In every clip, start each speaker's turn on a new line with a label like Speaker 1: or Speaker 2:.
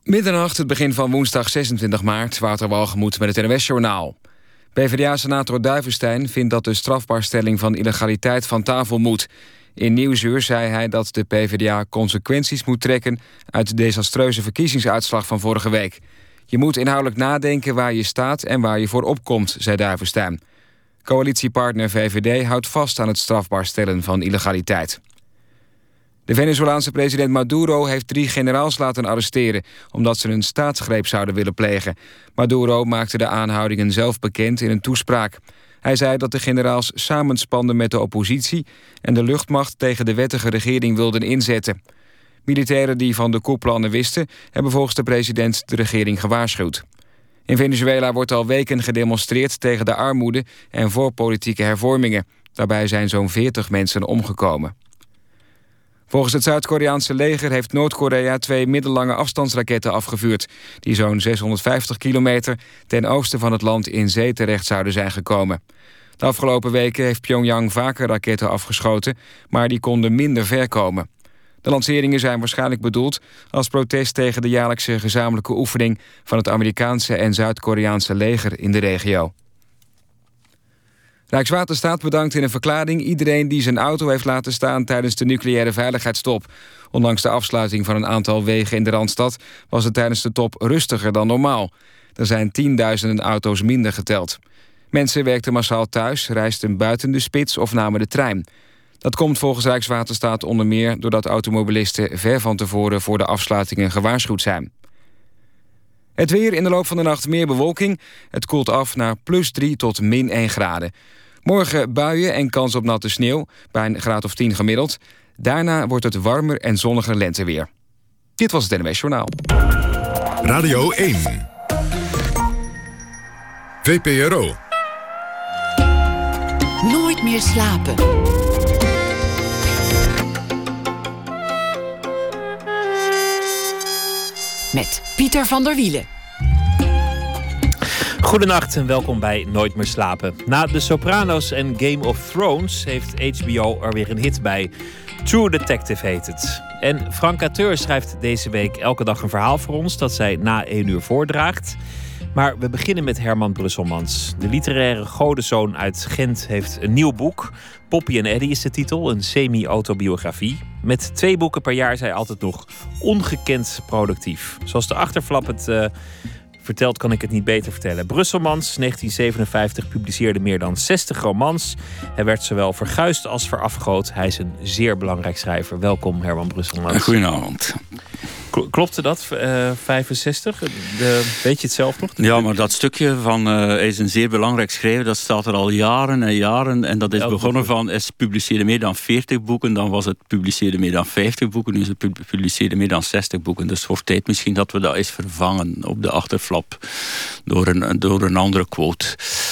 Speaker 1: Middernacht, het begin van woensdag 26 maart, Wouter Walgemoed met het NOS-journaal. PvdA-senator Duivenstein vindt dat de strafbaarstelling van illegaliteit van tafel moet. In Nieuwsuur zei hij dat de PvdA consequenties moet trekken uit de desastreuze verkiezingsuitslag van vorige week. Je moet inhoudelijk nadenken waar je staat en waar je voor opkomt, zei Duivenstein. Coalitiepartner VVD houdt vast aan het strafbaar stellen van illegaliteit. De Venezolaanse president Maduro heeft 3 generaals laten arresteren, omdat ze een staatsgreep zouden willen plegen. Maduro maakte de aanhoudingen zelf bekend in een toespraak. Hij zei dat de generaals samenspanden met de oppositie en de luchtmacht tegen de wettige regering wilden inzetten. Militairen die van de koepplannen wisten, hebben volgens de president de regering gewaarschuwd. In Venezuela wordt al weken gedemonstreerd tegen de armoede en voor politieke hervormingen. Daarbij zijn zo'n 40 mensen omgekomen. Volgens het Zuid-Koreaanse leger heeft Noord-Korea 2 middellange afstandsraketten afgevuurd, die zo'n 650 kilometer ten oosten van het land in zee terecht zouden zijn gekomen. De afgelopen weken heeft Pyongyang vaker raketten afgeschoten, maar die konden minder ver komen. De lanceringen zijn waarschijnlijk bedoeld als protest tegen de jaarlijkse gezamenlijke oefening van het Amerikaanse en Zuid-Koreaanse leger in de regio. Rijkswaterstaat bedankt in een verklaring iedereen die zijn auto heeft laten staan tijdens de nucleaire veiligheidstop. Ondanks de afsluiting van een aantal wegen in de Randstad was het tijdens de top rustiger dan normaal. Er zijn tienduizenden auto's minder geteld. Mensen werkten massaal thuis, reisden buiten de spits of namen de trein. Dat komt volgens Rijkswaterstaat onder meer doordat automobilisten ver van tevoren voor de afsluitingen gewaarschuwd zijn. Het weer, in de loop van de nacht meer bewolking. Het koelt af naar +3 tot -1 graden. Morgen buien en kans op natte sneeuw, bij een graad of 10 gemiddeld. Daarna wordt het warmer en zonniger lenteweer. Dit was het NOS Journaal.
Speaker 2: Radio 1. VPRO.
Speaker 3: Nooit meer slapen. Met Pieter van der Wielen.
Speaker 4: Goedenacht en welkom bij Nooit meer slapen. Na The Sopranos en Game of Thrones heeft HBO er weer een hit bij. True Detective heet het. En Franka Teur schrijft deze week elke dag een verhaal voor ons dat zij na 1 uur voordraagt. Maar we beginnen met Herman Brusselmans. De literaire godenzoon uit Gent heeft een nieuw boek. Poppy en Eddie is de titel, een semi-autobiografie. Met 2 boeken per jaar is hij altijd nog ongekend productief. Zoals de achterflap het vertelt, kan ik het niet beter vertellen. Brusselmans, 1957, publiceerde meer dan 60 romans. Hij werd zowel verguisd als verafgood. Hij is een zeer belangrijk schrijver. Welkom, Herman Brusselmans.
Speaker 5: Goedenavond.
Speaker 4: Klopte dat, 65? Weet je het zelf nog?
Speaker 5: Ja, maar dat stukje van hij is een zeer belangrijk schrijver, dat staat er al jaren en jaren. En dat is begonnen van, hij publiceerde meer dan 40 boeken. Dan was het publiceerde meer dan 50 boeken. Nu is het publiceerde meer dan 60 boeken. Dus het wordt tijd misschien dat we dat eens vervangen op de achterflap door een andere quote.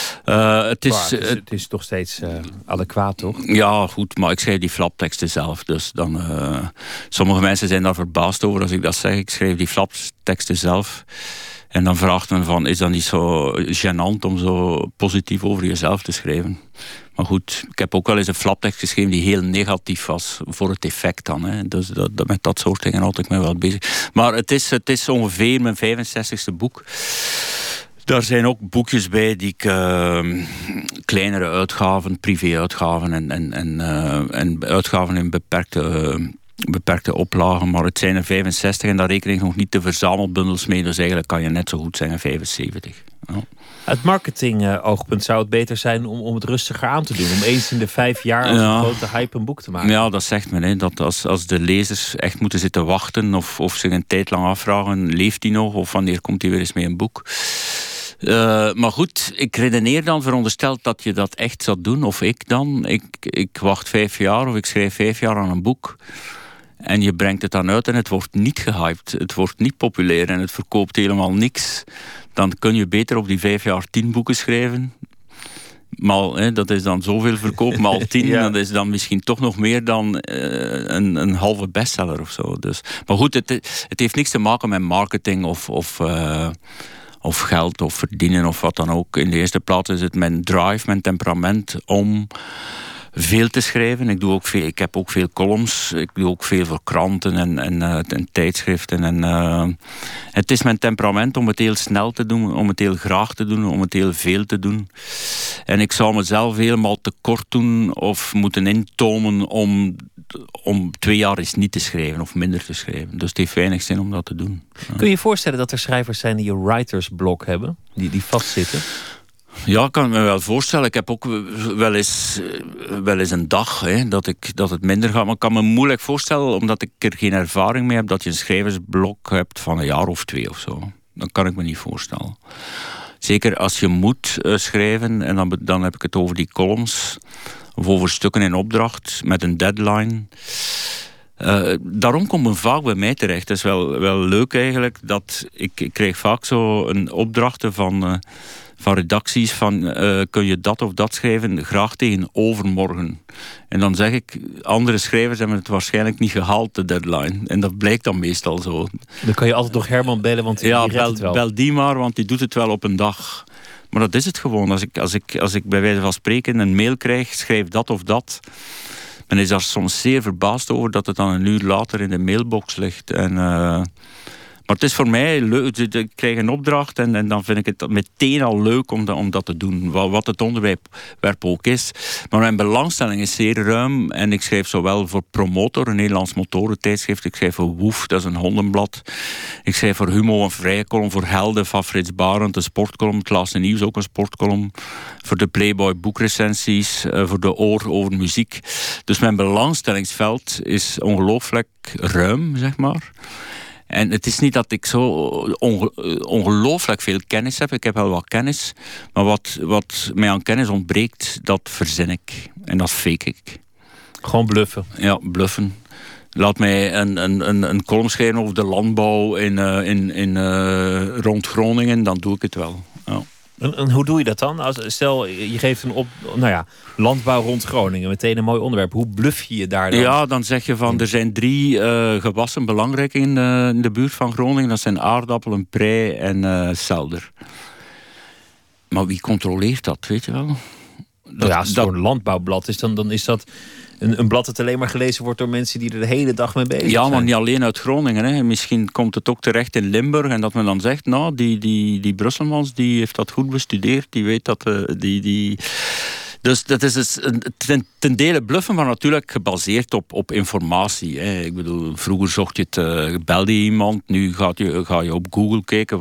Speaker 4: Het is toch steeds adequaat, toch?
Speaker 5: Ja, goed, maar ik schrijf die flapteksten zelf. Dus dan, sommige mensen zijn daar verbaasd over als ik dat zeg. Ik schrijf die flapteksten zelf. En dan vraagt men van, is dat niet zo gênant om zo positief over jezelf te schrijven? Maar goed, ik heb ook wel eens een flaptekst geschreven die heel negatief was voor het effect dan. Hè. Dus met dat soort dingen houd ik me wel bezig. Maar het is ongeveer mijn 65e boek. Daar zijn ook boekjes bij die ik kleinere uitgaven, privé-uitgaven en uitgaven in beperkte oplagen. Maar het zijn er 65 en daar reken ik nog niet de verzamelbundels mee. Dus eigenlijk kan je net zo goed zeggen 75. Ja.
Speaker 4: Uit marketing-oogpunt zou het beter zijn om het rustiger aan te doen. Om eens in de 5 jaar als een grote hype een boek te maken. Ja,
Speaker 5: dat zegt men. Hè, dat als de lezers echt moeten zitten wachten of zich een tijd lang afvragen, leeft hij nog of wanneer komt hij weer eens met een boek? Maar goed, ik redeneer dan, verondersteld dat je dat echt zou doen, of ik dan. Ik wacht 5 jaar of ik schrijf 5 jaar aan een boek. En je brengt het dan uit en het wordt niet gehyped. Het wordt niet populair en het verkoopt helemaal niks. Dan kun je beter op die 5 jaar 10 boeken schrijven. Maar dat is dan zoveel verkoop, maal 10. Ja. Dat is dan misschien toch nog meer dan een halve bestseller of zo. Dus. Maar goed, het heeft niks te maken met marketing of geld of verdienen of wat dan ook. In de eerste plaats is het mijn drive, mijn temperament om veel te schrijven. Ik heb ook veel columns. Ik doe ook veel voor kranten en tijdschriften. Het is mijn temperament om het heel snel te doen, om het heel graag te doen, om het heel veel te doen. En ik zou mezelf helemaal tekort doen of moeten intomen om 2 jaar eens niet te schrijven of minder te schrijven. Dus het heeft weinig zin om dat te doen.
Speaker 4: Kun je je voorstellen dat er schrijvers zijn die een writersblok hebben? Die vastzitten?
Speaker 5: Ja, ik kan het me wel voorstellen. Ik heb ook wel eens een dag dat het minder gaat. Maar ik kan me moeilijk voorstellen, omdat ik er geen ervaring mee heb, dat je een schrijversblok hebt van 1 jaar of 2 of zo. Dat kan ik me niet voorstellen. Zeker als je moet schrijven, en dan heb ik het over die columns, of over stukken in opdracht, met een deadline. Daarom komt men vaak bij mij terecht. Het is wel leuk eigenlijk, dat ik krijg vaak zo een opdrachten van redacties van kun je dat of dat schrijven, graag tegen overmorgen. En dan zeg ik, andere schrijvers hebben het waarschijnlijk niet gehaald, de deadline. En dat blijkt dan meestal zo.
Speaker 4: Dan kan je altijd nog Herman bellen, want die redt het wel. Bel
Speaker 5: die maar, want die doet het wel op een dag. Maar dat is het gewoon. Als ik bij wijze van spreken een mail krijg, schrijf dat of dat. Men is daar soms zeer verbaasd over dat het dan 1 uur later in de mailbox ligt. Maar het is voor mij leuk. Ik krijg een opdracht en dan vind ik het meteen al leuk om dat te doen. Wat het onderwerp ook is. Maar mijn belangstelling is zeer ruim. En ik schrijf zowel voor Promotor, een Nederlands motorentijdschrift. Ik schrijf voor Woef, dat is een hondenblad. Ik schrijf voor Humo, een vrije column. Voor Helden van Frits Barend, een sportcolumn. Het Laatste Nieuws, ook een sportcolumn. Voor de Playboy boekrecensies. Voor de Oor over muziek. Dus mijn belangstellingsveld is ongelooflijk ruim, zeg maar. En het is niet dat ik zo ongelooflijk veel kennis heb. Ik heb wel wat kennis. Maar wat mij aan kennis ontbreekt, dat verzin ik. En dat fake ik.
Speaker 4: Gewoon bluffen? Ja,
Speaker 5: bluffen. Laat mij een column schrijven over de landbouw rond Groningen. Dan doe ik het wel. Ja.
Speaker 4: En hoe doe je dat dan? Stel, je geeft landbouw rond Groningen. Meteen een mooi onderwerp. Hoe bluff je daar dan?
Speaker 5: Ja, dan zeg je van, er zijn 3 gewassen belangrijk in de buurt van Groningen. Dat zijn aardappelen, prei en selder. Maar wie controleert dat, weet je wel?
Speaker 4: Als het voor een landbouwblad is, dan is dat een blad dat alleen maar gelezen wordt door mensen die er de hele dag mee bezig zijn.
Speaker 5: Ja, maar niet alleen uit Groningen. Hè. Misschien komt het ook terecht in Limburg en dat men dan zegt, nou, die Brusselmans, die heeft dat goed bestudeerd, die weet dat Dus dat is ten dele bluffen, maar natuurlijk gebaseerd op informatie. Hè. Ik bedoel, vroeger belde je iemand, nu ga je op Google kijken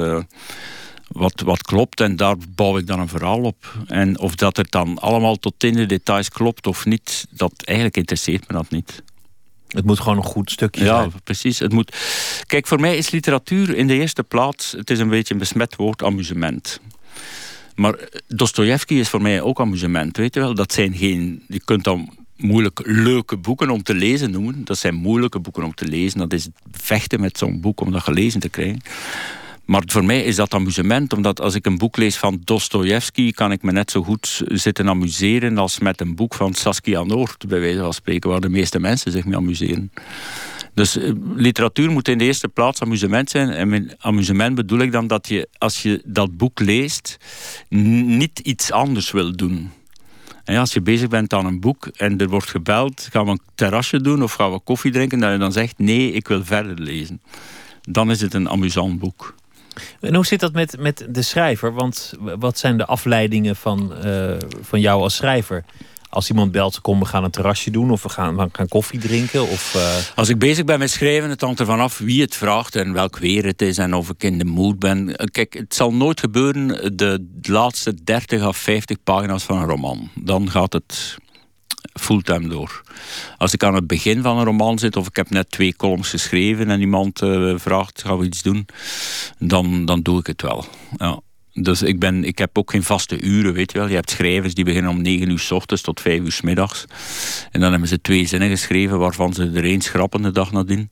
Speaker 5: wat klopt en daar bouw ik dan een verhaal op. En of dat er dan allemaal tot in de details klopt of niet, dat eigenlijk interesseert me dat niet.
Speaker 4: Het moet gewoon een goed stukje zijn.
Speaker 5: Ja, precies. Kijk, voor mij is literatuur in de eerste plaats, het is een beetje een besmet woord, amusement. Maar Dostojevski is voor mij ook amusement, weet je wel. Dat zijn je kunt dan moeilijk leuke boeken om te lezen noemen. Dat zijn moeilijke boeken om te lezen. Dat is het vechten met zo'n boek om dat gelezen te krijgen. Maar voor mij is dat amusement, omdat als ik een boek lees van Dostojevski, kan ik me net zo goed zitten amuseren als met een boek van Saskia Noord, bij wijze van spreken, waar de meeste mensen zich mee amuseren. Dus literatuur moet in de eerste plaats amusement zijn. En met amusement bedoel ik dan dat je, als je dat boek leest, niet iets anders wil doen. En als je bezig bent aan een boek en er wordt gebeld, gaan we een terrasje doen of gaan we koffie drinken, dat je dan zegt, nee, ik wil verder lezen. Dan is het een amusant boek.
Speaker 4: En hoe zit dat met de schrijver? Want wat zijn de afleidingen van jou als schrijver? Als iemand belt, kom, we gaan een terrasje doen of we gaan koffie drinken?
Speaker 5: Als ik bezig ben met schrijven, het hangt ervan af wie het vraagt en welk weer het is en of ik in de mood ben. Kijk, het zal nooit gebeuren de laatste 30 of 50 pagina's van een roman. Dan gaat het fulltime door. Als ik aan het begin van een roman zit of ik heb net 2 columns geschreven en iemand vraagt, gaan we iets doen? Dan doe ik het wel. Ja. Dus ik heb ook geen vaste uren, weet je wel. Je hebt schrijvers die beginnen om 9 uur 's ochtends tot 5 uur 's middags. En dan hebben ze 2 zinnen geschreven, waarvan ze er 1 schrappen de dag nadien.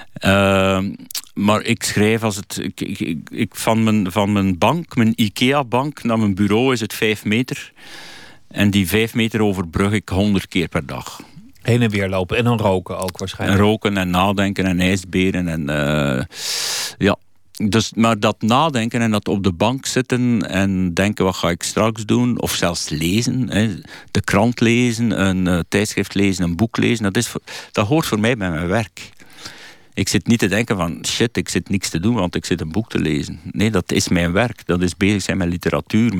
Speaker 5: Maar ik schrijf van mijn bank, mijn IKEA-bank, naar mijn bureau is het 5 meter. En die 5 meter overbrug ik 100 keer per dag.
Speaker 4: Heen en weer lopen en dan roken ook waarschijnlijk.
Speaker 5: En roken en nadenken en ijsberen en ja. Dus, maar dat nadenken en dat op de bank zitten en denken, wat ga ik straks doen? Of zelfs lezen, de krant lezen, een tijdschrift lezen, een boek lezen. Dat hoort voor mij bij mijn werk. Ik zit niet te denken van, shit, ik zit niks te doen, want ik zit een boek te lezen. Nee, dat is mijn werk. Dat is bezig zijn met literatuur.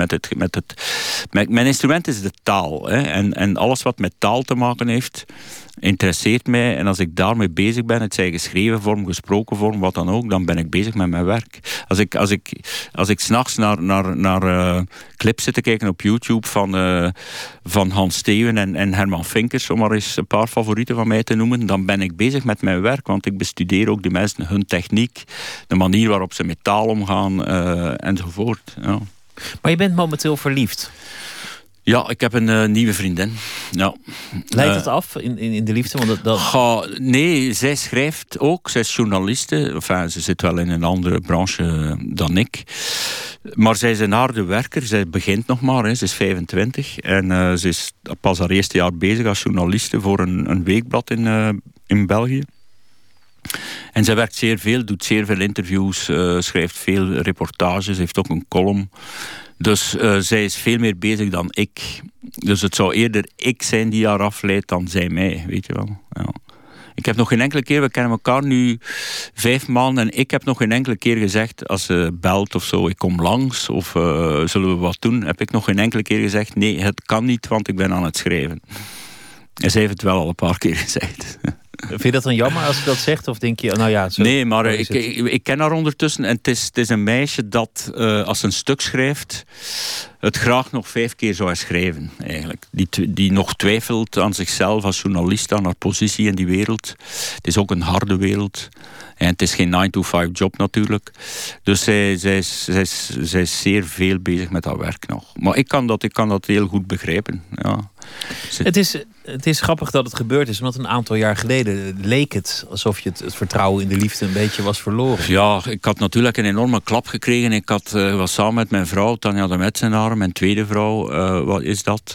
Speaker 5: Mijn instrument is de taal. En alles wat met taal te maken heeft, interesseert mij. En als ik daarmee bezig ben, het zij geschreven vorm, gesproken vorm, wat dan ook, dan ben ik bezig met mijn werk. Als ik 's nachts naar clips zit te kijken op YouTube van Hans Steeuwen en Herman Vinkers, om maar eens een paar favorieten van mij te noemen, dan ben ik bezig met mijn werk, want ik bestudeer ook die mensen, hun techniek, de manier waarop ze met taal omgaan, enzovoort. Ja.
Speaker 4: Maar je bent momenteel verliefd.
Speaker 5: Ja, ik heb een nieuwe vriendin. Ja.
Speaker 4: Leidt het af in de liefde? Want
Speaker 5: nee, zij schrijft ook. Zij is journaliste. Enfin, ze zit wel in een andere branche dan ik. Maar zij is een harde werker. Zij begint nog maar. Ze is 25. En ze is pas haar eerste jaar bezig als journaliste voor een weekblad in België. En zij werkt zeer veel, doet zeer veel interviews, schrijft veel reportages, heeft ook een column. Dus zij is veel meer bezig dan ik. Dus het zou eerder ik zijn die haar afleidt dan zij mij, weet je wel. Ja. Ik heb nog geen enkele keer, we kennen elkaar nu 5 maanden... en ik heb nog geen enkele keer gezegd, als ze belt of zo, ik kom langs of zullen we wat doen, heb ik nog geen enkele keer gezegd, nee, het kan niet, want ik ben aan het schrijven. En zij heeft het wel al een paar keer gezegd.
Speaker 4: Vind je dat dan jammer als je dat zegt? Of denk je, nou ja... Zo,
Speaker 5: nee, maar ik ken haar ondertussen. En het is een meisje dat, als ze een stuk schrijft, het graag nog 5 keer zou herschrijven, eigenlijk. Die nog twijfelt aan zichzelf als journalist, aan haar positie in die wereld. Het is ook een harde wereld. En het is geen 9-to-5 job natuurlijk. Dus zij is zeer veel bezig met haar werk nog. Maar ik kan dat heel goed begrijpen, ja.
Speaker 4: Het is grappig dat het gebeurd is, omdat een aantal jaar geleden leek het alsof je het vertrouwen in de liefde een beetje was verloren. Ja,
Speaker 5: ik had natuurlijk een enorme klap gekregen. Ik was samen met mijn vrouw, Tanja de Metsenaar, mijn tweede vrouw, wat is dat?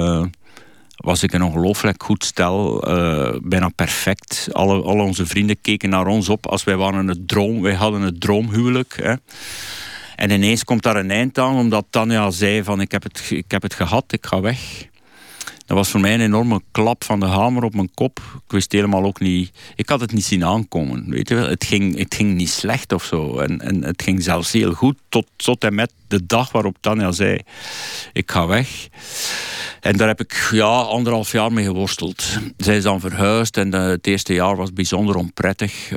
Speaker 5: Was ik een ongelooflijk goed stel, bijna perfect. Alle onze vrienden keken naar ons op als wij hadden het droomhuwelijk. Hè. En ineens komt daar een eind aan, omdat Tanja zei van ik heb het gehad, ik ga weg. Dat was voor mij een enorme klap van de hamer op mijn kop. Ik wist helemaal ook niet... Ik had het niet zien aankomen, weet je wel. Het ging niet slecht of zo. En het ging zelfs heel goed, tot en met de dag waarop Tanja zei, ik ga weg. En daar heb ik 1,5 jaar mee geworsteld. Zij is dan verhuisd en het eerste jaar was bijzonder onprettig.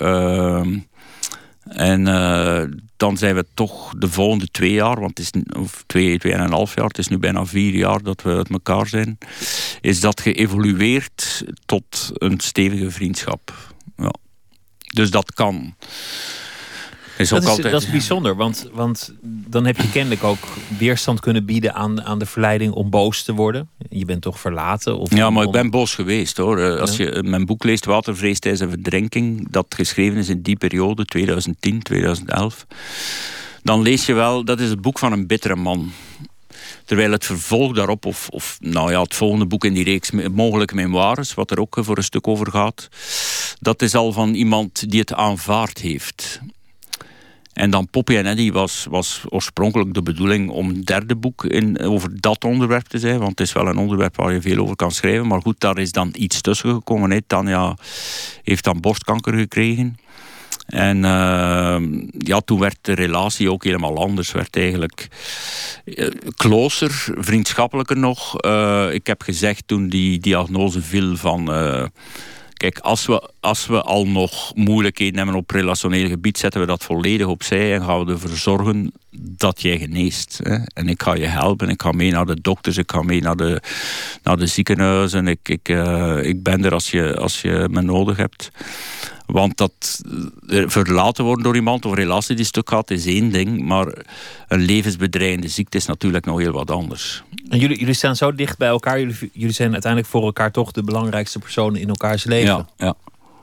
Speaker 5: En dan zijn we toch de volgende 2 jaar, want het is 2,5 jaar, het is nu bijna 4 jaar dat we uit elkaar zijn, is dat geëvolueerd tot een stevige vriendschap. Ja. Dus dat kan.
Speaker 4: Dat is bijzonder, want dan heb je kennelijk ook weerstand kunnen bieden aan de verleiding om boos te worden. Je bent toch verlaten?
Speaker 5: Ik ben boos geweest, hoor. Als je mijn boek leest, Watervrees tijdens een verdrinking, dat geschreven is in die periode, 2010, 2011, dan lees je wel, dat is het boek van een bittere man. Terwijl het vervolg daarop, het volgende boek in die reeks, mogelijke memoires, wat er ook voor een stuk over gaat, dat is al van iemand die het aanvaard heeft. En dan Poppy en Eddy was oorspronkelijk de bedoeling om een 3e boek over dat onderwerp te zijn. Want het is wel een onderwerp waar je veel over kan schrijven. Maar goed, daar is dan iets tussen gekomen. Tanja heeft dan borstkanker gekregen. En toen werd de relatie ook helemaal anders. Werd eigenlijk closer, vriendschappelijker nog. Ik heb gezegd toen die diagnose viel van... Kijk, als we al nog moeilijkheden hebben op relationeel gebied, zetten we dat volledig opzij en gaan we ervoor zorgen dat jij geneest. Hè? En ik ga je helpen, ik ga mee naar de dokters, ik ga mee naar de ziekenhuizen. Ik ben er als je me nodig hebt. Want dat verlaten worden door iemand of een relatie die stuk gaat is één ding, maar een levensbedreigende ziekte is natuurlijk nog heel wat anders.
Speaker 4: En jullie staan zo dicht bij elkaar. Jullie zijn uiteindelijk voor elkaar toch de belangrijkste personen in elkaars leven.
Speaker 5: Ja.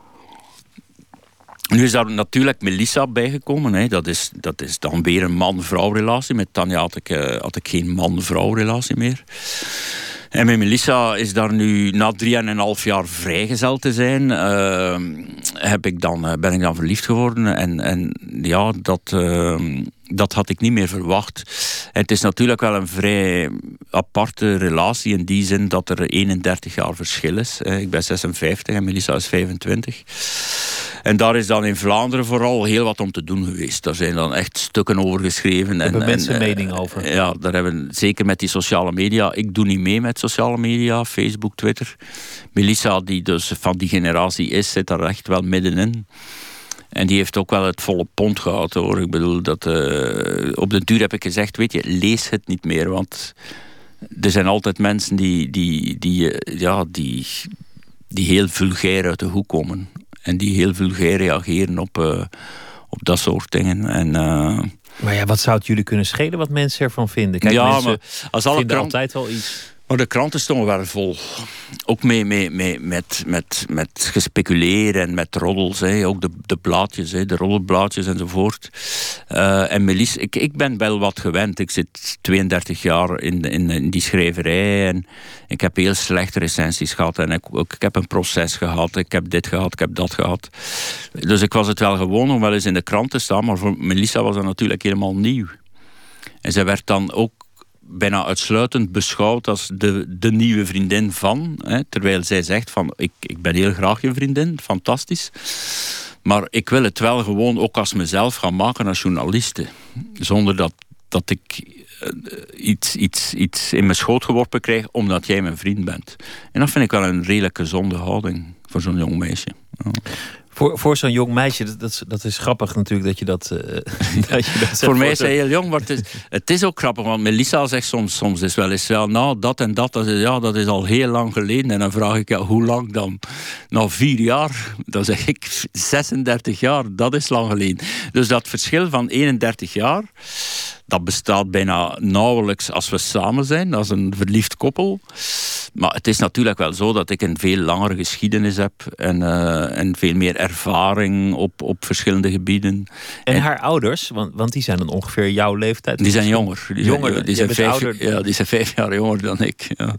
Speaker 5: Nu is daar natuurlijk Melissa bijgekomen. Hè. Dat is dan weer een man-vrouw relatie. Met Tanja had ik geen man-vrouw relatie meer. En met Melissa is daar nu na 3,5 jaar vrijgezel te zijn, ben ik dan verliefd geworden. En ja, dat had ik niet meer verwacht. En het is natuurlijk wel een vrij aparte relatie in die zin dat er 31 jaar verschil is. Ik ben 56 en Melissa is 25. En daar is dan in Vlaanderen vooral heel wat om te doen geweest. Daar zijn dan echt stukken over geschreven.
Speaker 4: Hebben mensen een mening over?
Speaker 5: Ja, daar hebben zeker met die sociale media. Ik doe niet mee met sociale media, Facebook, Twitter. Melissa, die dus van die generatie is, zit daar echt wel middenin. En die heeft ook wel het volle pond gehad, hoor. Ik bedoel, dat op de duur heb ik gezegd, weet je, lees het niet meer. Want er zijn altijd mensen die heel vulgair uit de hoek komen. En die heel vulgair reageren op dat soort dingen.
Speaker 4: Maar ja, wat zou het jullie kunnen schelen wat mensen ervan vinden? Kijk,
Speaker 5: ja,
Speaker 4: mensen
Speaker 5: maar als alle
Speaker 4: vinden altijd wel iets.
Speaker 5: Maar de kranten stonden wel vol. Ook met gespeculeer en met roddels. Ook de blaadjes, de roddelblaadjes enzovoort. En Melissa, ik ben wel wat gewend. Ik zit 32 jaar in die schrijverij. En ik heb heel slechte recensies gehad. En ik heb een proces gehad. Ik heb dit gehad, ik heb dat gehad. Dus ik was het wel gewoon om wel eens in de krant te staan. Maar voor Melissa was dat natuurlijk helemaal nieuw. En zij werd dan ook bijna uitsluitend beschouwd als de nieuwe vriendin van. Terwijl zij zegt van, ik ben heel graag je vriendin, fantastisch. Maar ik wil het wel gewoon ook als mezelf gaan maken als journaliste. Zonder dat ik iets in mijn schoot geworpen krijg omdat jij mijn vriend bent. En dat vind ik wel een redelijk gezonde houding voor zo'n jong meisje. Ja.
Speaker 4: Voor zo'n jong meisje, dat is grappig natuurlijk dat je dat
Speaker 5: voor mij is hij heel jong, maar het is ook grappig. Want Melissa zegt soms is wel eens, nou, dat en dat is al heel lang geleden. En dan vraag ik, hoe lang dan? Nou, 4 jaar. Dan zeg ik, 36 jaar, dat is lang geleden. Dus dat verschil van 31 jaar, dat bestaat bijna nauwelijks als we samen zijn, als een verliefd koppel. Maar het is natuurlijk wel zo dat ik een veel langere geschiedenis heb en veel meer ervaring op verschillende gebieden.
Speaker 4: En haar ouders, want die zijn dan ongeveer jouw leeftijd?
Speaker 5: Die zijn jonger. Die zijn 5 jaar jonger dan ik. Ja.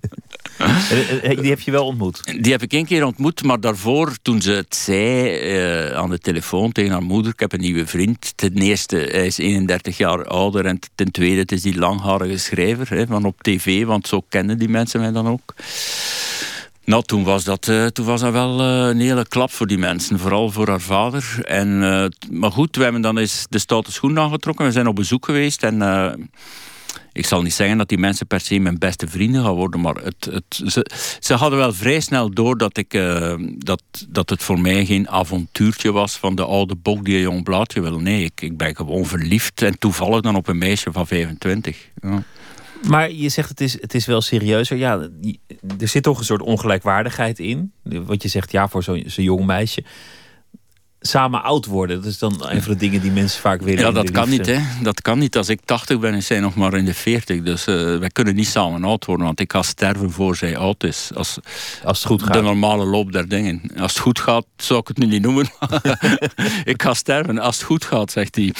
Speaker 4: Die heb je wel ontmoet?
Speaker 5: Die heb ik 1 keer ontmoet, maar daarvoor, toen ze het zei aan de telefoon tegen haar moeder, ik heb een nieuwe vriend. Ten eerste, hij is 31 jaar ouder en ten tweede, het is die langharige schrijver van op tv, want zo kennen die mensen mij dan ook. Nou, toen was dat wel een hele klap voor die mensen. Vooral voor haar vader. Maar goed, we hebben dan eens de stoute schoen aangetrokken. We zijn op bezoek geweest. En ik zal niet zeggen dat die mensen per se mijn beste vrienden gaan worden. Maar ze hadden wel vrij snel door dat het voor mij geen avontuurtje was van de oude bok die een jong blaadje wil. Nee, ik ben gewoon verliefd. En toevallig dan op een meisje van 25. Ja.
Speaker 4: Maar je zegt het is wel serieuzer. Ja, er zit toch een soort ongelijkwaardigheid in. Wat je zegt, ja, voor zo'n jong meisje. Samen oud worden, dat is dan een van de dingen die mensen vaak willen.
Speaker 5: Ja, dat kan niet, hè. Dat kan niet. Als ik 80 ben, is zij nog maar in de 40. Dus wij kunnen niet samen oud worden, want ik ga sterven voor zij oud is. Als
Speaker 4: het goed gaat.
Speaker 5: De normale loop der dingen. Als het goed gaat, zou ik het nu niet noemen. Ik ga sterven als het goed gaat, zegt hij.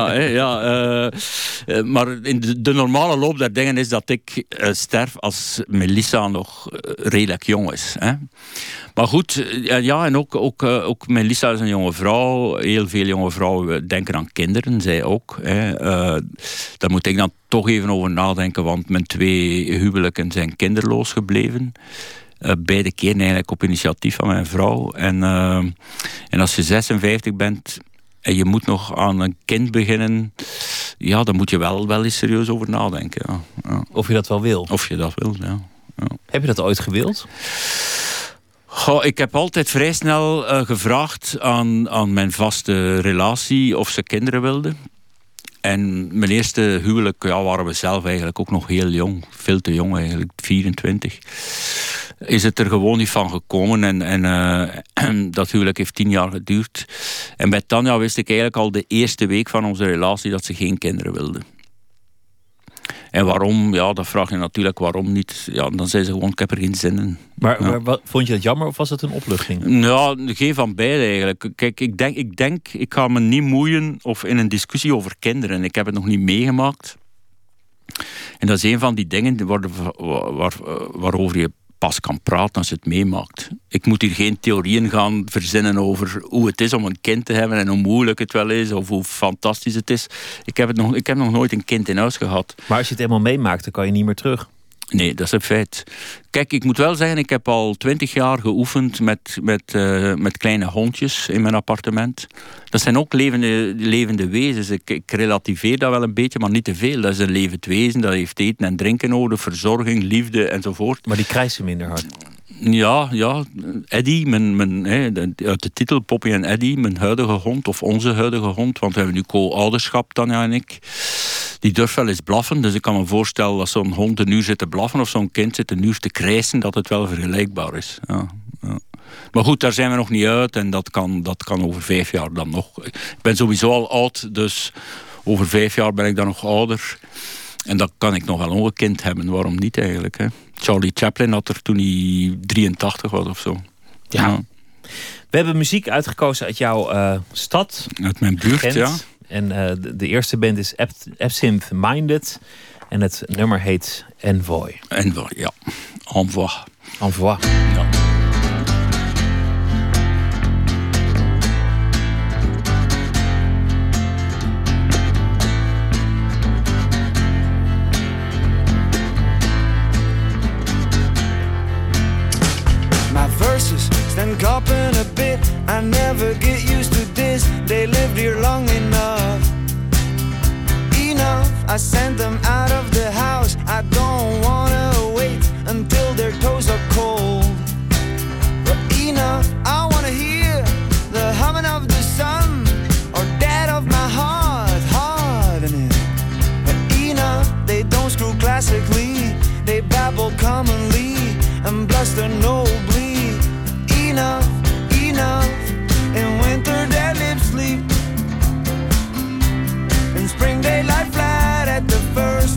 Speaker 5: Maar in de normale loop der dingen is dat ik sterf als Melissa nog redelijk jong is. Hè. Maar goed, ja, en ook Melissa is een jonge vrouw. Heel veel jonge vrouwen denken aan kinderen, zij ook. Daar moet ik dan toch even over nadenken, want mijn 2 huwelijken zijn kinderloos gebleven. Beide keren eigenlijk op initiatief van mijn vrouw. En als je 56 bent en je moet nog aan een kind beginnen, ja, dan moet je wel eens serieus over nadenken. Ja.
Speaker 4: Of je dat wel wil.
Speaker 5: Of je dat wil, ja.
Speaker 4: Heb je dat ooit gewild?
Speaker 5: Goh, ik heb altijd vrij snel gevraagd aan mijn vaste relatie of ze kinderen wilde. En mijn eerste huwelijk waren we zelf eigenlijk ook nog heel jong. Veel te jong eigenlijk, 24. Is het er gewoon niet van gekomen. En dat huwelijk heeft 10 jaar geduurd. En bij Tanja wist ik eigenlijk al de eerste week van onze relatie dat ze geen kinderen wilde. En waarom? Ja, dat vraag je natuurlijk waarom niet. Ja, dan zei ze gewoon, ik heb er geen zin in.
Speaker 4: Maar vond je dat jammer of was het een opluchting?
Speaker 5: Ja, geen van beide eigenlijk. Kijk, ik ga me niet moeien of in een discussie over kinderen. Ik heb het nog niet meegemaakt. En dat is een van die dingen waarover je pas kan praten als je het meemaakt. Ik moet hier geen theorieën gaan verzinnen over hoe het is om een kind te hebben en hoe moeilijk het wel is of hoe fantastisch het is. Ik heb nog nooit een kind in huis gehad.
Speaker 4: Maar als je het eenmaal meemaakt, dan kan je niet meer terug.
Speaker 5: Nee, dat is een feit. Kijk, ik moet wel zeggen, ik heb al 20 jaar geoefend met kleine hondjes in mijn appartement. Dat zijn ook levende wezens. Ik relativeer dat wel een beetje, maar niet te veel. Dat is een levend wezen, dat heeft eten en drinken nodig, verzorging, liefde enzovoort.
Speaker 4: Maar die krijsen minder hard.
Speaker 5: Ja, Eddie, uit de titel Poppy en Eddie, mijn huidige hond, of onze huidige hond, want we hebben nu co-ouderschap, Tanja en ik. Die durft wel eens blaffen, dus ik kan me voorstellen dat zo'n hond een uur zit te blaffen of zo'n kind zit een uur te krijsen, dat het wel vergelijkbaar is. Ja. Maar goed, daar zijn we nog niet uit en dat kan over 5 jaar dan nog. Ik ben sowieso al oud, dus over 5 jaar ben ik dan nog ouder. En dan kan ik nog wel een kind hebben, waarom niet eigenlijk? Hè? Charlie Chaplin had er toen hij 83 was of zo.
Speaker 4: Ja. We hebben muziek uitgekozen uit jouw stad.
Speaker 5: Uit mijn buurt, Gent. Ja.
Speaker 4: En de eerste band is Absinthe Minded. En het nummer heet Envoy.
Speaker 5: Envoy, ja. Envoy.
Speaker 4: Envoy.
Speaker 5: Ja.
Speaker 6: Stand copping a bit, I never get used to this. They lived here long enough. Enough, I sent them out of the house. I don't wanna wait until their toes are cold. But enough, I wanna hear the humming of the sun, or that of my heart hardening. But enough, they don't screw classically, they babble commonly and bluster nobly. Enough, enough. In winter their lips sleep. In spring they lie flat at the first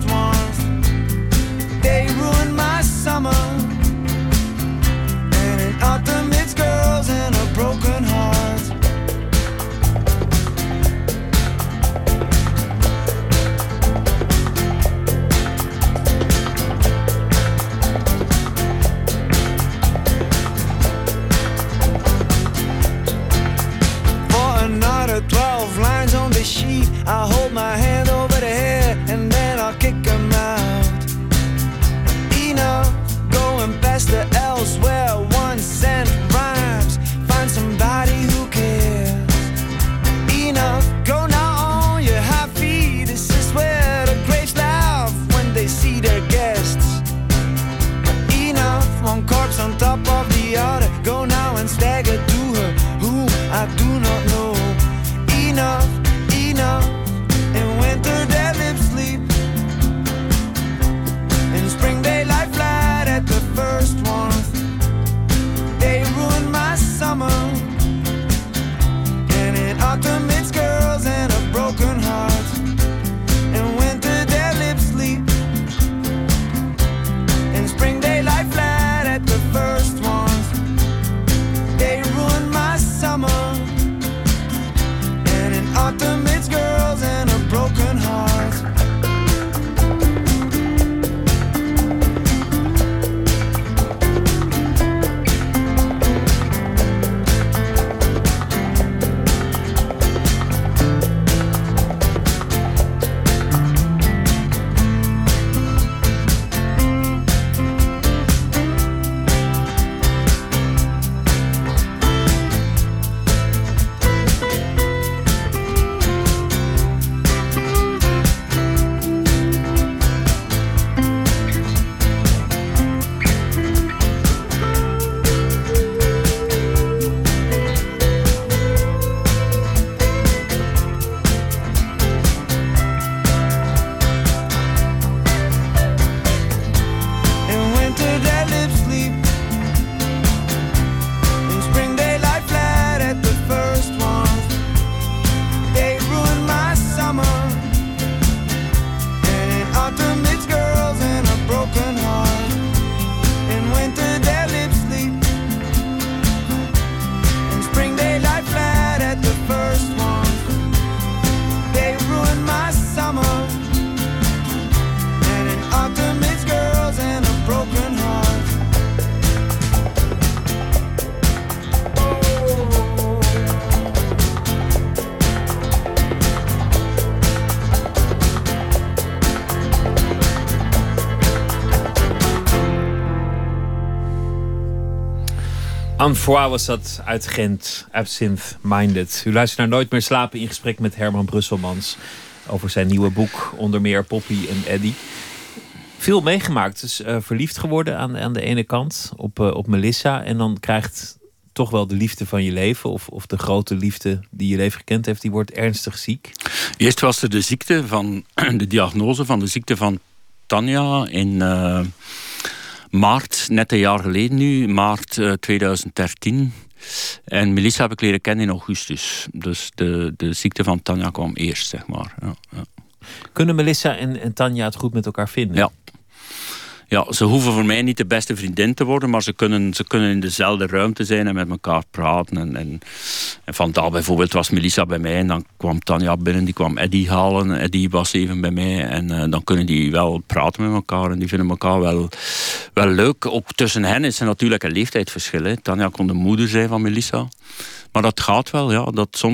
Speaker 4: Anne Foy was dat uit Gent, Absinthe Minded. U luistert naar Nooit meer slapen in gesprek met Herman Brusselmans over zijn nieuwe boek, onder meer Poppy en Eddie. Veel meegemaakt, dus verliefd geworden aan de ene kant op Melissa. En dan krijgt toch wel de liefde van je leven, of de grote liefde die je leven gekend heeft, die wordt ernstig ziek.
Speaker 5: Eerst was er de diagnose van de ziekte van Tanja in maart, net een jaar geleden nu, maart 2013. En Melissa heb ik leren kennen in augustus. Dus de ziekte van Tanja kwam eerst, zeg maar. Ja.
Speaker 4: Kunnen Melissa en Tanja het goed met elkaar vinden?
Speaker 5: Ja. Ja, ze hoeven voor mij niet de beste vriendin te worden, maar ze kunnen in dezelfde ruimte zijn en met elkaar praten. En vandaag bijvoorbeeld was Melissa bij mij en dan kwam Tanja binnen, die kwam Eddie halen. Eddie was even bij mij en dan kunnen die wel praten met elkaar en die vinden elkaar wel leuk. Ook tussen hen is er natuurlijk een leeftijdsverschil. Hè. Tanja kon de moeder zijn van Melissa. Maar dat gaat wel, ja.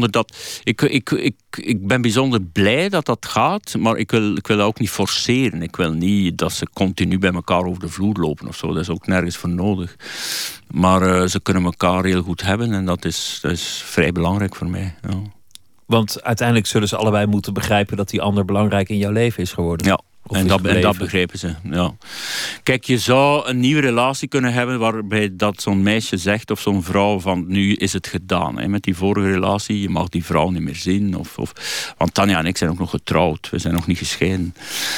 Speaker 5: Ik ben bijzonder blij dat dat gaat, maar ik wil dat ook niet forceren. Ik wil niet dat ze continu bij elkaar over de vloer lopen of zo. Dat is ook nergens voor nodig. Maar ze kunnen elkaar heel goed hebben en dat is vrij belangrijk voor mij. Ja.
Speaker 4: Want uiteindelijk zullen ze allebei moeten begrijpen dat die ander belangrijk in jouw leven is geworden.
Speaker 5: Ja. En dat begrijpen ze, ja. Kijk, je zou een nieuwe relatie kunnen hebben waarbij dat zo'n meisje zegt of zo'n vrouw van nu is het gedaan. Hè, met die vorige relatie, je mag die vrouw niet meer zien. Want Tanja en ik zijn ook nog getrouwd, we zijn nog niet gescheiden.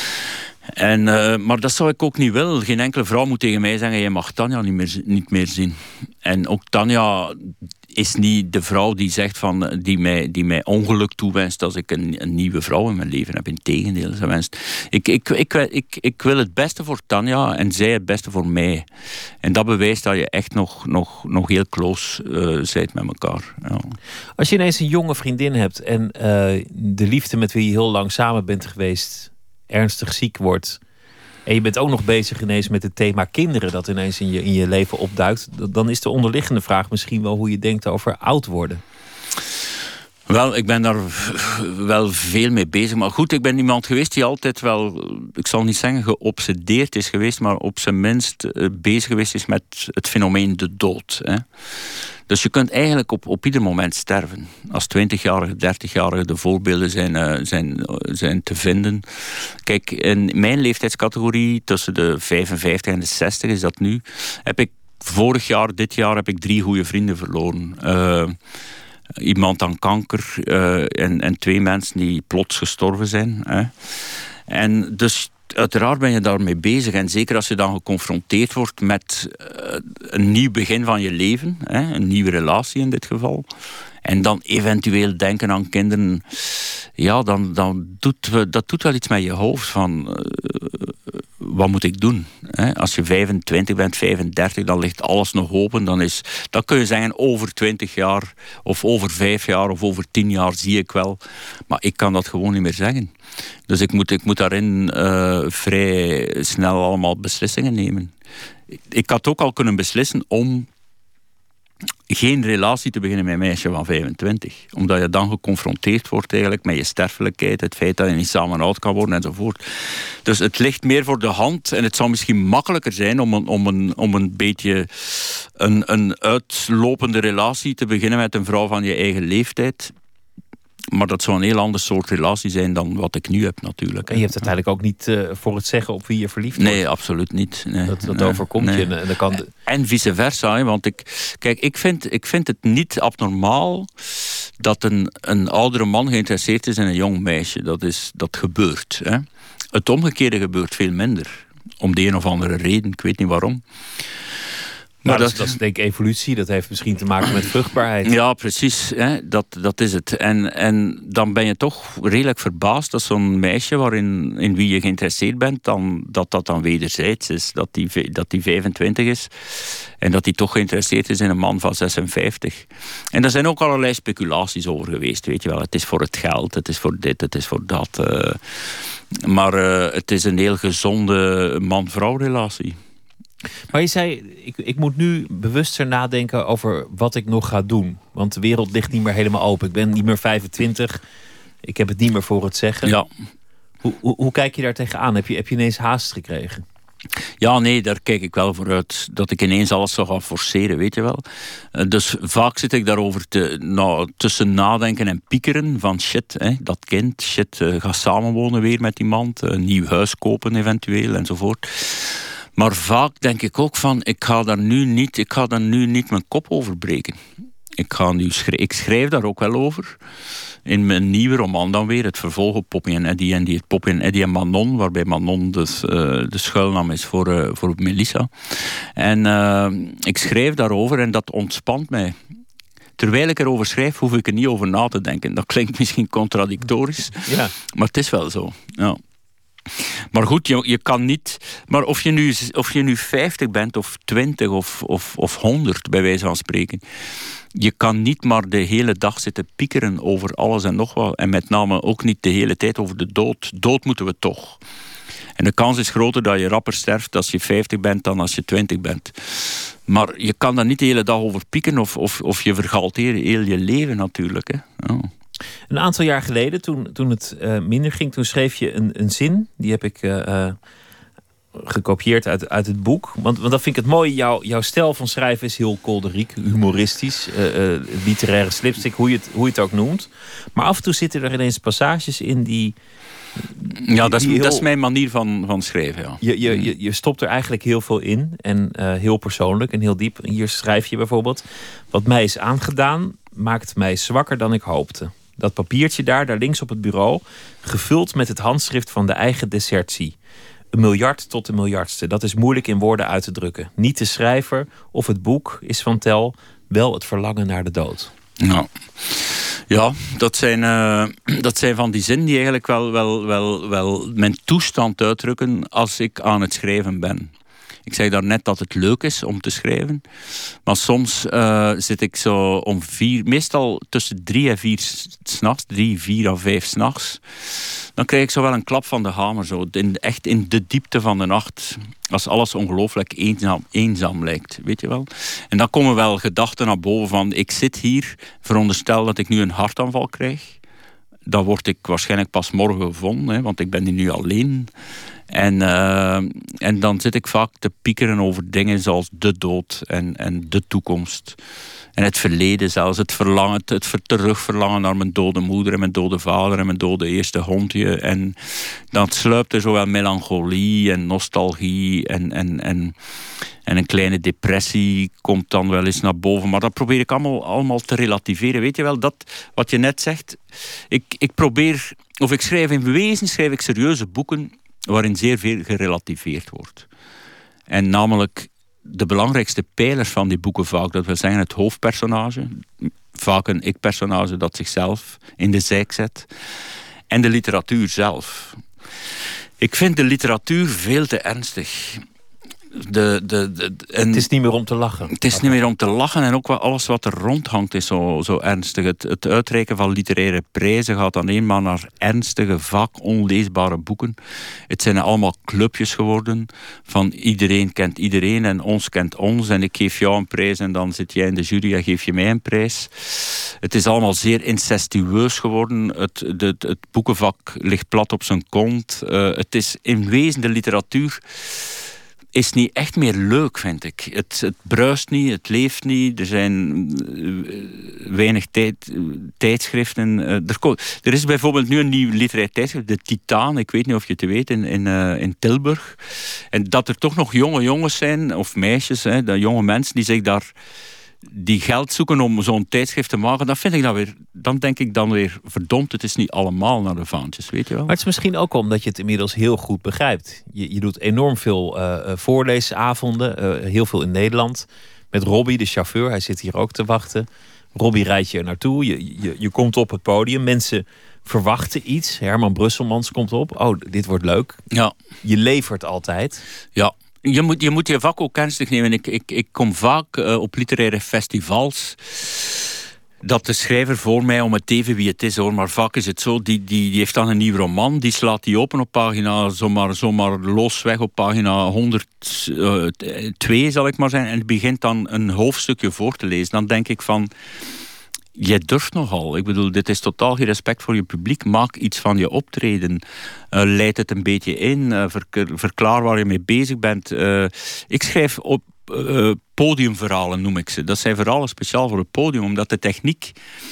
Speaker 5: Maar dat zou ik ook niet willen. Geen enkele vrouw moet tegen mij zeggen, je mag Tanja niet meer zien. En ook Tanja is niet de vrouw die zegt van die mij ongeluk toewenst als ik een nieuwe vrouw in mijn leven heb. Integendeel, ze wenst. Ik wil het beste voor Tanja en zij het beste voor mij. En dat bewijst dat je echt nog heel close bent met elkaar. Ja.
Speaker 4: Als je ineens een jonge vriendin hebt en de liefde met wie je heel lang samen bent geweest ernstig ziek wordt en je bent ook nog bezig ineens met het thema kinderen dat ineens in je leven opduikt, dan is de onderliggende vraag misschien wel hoe je denkt over oud worden.
Speaker 5: Wel, ik ben daar wel veel mee bezig. Maar goed, ik ben iemand geweest die altijd wel, ik zal niet zeggen geobsedeerd is geweest, maar op zijn minst bezig geweest is met het fenomeen de dood. Hè. Dus je kunt eigenlijk op ieder moment sterven. Als 20-jarige, 30-jarige de voorbeelden zijn te vinden. Kijk, in mijn leeftijdscategorie, tussen de 55 en de 60 is dat nu, heb ik dit jaar heb ik 3 goede vrienden verloren. Iemand aan kanker en 2 mensen die plots gestorven zijn. Hè. En dus uiteraard ben je daarmee bezig. En zeker als je dan geconfronteerd wordt met een nieuw begin van je leven. Hè, een nieuwe relatie in dit geval. En dan eventueel denken aan kinderen. Ja, dat doet wel iets met je hoofd. Van, wat moet ik doen? Als je 25 bent, 35, dan ligt alles nog open. Dan kun je zeggen, over 20 jaar, of over 5 jaar, of over 10 jaar zie ik wel. Maar ik kan dat gewoon niet meer zeggen. Dus ik moet daarin vrij snel allemaal beslissingen nemen. Ik had ook al kunnen beslissen om geen relatie te beginnen met een meisje van 25. Omdat je dan geconfronteerd wordt eigenlijk met je sterfelijkheid, het feit dat je niet samen oud kan worden enzovoort. Dus het ligt meer voor de hand en het zou misschien makkelijker zijn om een beetje een uitlopende relatie te beginnen met een vrouw van je eigen leeftijd. Maar dat zou een heel ander soort relatie zijn dan wat ik nu heb natuurlijk.
Speaker 4: En je hebt uiteindelijk ook niet voor het zeggen op wie je verliefd wordt.
Speaker 5: Nee, absoluut niet. Nee,
Speaker 4: dat overkomt je. En, dan kan
Speaker 5: en vice versa. Hè, want ik vind het niet abnormaal dat een oudere man geïnteresseerd is in een jong meisje. Dat gebeurt. Hè. Het omgekeerde gebeurt veel minder. Om de een of andere reden. Ik weet niet waarom.
Speaker 4: Maar dat is denk ik evolutie. Dat heeft misschien te maken met vruchtbaarheid.
Speaker 5: Ja, precies. Hè. Dat is het. En dan ben je toch redelijk verbaasd dat zo'n meisje in wie je geïnteresseerd bent, dat dan wederzijds is. Dat die 25 is. En dat die toch geïnteresseerd is in een man van 56. En er zijn ook allerlei speculaties over geweest. Weet je wel. Het is voor het geld. Het is voor dit. Het is voor dat. Maar het is een heel gezonde man-vrouw relatie.
Speaker 4: Maar je zei, ik moet nu bewuster nadenken over wat ik nog ga doen. Want de wereld ligt niet meer helemaal open. Ik ben niet meer 25. Ik heb het niet meer voor het zeggen.
Speaker 5: Ja.
Speaker 4: Hoe kijk je daar tegenaan? Heb je ineens haast gekregen?
Speaker 5: Ja, nee, daar kijk ik wel voor uit. Dat ik ineens alles zou gaan forceren, weet je wel. Dus vaak zit ik daarover tussen nadenken en piekeren. Van shit, dat kind. Shit, ga samenwonen weer met iemand. Een nieuw huis kopen eventueel, enzovoort. Maar vaak denk ik ook van, ik ga daar nu niet mijn kop over breken. Ik schrijf daar ook wel over. In mijn nieuwe roman dan weer, het vervolg op Poppy en Eddie. En die Poppy en Eddie en Manon, waarbij Manon dus de schuilnaam is voor Melissa. En ik schrijf daarover en dat ontspant mij. Terwijl ik erover schrijf, hoef ik er niet over na te denken. Dat klinkt misschien contradictorisch, maar het is wel zo. Ja. Maar goed, je kan niet... Maar of je nu 50 bent, of 20 of 100, bij wijze van spreken... Je kan niet maar de hele dag zitten piekeren over alles en nog wat. En met name ook niet de hele tijd over de dood. Dood moeten we toch. En de kans is groter dat je rapper sterft als je 50 bent dan als je 20 bent. Maar je kan daar niet de hele dag over pieken of je vergalt heel je leven natuurlijk. Hè. Oh.
Speaker 4: Een aantal jaar geleden, toen het minder ging, toen schreef je een zin. Die heb ik gekopieerd uit het boek. Want dat vind ik het mooie. Jouw stijl van schrijven is heel kolderiek, humoristisch, literaire slipstick, hoe je het ook noemt. Maar af en toe zitten er ineens passages in die...
Speaker 5: Ja, dat is mijn manier van schrijven. Ja.
Speaker 4: Je stopt er eigenlijk heel veel in. En heel persoonlijk en heel diep. Hier schrijf je bijvoorbeeld: wat mij is aangedaan, maakt mij zwakker dan ik hoopte. Dat papiertje daar links op het bureau, gevuld met het handschrift van de eigen desertie. 1 miljard tot de miljardste. Dat is moeilijk in woorden uit te drukken. Niet de schrijver of het boek is van tel, wel het verlangen naar de dood.
Speaker 5: Nou. Ja, dat zijn van die zinnen die eigenlijk wel mijn toestand uitdrukken als ik aan het schrijven ben. Ik zei daarnet dat het leuk is om te schrijven. Maar soms zit ik zo om 4, meestal tussen 3 en 4 s'nachts, 3, 4 of 5 s'nachts. Dan krijg ik zo wel een klap van de hamer. Zo, echt in de diepte van de nacht. Als alles ongelooflijk eenzaam lijkt, weet je wel. En dan komen wel gedachten naar boven van, ik zit hier, veronderstel dat ik nu een hartaanval krijg. Dan word ik waarschijnlijk pas morgen gevonden, hè, want ik ben hier nu alleen. En dan zit ik vaak te piekeren over dingen zoals de dood en de toekomst. En het verleden zelfs, het terugverlangen naar mijn dode moeder en mijn dode vader en mijn dode eerste hondje. En dan sluipt er zowel melancholie en nostalgie en een kleine depressie komt dan wel eens naar boven. Maar dat probeer ik allemaal te relativeren. Weet je wel, dat wat je net zegt. Ik schrijf in wezen serieuze boeken waarin zeer veel gerelativeerd wordt. En namelijk de belangrijkste pijlers van die boeken vaak, dat wil zeggen het hoofdpersonage, vaak een ik-personage dat zichzelf in de zijk zet, en de literatuur zelf. Ik vind de literatuur veel te ernstig.
Speaker 4: Het is niet meer om te lachen.
Speaker 5: Het is niet meer om te lachen en ook alles wat er rondhangt is zo ernstig. Het uitreiken van literaire prijzen gaat alleen maar naar ernstige, vaak onleesbare boeken. Het zijn allemaal clubjes geworden van iedereen kent iedereen en ons kent ons en ik geef jou een prijs en dan zit jij in de jury en geef je mij een prijs. Het is allemaal zeer incestueus geworden. Het boekenvak ligt plat op zijn kont. Het is in wezen de literatuur is niet echt meer leuk, vind ik. Het bruist niet, het leeft niet. Er zijn weinig tijdschriften. Er is bijvoorbeeld nu een nieuw literair tijdschrift, de Titaan. Ik weet niet of je het weet, in Tilburg. En dat er toch nog jonge jongens zijn, of meisjes, de jonge mensen die zich daar die geld zoeken om zo'n tijdschrift te maken, dan denk ik dan weer, verdomd, het is niet allemaal naar de vaantjes, weet je wel.
Speaker 4: Maar het is misschien ook omdat je het inmiddels heel goed begrijpt. Je doet enorm veel voorleesavonden, heel veel in Nederland. Met Robbie, de chauffeur, hij zit hier ook te wachten. Robbie rijdt je er naartoe, je komt op het podium, mensen verwachten iets. Herman Brusselmans komt op, oh, dit wordt leuk.
Speaker 5: Ja.
Speaker 4: Je levert altijd.
Speaker 5: Ja. Je moet je vak ook ernstig nemen. Ik kom vaak op literaire festivals dat de schrijver voor mij, om het even wie het is hoor, maar vaak is het zo, die heeft dan een nieuw roman, die slaat die open op pagina, zomaar losweg op pagina 102 zal ik maar zijn, en begint dan een hoofdstukje voor te lezen. Dan denk ik van, jij durft nogal. Ik bedoel, dit is totaal geen respect voor je publiek. Maak iets van je optreden. Leid het een beetje in. Verklaar waar je mee bezig bent. Ik schrijf op podiumverhalen, noem ik ze. Dat zijn verhalen speciaal voor het podium, omdat de techniek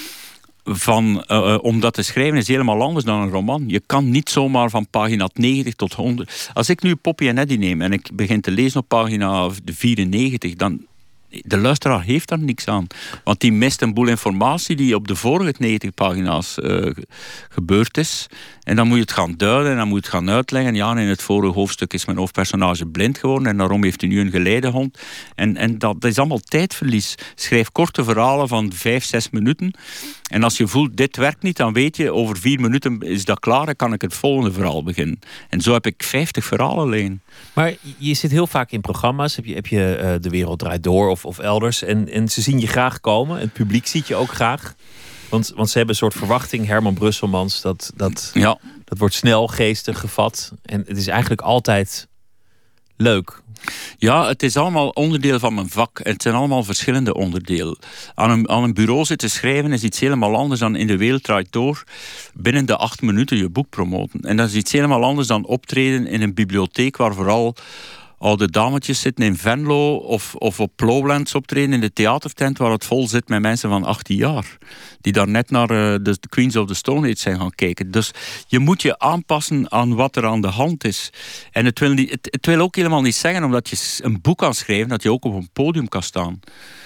Speaker 5: om dat te schrijven is helemaal anders dan een roman. Je kan niet zomaar van pagina 90 tot 100... Als ik nu Poppy en Eddy neem en ik begin te lezen op pagina 94, dan... De luisteraar heeft daar niks aan. Want die mist een boel informatie die op de vorige 90 pagina's gebeurd is. En dan moet je het gaan duiden en dan moet je het gaan uitleggen. Ja, en in het vorige hoofdstuk is mijn hoofdpersonage blind geworden en daarom heeft hij nu een geleidehond. En dat is allemaal tijdverlies. Schrijf korte verhalen van 5-6 minuten. En als je voelt, dit werkt niet, dan weet je, over 4 minuten is dat klaar en kan ik het volgende verhaal beginnen. En zo heb ik 50 verhalen liggen. Maar
Speaker 4: je zit heel vaak in programma's. Heb je De Wereld Draait Door of elders. En ze zien je graag komen. Het publiek ziet je ook graag. Want ze hebben een soort verwachting. Herman Brusselmans, dat wordt snel geestig gevat. En het is eigenlijk altijd leuk.
Speaker 5: Ja, het is allemaal onderdeel van mijn vak. Het zijn allemaal verschillende onderdelen. Aan een bureau zitten schrijven is iets helemaal anders dan In de Wereld Draait Door binnen de 8 minuten je boek promoten. En dat is iets helemaal anders dan optreden in een bibliotheek waar vooral oude dametjes zitten in Venlo of op Lowlands optreden in de theatertent waar het vol zit met mensen van 18 jaar. Die daar net naar de Queens of the Stone Age zijn gaan kijken. Dus je moet je aanpassen aan wat er aan de hand is. En het wil ook helemaal niet zeggen, omdat je een boek kan schrijven, dat je ook op een podium kan staan.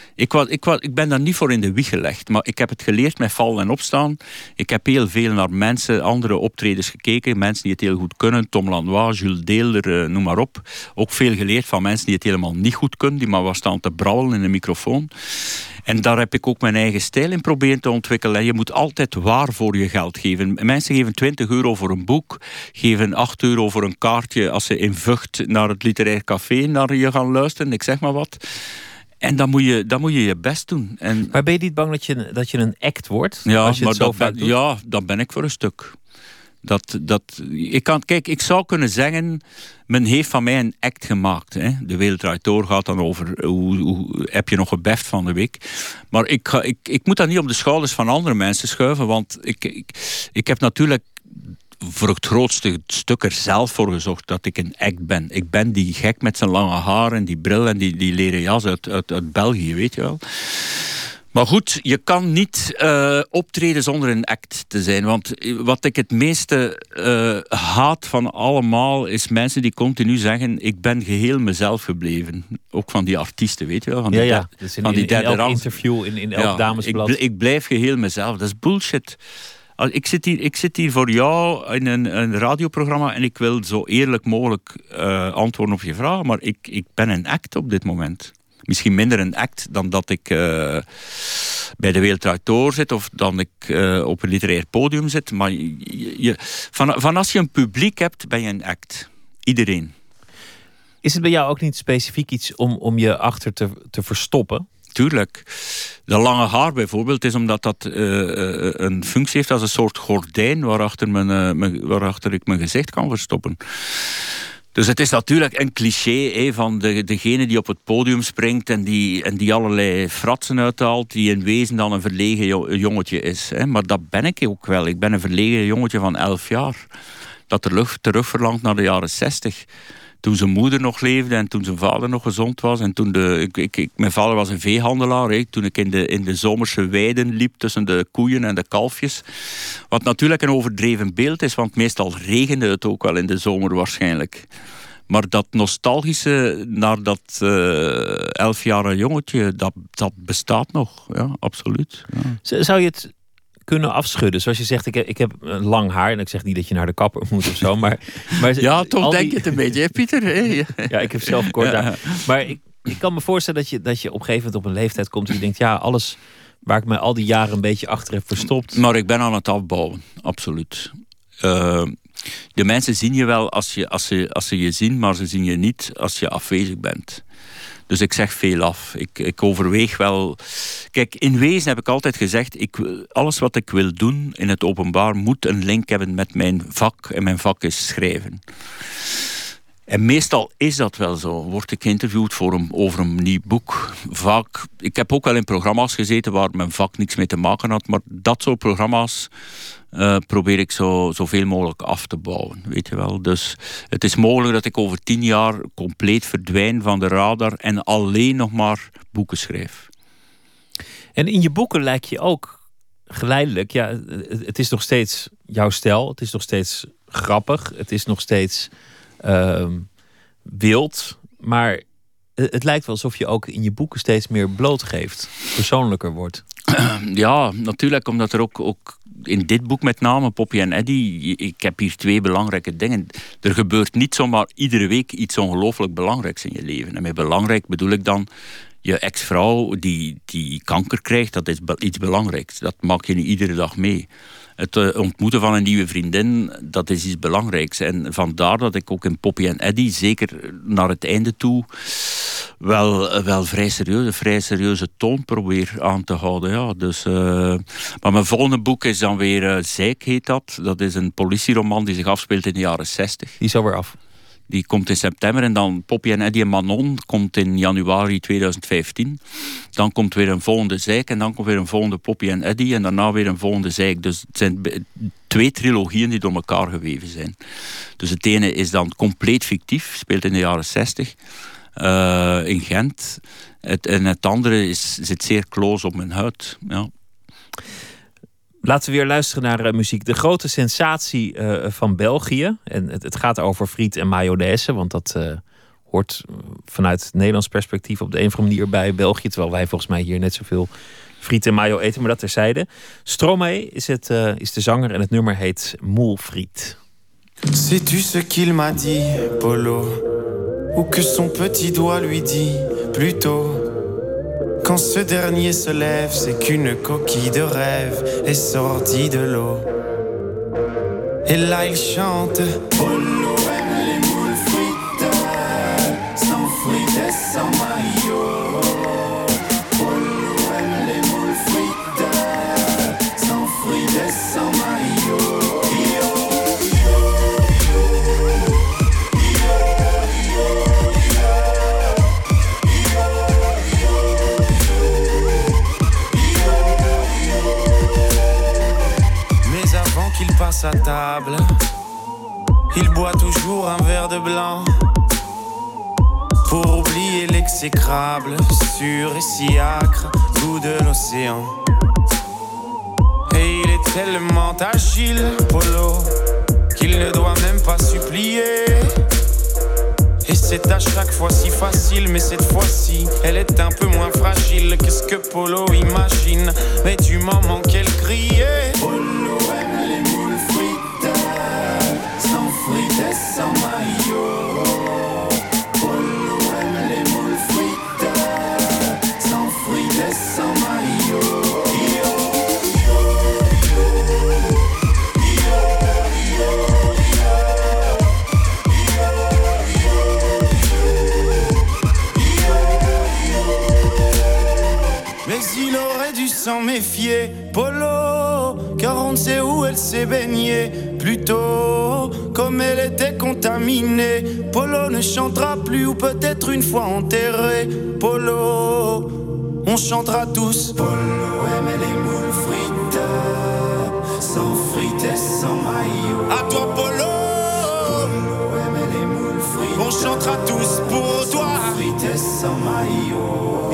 Speaker 5: Ik ben daar niet voor in de wieg gelegd, maar ik heb het geleerd met vallen en opstaan. Ik heb heel veel naar mensen, andere optredens gekeken, mensen die het heel goed kunnen, Tom Lanois, Jules Deelder, noem maar op. Ook veel geleerd van mensen die het helemaal niet goed kunnen, die maar wat staan te brabbelen in een microfoon. En daar heb ik ook mijn eigen stijl in proberen te ontwikkelen. En je moet altijd waar voor je geld geven. Mensen geven €20 voor een boek, geven €8 voor een kaartje als ze in Vught naar het literair café naar je gaan luisteren, ik zeg maar wat. En dan moet je je best doen.
Speaker 4: Maar ben je niet bang dat je een act wordt?
Speaker 5: Ja,
Speaker 4: als je het zo vaak doet?
Speaker 5: Ja, dat ben ik voor een stuk. Ik zou kunnen zeggen, men heeft van mij een act gemaakt. Hè. De Wereld Draait Door gaat dan over hoe heb je nog gebeft van de week. Maar ik moet dat niet op de schouders van andere mensen schuiven, want ik heb natuurlijk voor het grootste stuk er zelf voor gezorgd dat ik een act ben. Ik ben die gek met zijn lange haar en die bril en die leren jas uit België, weet je wel. Maar goed, je kan niet optreden zonder een act te zijn. Want wat ik het meeste haat van allemaal is mensen die continu zeggen, ik ben geheel mezelf gebleven. Ook van die artiesten, weet je wel. Van
Speaker 4: Dus in elk interview, in elk damesblad.
Speaker 5: Ik blijf geheel mezelf. Dat is bullshit. Ik zit hier voor jou in een radioprogramma en ik wil zo eerlijk mogelijk antwoorden op je vraag, maar ik ben een act op dit moment. Misschien minder een act dan dat ik bij De Wereld Draait Door zit of dan ik op een literair podium zit. Maar van als je een publiek hebt, ben je een act. Iedereen.
Speaker 4: Is het bij jou ook niet specifiek iets om je achter te verstoppen?
Speaker 5: Tuurlijk. De lange haar bijvoorbeeld is omdat dat een functie heeft als een soort gordijn waarachter ik mijn gezicht kan verstoppen. Dus het is natuurlijk een cliché van degene die op het podium springt en die allerlei fratsen uithaalt, die in wezen dan een verlegen jongetje is. Maar dat ben ik ook wel. Ik ben een verlegen jongetje van 11 jaar. Dat terug verlangt naar de jaren 60. Toen zijn moeder nog leefde en toen zijn vader nog gezond was. En toen mijn vader was een veehandelaar. Toen ik in de zomerse weiden liep tussen de koeien en de kalfjes. Wat natuurlijk een overdreven beeld is, want meestal regende het ook wel in de zomer waarschijnlijk. Maar dat nostalgische naar dat 11-jarige jongetje, dat bestaat nog. Ja, absoluut. Ja.
Speaker 4: Zou je het kunnen afschudden? Zoals je zegt, ik heb lang haar. En ik zeg niet dat je naar de kapper moet of zo. Maar
Speaker 5: ja, toch denk je het een beetje, hè, Pieter?
Speaker 4: Ja, ik heb zelf kort haar. Maar ik kan me voorstellen dat je op een gegeven moment op een leeftijd komt en je denkt, ja, alles waar ik me al die jaren een beetje achter heb verstopt.
Speaker 5: Maar ik ben aan het afbouwen, absoluut. De mensen zien je wel als ze je zien, maar ze zien je niet als je afwezig bent. Dus ik zeg veel af. Ik overweeg wel. Kijk, in wezen heb ik altijd gezegd, alles wat ik wil doen in het openbaar moet een link hebben met mijn vak. En mijn vak is schrijven. En meestal is dat wel zo. Word ik geïnterviewd over een nieuw boek. Vaak, ik heb ook wel in programma's gezeten waar mijn vak niks mee te maken had. Maar dat soort programma's probeer ik zoveel mogelijk af te bouwen. Weet je wel. Dus het is mogelijk dat ik over 10 jaar compleet verdwijn van de radar en alleen nog maar boeken schrijf.
Speaker 4: En in je boeken lijk je ook geleidelijk... Ja, het is nog steeds jouw stijl. Het is nog steeds grappig. Het is nog steeds wild. Maar het lijkt wel alsof je ook in je boeken steeds meer blootgeeft. Persoonlijker wordt.
Speaker 5: Ja, natuurlijk. Omdat er ook in dit boek met name, Poppy en Eddie... Ik heb hier 2 belangrijke dingen. Er gebeurt niet zomaar iedere week iets ongelooflijk belangrijks in je leven. En met belangrijk bedoel ik dan... Je ex-vrouw die kanker krijgt, dat is iets belangrijks. Dat maak je niet iedere dag mee. Het ontmoeten van een nieuwe vriendin, dat is iets belangrijks. En vandaar dat ik ook in Poppy en Eddie, zeker naar het einde toe, wel vrij serieuze toon probeer aan te houden. Ja. Dus, maar mijn volgende boek is dan weer Zeik, heet dat. Dat is een politieroman die zich afspeelt in de jaren 60.
Speaker 4: Die is alweer af.
Speaker 5: Die komt in september en dan Poppy en Eddie en Manon komt in januari 2015. Dan komt weer een volgende Zeik en dan komt weer een volgende Poppy en Eddie en daarna weer een volgende Zeik. Dus het zijn 2 trilogieën die door elkaar geweven zijn. Dus het ene is dan compleet fictief, speelt in de jaren 60 in Gent. En het andere zit zeer close op mijn huid. Ja.
Speaker 4: Laten we weer luisteren naar muziek. De grote sensatie van België. En het gaat over friet en mayonaise. Want dat hoort vanuit Nederlands perspectief op de een of andere manier bij België. Terwijl wij volgens mij hier net zoveel friet en mayo eten. Maar dat terzijde. Stromae is de zanger en het nummer heet Moule Friet.
Speaker 6: Sais-tu ce qu'il m'a dit, Polo? Ou que son petit doigt lui dit, plutôt? Quand ce dernier se lève, c'est qu'une coquille de rêve est sortie de l'eau. Et là il chante: Polo aime les moules frites, sans frites et sans maillot. Polo aime les moules frites, sans frites et sans maillot. Qu'il passe à table, il boit toujours un verre de blanc pour oublier l'exécrable, sûr et si âcre goût de l'océan. Et il est tellement agile, Polo, qu'il ne doit même pas supplier. Et c'est à chaque fois si facile, mais cette fois-ci, elle est un peu moins fragile que ce que Polo imagine. Mais du moment qu'elle criait, Polo aime les moules frites, sans frites et sans maillot. Polo aime les moules frites, sans frites et sans maillot. Mais il aurait dû s'en méfier, Polo, car on ne sait où elle s'est baignée. Plutôt, comme elle était contaminée, Polo ne chantera plus ou peut-être une fois enterré. Polo, on chantera tous. Polo aime les moules frites, sans frites et sans maillot. À toi, Polo, Polo aime les moules frites, on chantera tous pour toi. Sans frites et sans maillot.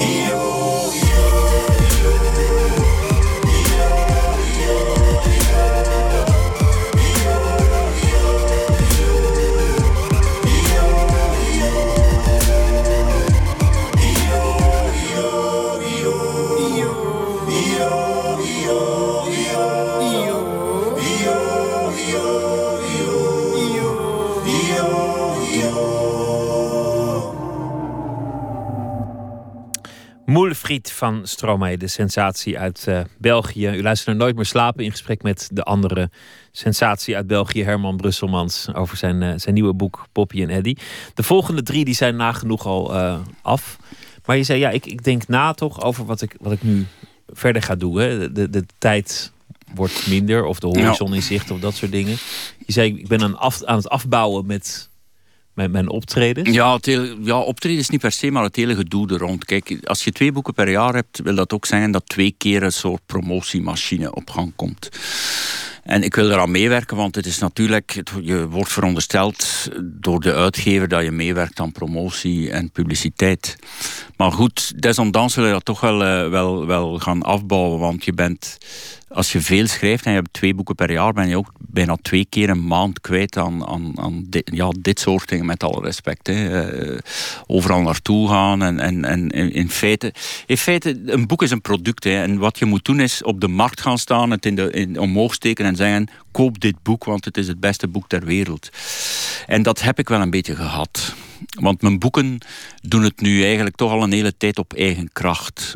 Speaker 4: Moule Friet van Stromae, de sensatie uit België. U luistert naar Nooit meer slapen in gesprek met de andere sensatie uit België, Herman Brusselmans, over zijn nieuwe boek Poppy en Eddie. De volgende 3 die zijn nagenoeg al af. Maar je zei, ja, ik denk na toch over wat ik nu verder ga doen. Hè. De tijd wordt minder, of de horizon in zicht, of dat soort dingen. Je zei, ik ben aan het afbouwen met mijn optredens?
Speaker 5: Ja, optreden is niet per se, maar het hele gedoe er rond. Kijk, als je 2 boeken per jaar hebt, wil dat ook zeggen dat 2 keer een soort promotiemachine op gang komt. En ik wil eraan meewerken, want het is natuurlijk... Je wordt verondersteld door de uitgever dat je meewerkt aan promotie en publiciteit. Maar goed, desondanks wil je dat toch wel gaan afbouwen, want je bent... Als je veel schrijft en je hebt 2 boeken per jaar, ben je ook bijna 2 keer een maand kwijt aan dit soort dingen, met alle respect. Overal naartoe gaan en in feite, een boek is een product. En wat je moet doen is op de markt gaan staan, het omhoog steken en zeggen, koop dit boek, want het is het beste boek ter wereld. En dat heb ik wel een beetje gehad. Want mijn boeken doen het nu eigenlijk toch al een hele tijd op eigen kracht.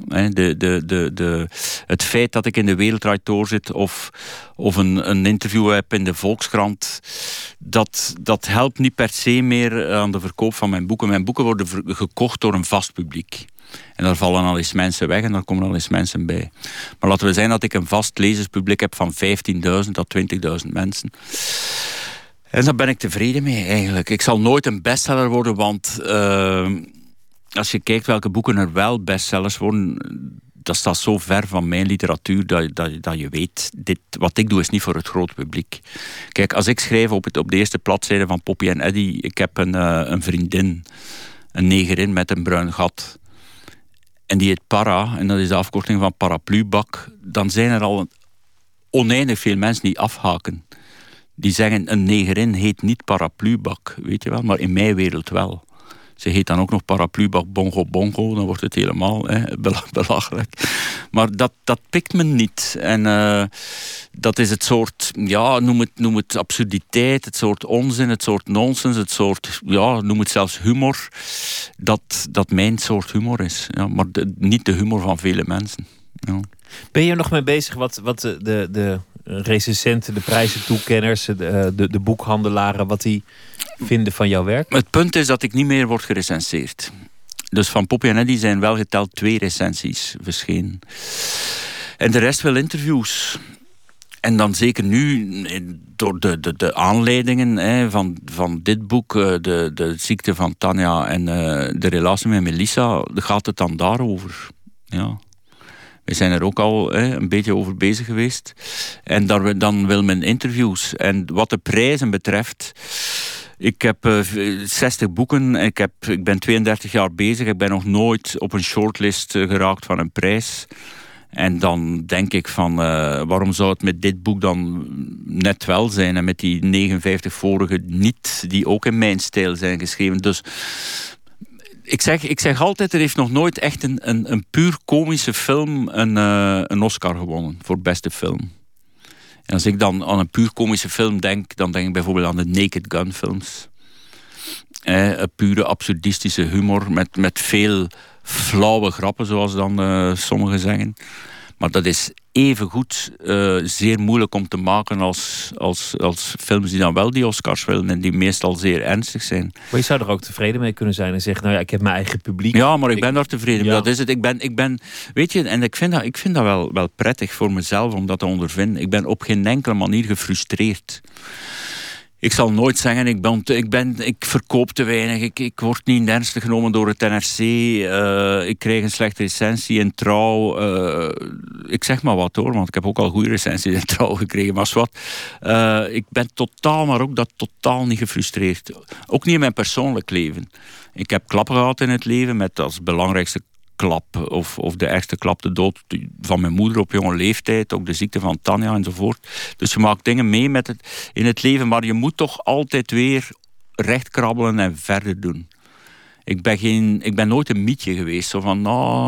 Speaker 5: Het feit dat ik in de Wereldrijd Door zit of een interview heb in de Volkskrant, dat helpt niet per se meer aan de verkoop van mijn boeken. Mijn boeken worden gekocht door een vast publiek. En daar vallen al eens mensen weg en daar komen al eens mensen bij. Maar laten we zeggen dat ik een vast lezerspubliek heb van 15.000 tot 20.000 mensen. En daar ben ik tevreden mee eigenlijk. Ik zal nooit een bestseller worden, want als je kijkt welke boeken er wel bestsellers worden, dat staat zo ver van mijn literatuur dat je weet, wat ik doe is niet voor het grote publiek. Kijk, als ik schrijf op de eerste bladzijde van Poppy en Eddie, ik heb een vriendin, een negerin met een bruin gat. En die heet Para, en dat is de afkorting van paraplubak. Dan zijn er al oneindig veel mensen die afhaken. Die zeggen, een negerin heet niet paraplubak, weet je wel, maar in mijn wereld wel. Ze heet dan ook nog paraplubak bongo bongo, dan wordt het helemaal belachelijk. Maar dat pikt me niet. En dat is het soort, noem het absurditeit, het soort onzin, het soort nonsens, het soort, noem het zelfs humor, dat mijn soort humor is. Ja, maar niet de humor van vele mensen. Ja.
Speaker 4: Ben je er nog mee bezig wat de recensenten, de prijzentoekenners, de boekhandelaren, wat die vinden van jouw werk?
Speaker 5: Het punt is dat ik niet meer word gerecenseerd. Dus van Poppy en Eddie zijn wel geteld 2 recensies verschenen. En de rest wil interviews. En dan zeker nu, door de aanleidingen van dit boek, de ziekte van Tanja en de relatie met Melissa, gaat het dan daarover. Ja. We zijn er ook al een beetje over bezig geweest. En dan wil men interviews. En wat de prijzen betreft, ik heb 60 boeken. Ik ben 32 jaar bezig. Ik ben nog nooit op een shortlist geraakt van een prijs. En dan denk ik van, waarom zou het met dit boek dan net wel zijn en met die 59 vorige niet, die ook in mijn stijl zijn geschreven. Dus ik zeg altijd, er heeft nog nooit echt een puur komische film een Oscar gewonnen voor beste film. En als ik dan aan een puur komische film denk, dan denk ik bijvoorbeeld aan de Naked Gun films. Een pure absurdistische humor met veel flauwe grappen, zoals dan sommigen zeggen. Maar dat is evengoed zeer moeilijk om te maken als films die dan wel die Oscars willen en die meestal zeer ernstig zijn.
Speaker 4: Maar je zou er ook tevreden mee kunnen zijn en zeggen, nou ja, ik heb mijn eigen publiek.
Speaker 5: Ja, maar ik ben daar tevreden mee. Ja. Dat is het. Ik ben, weet je, en ik vind dat wel prettig voor mezelf om dat te ondervinden. Ik ben op geen enkele manier gefrustreerd. Ik zal nooit zeggen, ik verkoop te weinig, ik word niet ernstig genomen door het NRC, ik krijg een slechte recensie in Trouw. Ik zeg maar wat hoor, want ik heb ook al goede recensies in Trouw gekregen, maar wat. Ik ben totaal niet gefrustreerd. Ook niet in mijn persoonlijk leven. Ik heb klappen gehad in het leven met als belangrijkste klap of de ergste klap, de dood van mijn moeder op jonge leeftijd, ook de ziekte van Tanja enzovoort. Dus je maakt dingen mee in het leven, maar je moet toch altijd weer recht krabbelen en verder doen. Ik ben nooit een mietje geweest, zo van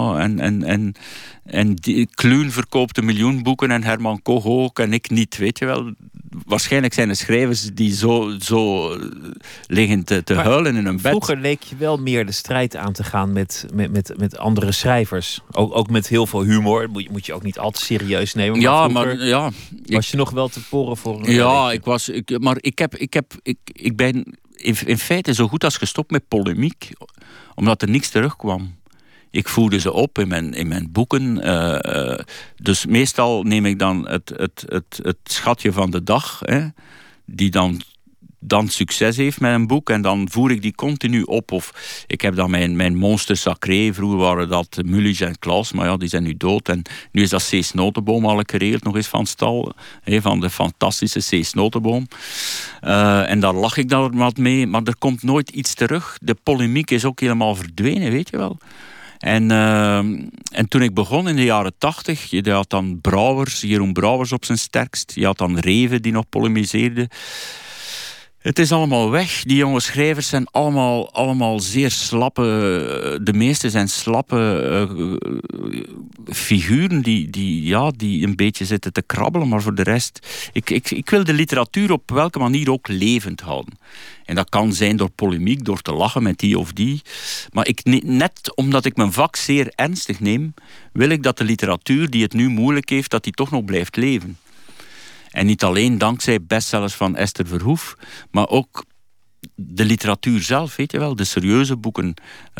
Speaker 5: en Kluun verkoopt 1 miljoen boeken en Herman Koch ook en ik niet, weet je wel. Waarschijnlijk zijn er schrijvers die zo liggen te huilen in hun bed.
Speaker 4: Vroeger leek je wel meer de strijd aan te gaan met andere schrijvers. Ook met heel veel humor. Moet je ook niet al te serieus nemen. Was je nog wel te poren voor een ik ben in feite zo goed als gestopt met polemiek, omdat er niks terugkwam. Ik voerde ze op in mijn boeken. Dus meestal neem ik dan het schatje van de dag, die dan
Speaker 5: dan succes heeft met een boek en dan voer ik die continu op. Of ik heb dan mijn Monster Sacré, vroeger waren dat Mullisch en Klaus, maar ja, die zijn nu dood. En nu is dat Cees Notenboom al gereeld nog eens van stal, van de fantastische Cees Notenboom. En daar lach ik dan wat mee, maar er komt nooit iets terug. De polemiek is ook helemaal verdwenen, weet je wel. En toen ik begon in de jaren 80, je had dan Jeroen Brouwers op zijn sterkst. Je had dan Reven die nog polemiseerde. Het is allemaal weg. Die jonge schrijvers zijn allemaal zeer slappe... De meeste zijn slappe figuren die een beetje zitten te krabbelen. Maar voor de rest... Ik wil de literatuur op welke manier ook levend houden. En dat kan zijn door polemiek, door te lachen met die of die. Maar net omdat ik mijn vak zeer ernstig neem, wil ik dat de literatuur die het nu moeilijk heeft, dat die toch nog blijft leven. En niet alleen dankzij bestsellers van Esther Verhoef, maar ook de literatuur zelf, weet je wel. De serieuze boeken.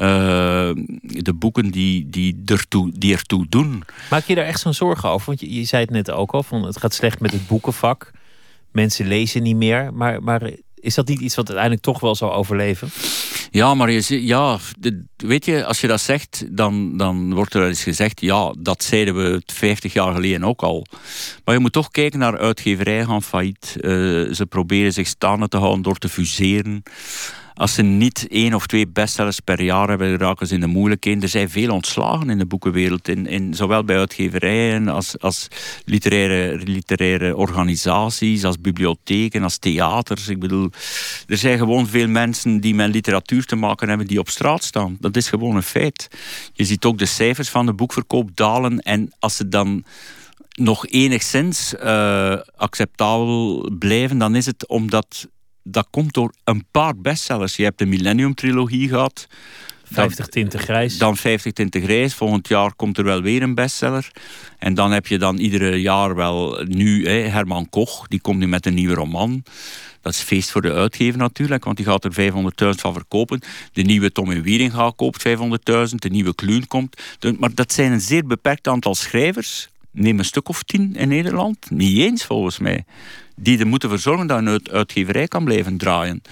Speaker 5: De boeken die ertoe doen.
Speaker 4: Maak je daar echt zo'n zorgen over? Want je zei het net ook al, van het gaat slecht met het boekenvak. Mensen lezen niet meer. Maar is dat niet iets wat uiteindelijk toch wel zal overleven?
Speaker 5: Ja, maar weet je, als je dat zegt, dan wordt er wel eens gezegd, ja, dat zeiden we 50 jaar geleden ook al. Maar je moet toch kijken naar uitgeverijen gaan failliet. Ze proberen zich staande te houden door te fuseren. Als ze niet 1 of 2 bestsellers per jaar hebben, raken ze in de moeilijkheden. Er zijn veel ontslagen in de boekenwereld. Zowel bij uitgeverijen als literaire organisaties, als bibliotheken, als theaters. Ik bedoel, er zijn gewoon veel mensen die met literatuur te maken hebben die op straat staan. Dat is gewoon een feit. Je ziet ook de cijfers van de boekverkoop dalen. En als ze dan nog enigszins acceptabel blijven, dan is het omdat... Dat komt door een paar bestsellers. Je hebt de Millennium-trilogie gehad.
Speaker 4: 50 Tinten Grijs.
Speaker 5: Dan 50 Tinten Grijs. Volgend jaar komt er wel weer een bestseller. En dan heb je dan iedere jaar wel nu Herman Koch. Die komt nu met een nieuwe roman. Dat is feest voor de uitgever natuurlijk, want die gaat er 500.000 van verkopen. De nieuwe Tom en Wieringa koopt 500.000. De nieuwe Kluun komt. Maar dat zijn een zeer beperkt aantal schrijvers. Neem een stuk of 10 in Nederland. Niet eens volgens mij. Die er moeten voor zorgen dat een uitgeverij kan blijven draaien.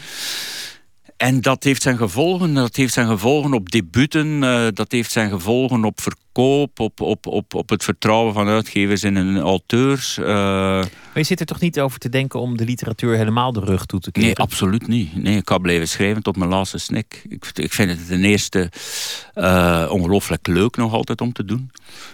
Speaker 5: En dat heeft zijn gevolgen. Dat heeft zijn gevolgen op debuten. Dat heeft zijn gevolgen op verkoop. Op het vertrouwen van uitgevers in hun auteurs.
Speaker 4: Maar je zit er toch niet over te denken om de literatuur helemaal de rug toe te keren?
Speaker 5: Nee, absoluut niet. Nee, ik kan blijven schrijven tot mijn laatste snik. Ik vind het ten eerste ongelooflijk leuk nog altijd om te doen.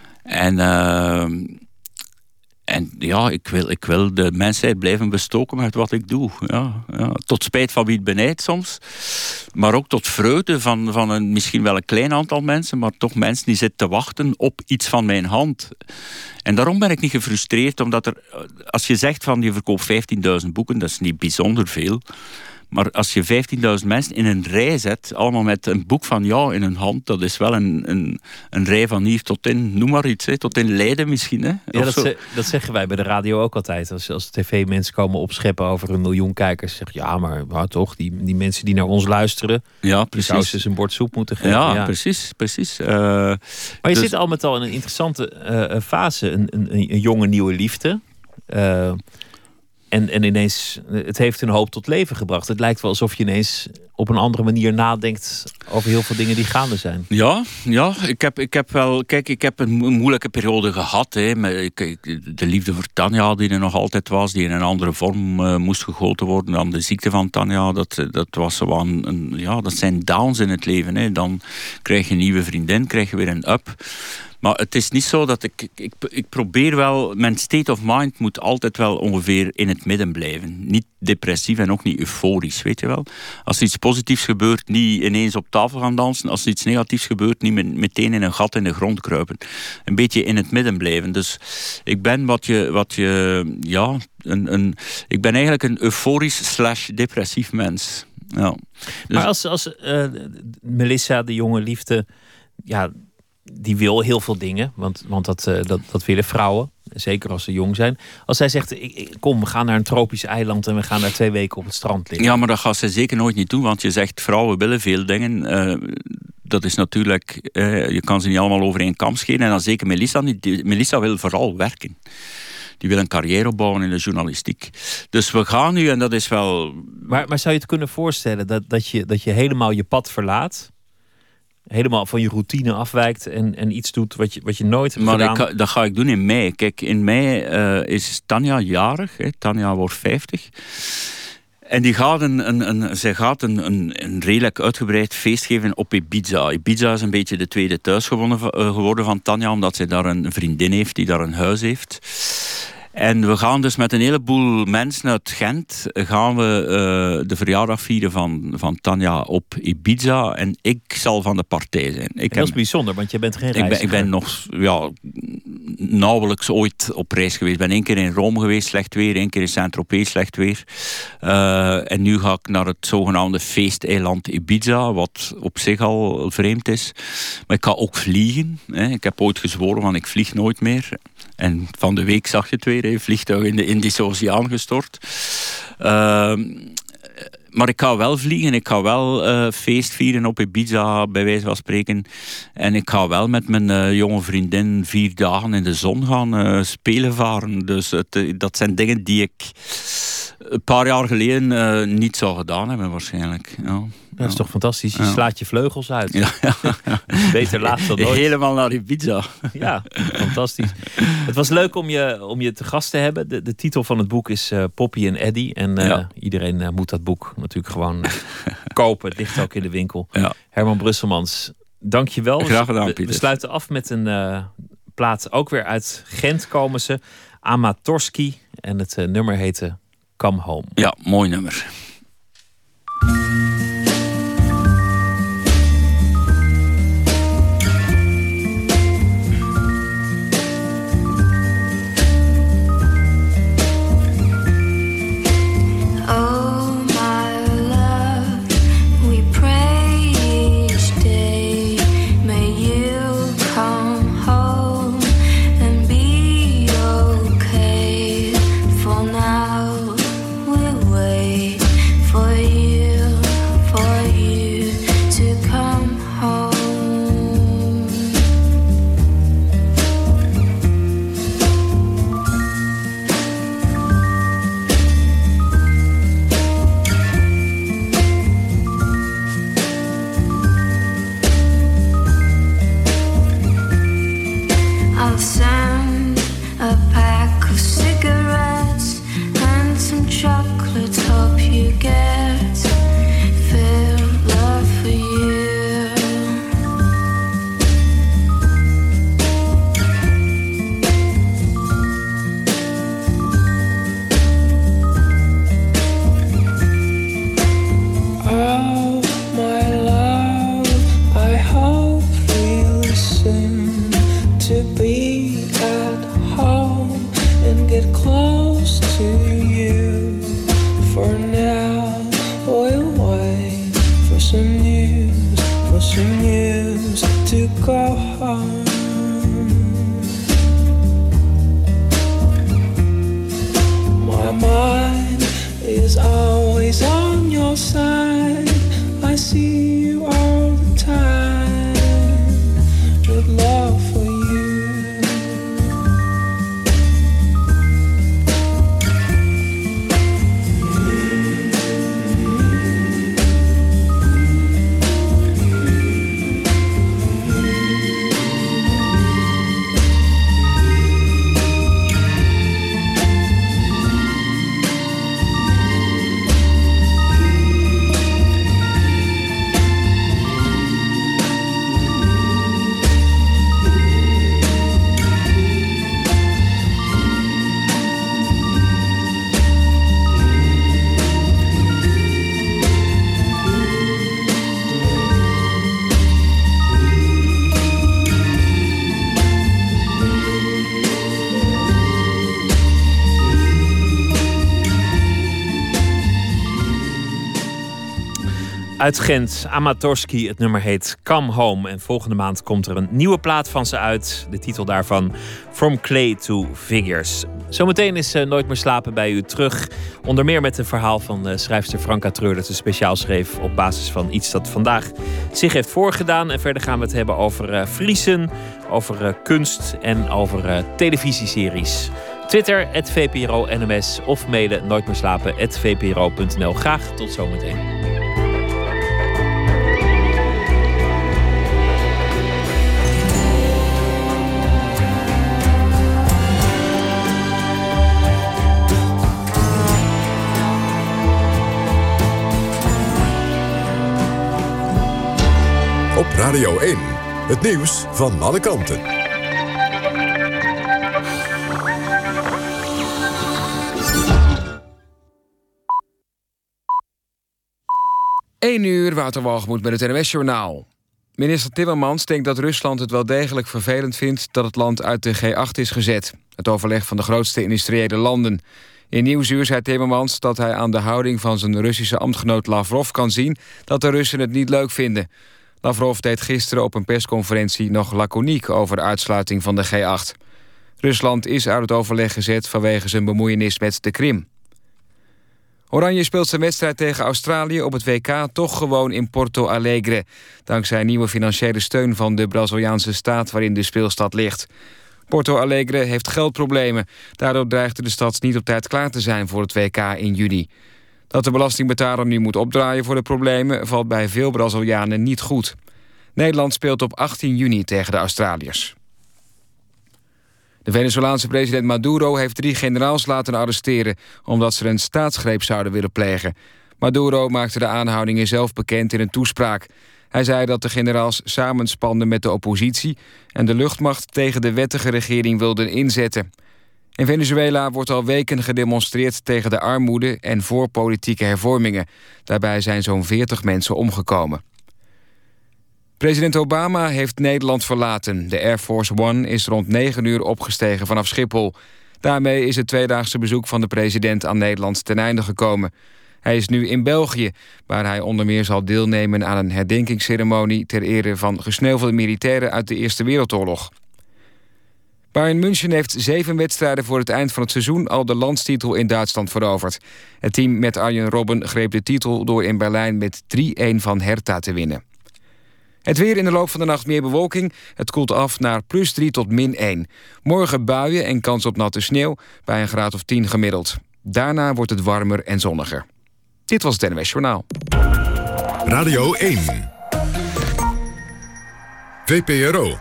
Speaker 5: En ja, ik wil de mensheid blijven bestoken met wat ik doe. Ja. Tot spijt van wie het benijdt soms. Maar ook tot vreugde van misschien wel een klein aantal mensen, maar toch mensen die zitten te wachten op iets van mijn hand. En daarom ben ik niet gefrustreerd, omdat als je zegt van je verkoopt 15.000 boeken, dat is niet bijzonder veel. Maar als je 15.000 mensen in een rij zet, allemaal met een boek van jou in hun hand, dat is wel een rij van hier tot in, noem maar iets, tot in Leiden misschien. Hè?
Speaker 4: Ja, dat zeggen wij bij de radio ook altijd. Als tv-mensen komen opscheppen over 1 miljoen kijkers, zeg je, ja, maar toch, die mensen die naar ons luisteren,
Speaker 5: ja,
Speaker 4: die zou ze een bord soep moeten geven.
Speaker 5: Ja, precies.
Speaker 4: Maar je zit al met al in een interessante fase, een jonge nieuwe liefde. En ineens, het heeft een hoop tot leven gebracht. Het lijkt wel alsof je ineens op een andere manier nadenkt over heel veel dingen die gaande zijn.
Speaker 5: Ja, ik heb een moeilijke periode gehad. De liefde voor Tanja, die er nog altijd was, die in een andere vorm moest gegoten worden dan de ziekte van Tanja. Dat was gewoon dat zijn downs in het leven. Hè. Dan krijg je een nieuwe vriendin, krijg je weer een up. Maar het is niet zo dat ik probeer wel... Mijn state of mind moet altijd wel ongeveer in het midden blijven. Niet depressief en ook niet euforisch, weet je wel. Als er iets positiefs gebeurt, niet ineens op tafel gaan dansen. Als er iets negatiefs gebeurt, niet meteen in een gat in de grond kruipen. Een beetje in het midden blijven. Dus ik ben ik ben eigenlijk een euforisch/depressief mens. Ja. Dus...
Speaker 4: Maar als Melissa, de jonge liefde... Ja, die wil heel veel dingen, want dat willen vrouwen. Zeker als ze jong zijn. Als zij zegt, kom, we gaan naar een tropisch eiland en we gaan daar 2 weken op het strand liggen.
Speaker 5: Ja, maar dat gaat ze zeker nooit niet doen, want je zegt, vrouwen willen veel dingen. Dat is natuurlijk, je kan ze niet allemaal over één kam scheren. En dan zeker Melissa niet. Melissa wil vooral werken. Die wil een carrière opbouwen in de journalistiek. Dus we gaan nu, en dat is wel
Speaker 4: Maar zou je het kunnen voorstellen dat je helemaal je pad verlaat? Helemaal van je routine afwijkt en iets doet wat je nooit hebt gedaan?
Speaker 5: Dat ga ik doen in mei. Kijk, in mei is Tanja jarig. Hè. Tanja wordt 50. En die gaat een redelijk uitgebreid feest geven op Ibiza. Ibiza is een beetje de tweede thuis geworden van Tanja, omdat zij daar een vriendin heeft die daar een huis heeft. En we gaan dus met een heleboel mensen uit Gent gaan we de verjaardag vieren van Tanja op Ibiza. En ik zal van de partij zijn.
Speaker 4: Dat is bijzonder, want je bent geen reiziger.
Speaker 5: Ik ben nog nauwelijks ooit op reis geweest. Ik ben 1 keer in Rome geweest, slecht weer. 1 keer in Saint-Tropez, slecht weer. En nu ga ik naar het zogenaamde feesteiland Ibiza, wat op zich al vreemd is. Maar ik ga ook vliegen. Hè. Ik heb ooit gezworen van ik vlieg nooit meer. En van de week zag je het weer, een vliegtuig in de Indische Oceaan gestort. Maar ik ga wel vliegen, ik ga wel feest vieren op Ibiza, bij wijze van spreken. En ik ga wel met mijn jonge vriendin 4 dagen in de zon gaan spelen varen. Dus dat zijn dingen die ik een paar jaar geleden niet zou gedaan hebben waarschijnlijk. Ja.
Speaker 4: Dat is toch fantastisch? Je slaat je vleugels uit.
Speaker 5: Ja.
Speaker 4: Beter laat dan nooit.
Speaker 5: Helemaal naar Ibiza.
Speaker 4: Ja, fantastisch. Het was leuk om je te gast te hebben. De titel van het boek is Poppy en Eddie. En iedereen moet dat boek natuurlijk gewoon kopen. Het ligt ook in de winkel. Ja. Herman Brusselmans, dank je wel.
Speaker 5: Graag gedaan, Pieter.
Speaker 4: We sluiten af met een plaat. Ook weer uit Gent komen ze. Amatorski. En het nummer heette Come Home.
Speaker 5: Ja, mooi nummer.
Speaker 4: Uit Gent, Amatorski, het nummer heet Come Home. En volgende maand komt er een nieuwe plaat van ze uit. De titel daarvan, From Clay to Figures. Zometeen is Nooit meer slapen bij u terug. Onder meer met een verhaal van schrijfster Franka Treur, dat ze speciaal schreef op basis van iets dat vandaag zich heeft voorgedaan. En verder gaan we het hebben over Friesen, over kunst en over televisieseries. Twitter, @VPRO-NMS of mailen nooitmeerslapen@vpro.nl. Graag tot zometeen.
Speaker 2: Op Radio 1, het nieuws van alle kanten.
Speaker 1: 1:00, Wouter Walgemoed met het NOS-journaal. Minister Timmermans denkt dat Rusland het wel degelijk vervelend vindt dat het land uit de G8 is gezet. Het overleg van de grootste industriële landen. In Nieuwsuur zei Timmermans dat hij aan de houding van zijn Russische ambtgenoot Lavrov kan zien dat de Russen het niet leuk vinden. Lavrov deed gisteren op een persconferentie nog laconiek over de uitsluiting van de G8. Rusland is uit het overleg gezet vanwege zijn bemoeienis met de Krim. Oranje speelt zijn wedstrijd tegen Australië op het WK toch gewoon in Porto Alegre, dankzij nieuwe financiële steun van de Braziliaanse staat waarin de speelstad ligt. Porto Alegre heeft geldproblemen. Daardoor dreigde de stad niet op tijd klaar te zijn voor het WK in juni. Dat de belastingbetaler nu moet opdraaien voor de problemen valt bij veel Brazilianen niet goed. Nederland speelt op 18 juni tegen de Australiërs. De Venezolaanse president Maduro heeft 3 generaals laten arresteren omdat ze een staatsgreep zouden willen plegen. Maduro maakte de aanhoudingen zelf bekend in een toespraak. Hij zei dat de generaals samenspanden met de oppositie en de luchtmacht tegen de wettige regering wilden inzetten. In Venezuela wordt al weken gedemonstreerd tegen de armoede en voor politieke hervormingen. Daarbij zijn zo'n 40 mensen omgekomen. President Obama heeft Nederland verlaten. De Air Force One is rond 9:00 opgestegen vanaf Schiphol. Daarmee is het tweedaagse bezoek van de president aan Nederland ten einde gekomen. Hij is nu in België, waar hij onder meer zal deelnemen aan een herdenkingsceremonie ter ere van gesneuvelde militairen uit de Eerste Wereldoorlog. Bayern München heeft 7 wedstrijden voor het eind van het seizoen al de landstitel in Duitsland veroverd. Het team met Arjen Robben greep de titel door in Berlijn met 3-1 van Hertha te winnen. Het weer in de loop van de nacht meer bewolking. Het koelt af naar +3 tot -1. Morgen buien en kans op natte sneeuw bij een graad of 10 gemiddeld. Daarna wordt het warmer en zonniger. Dit was het NOS Journaal.
Speaker 2: Radio 1. VPRO.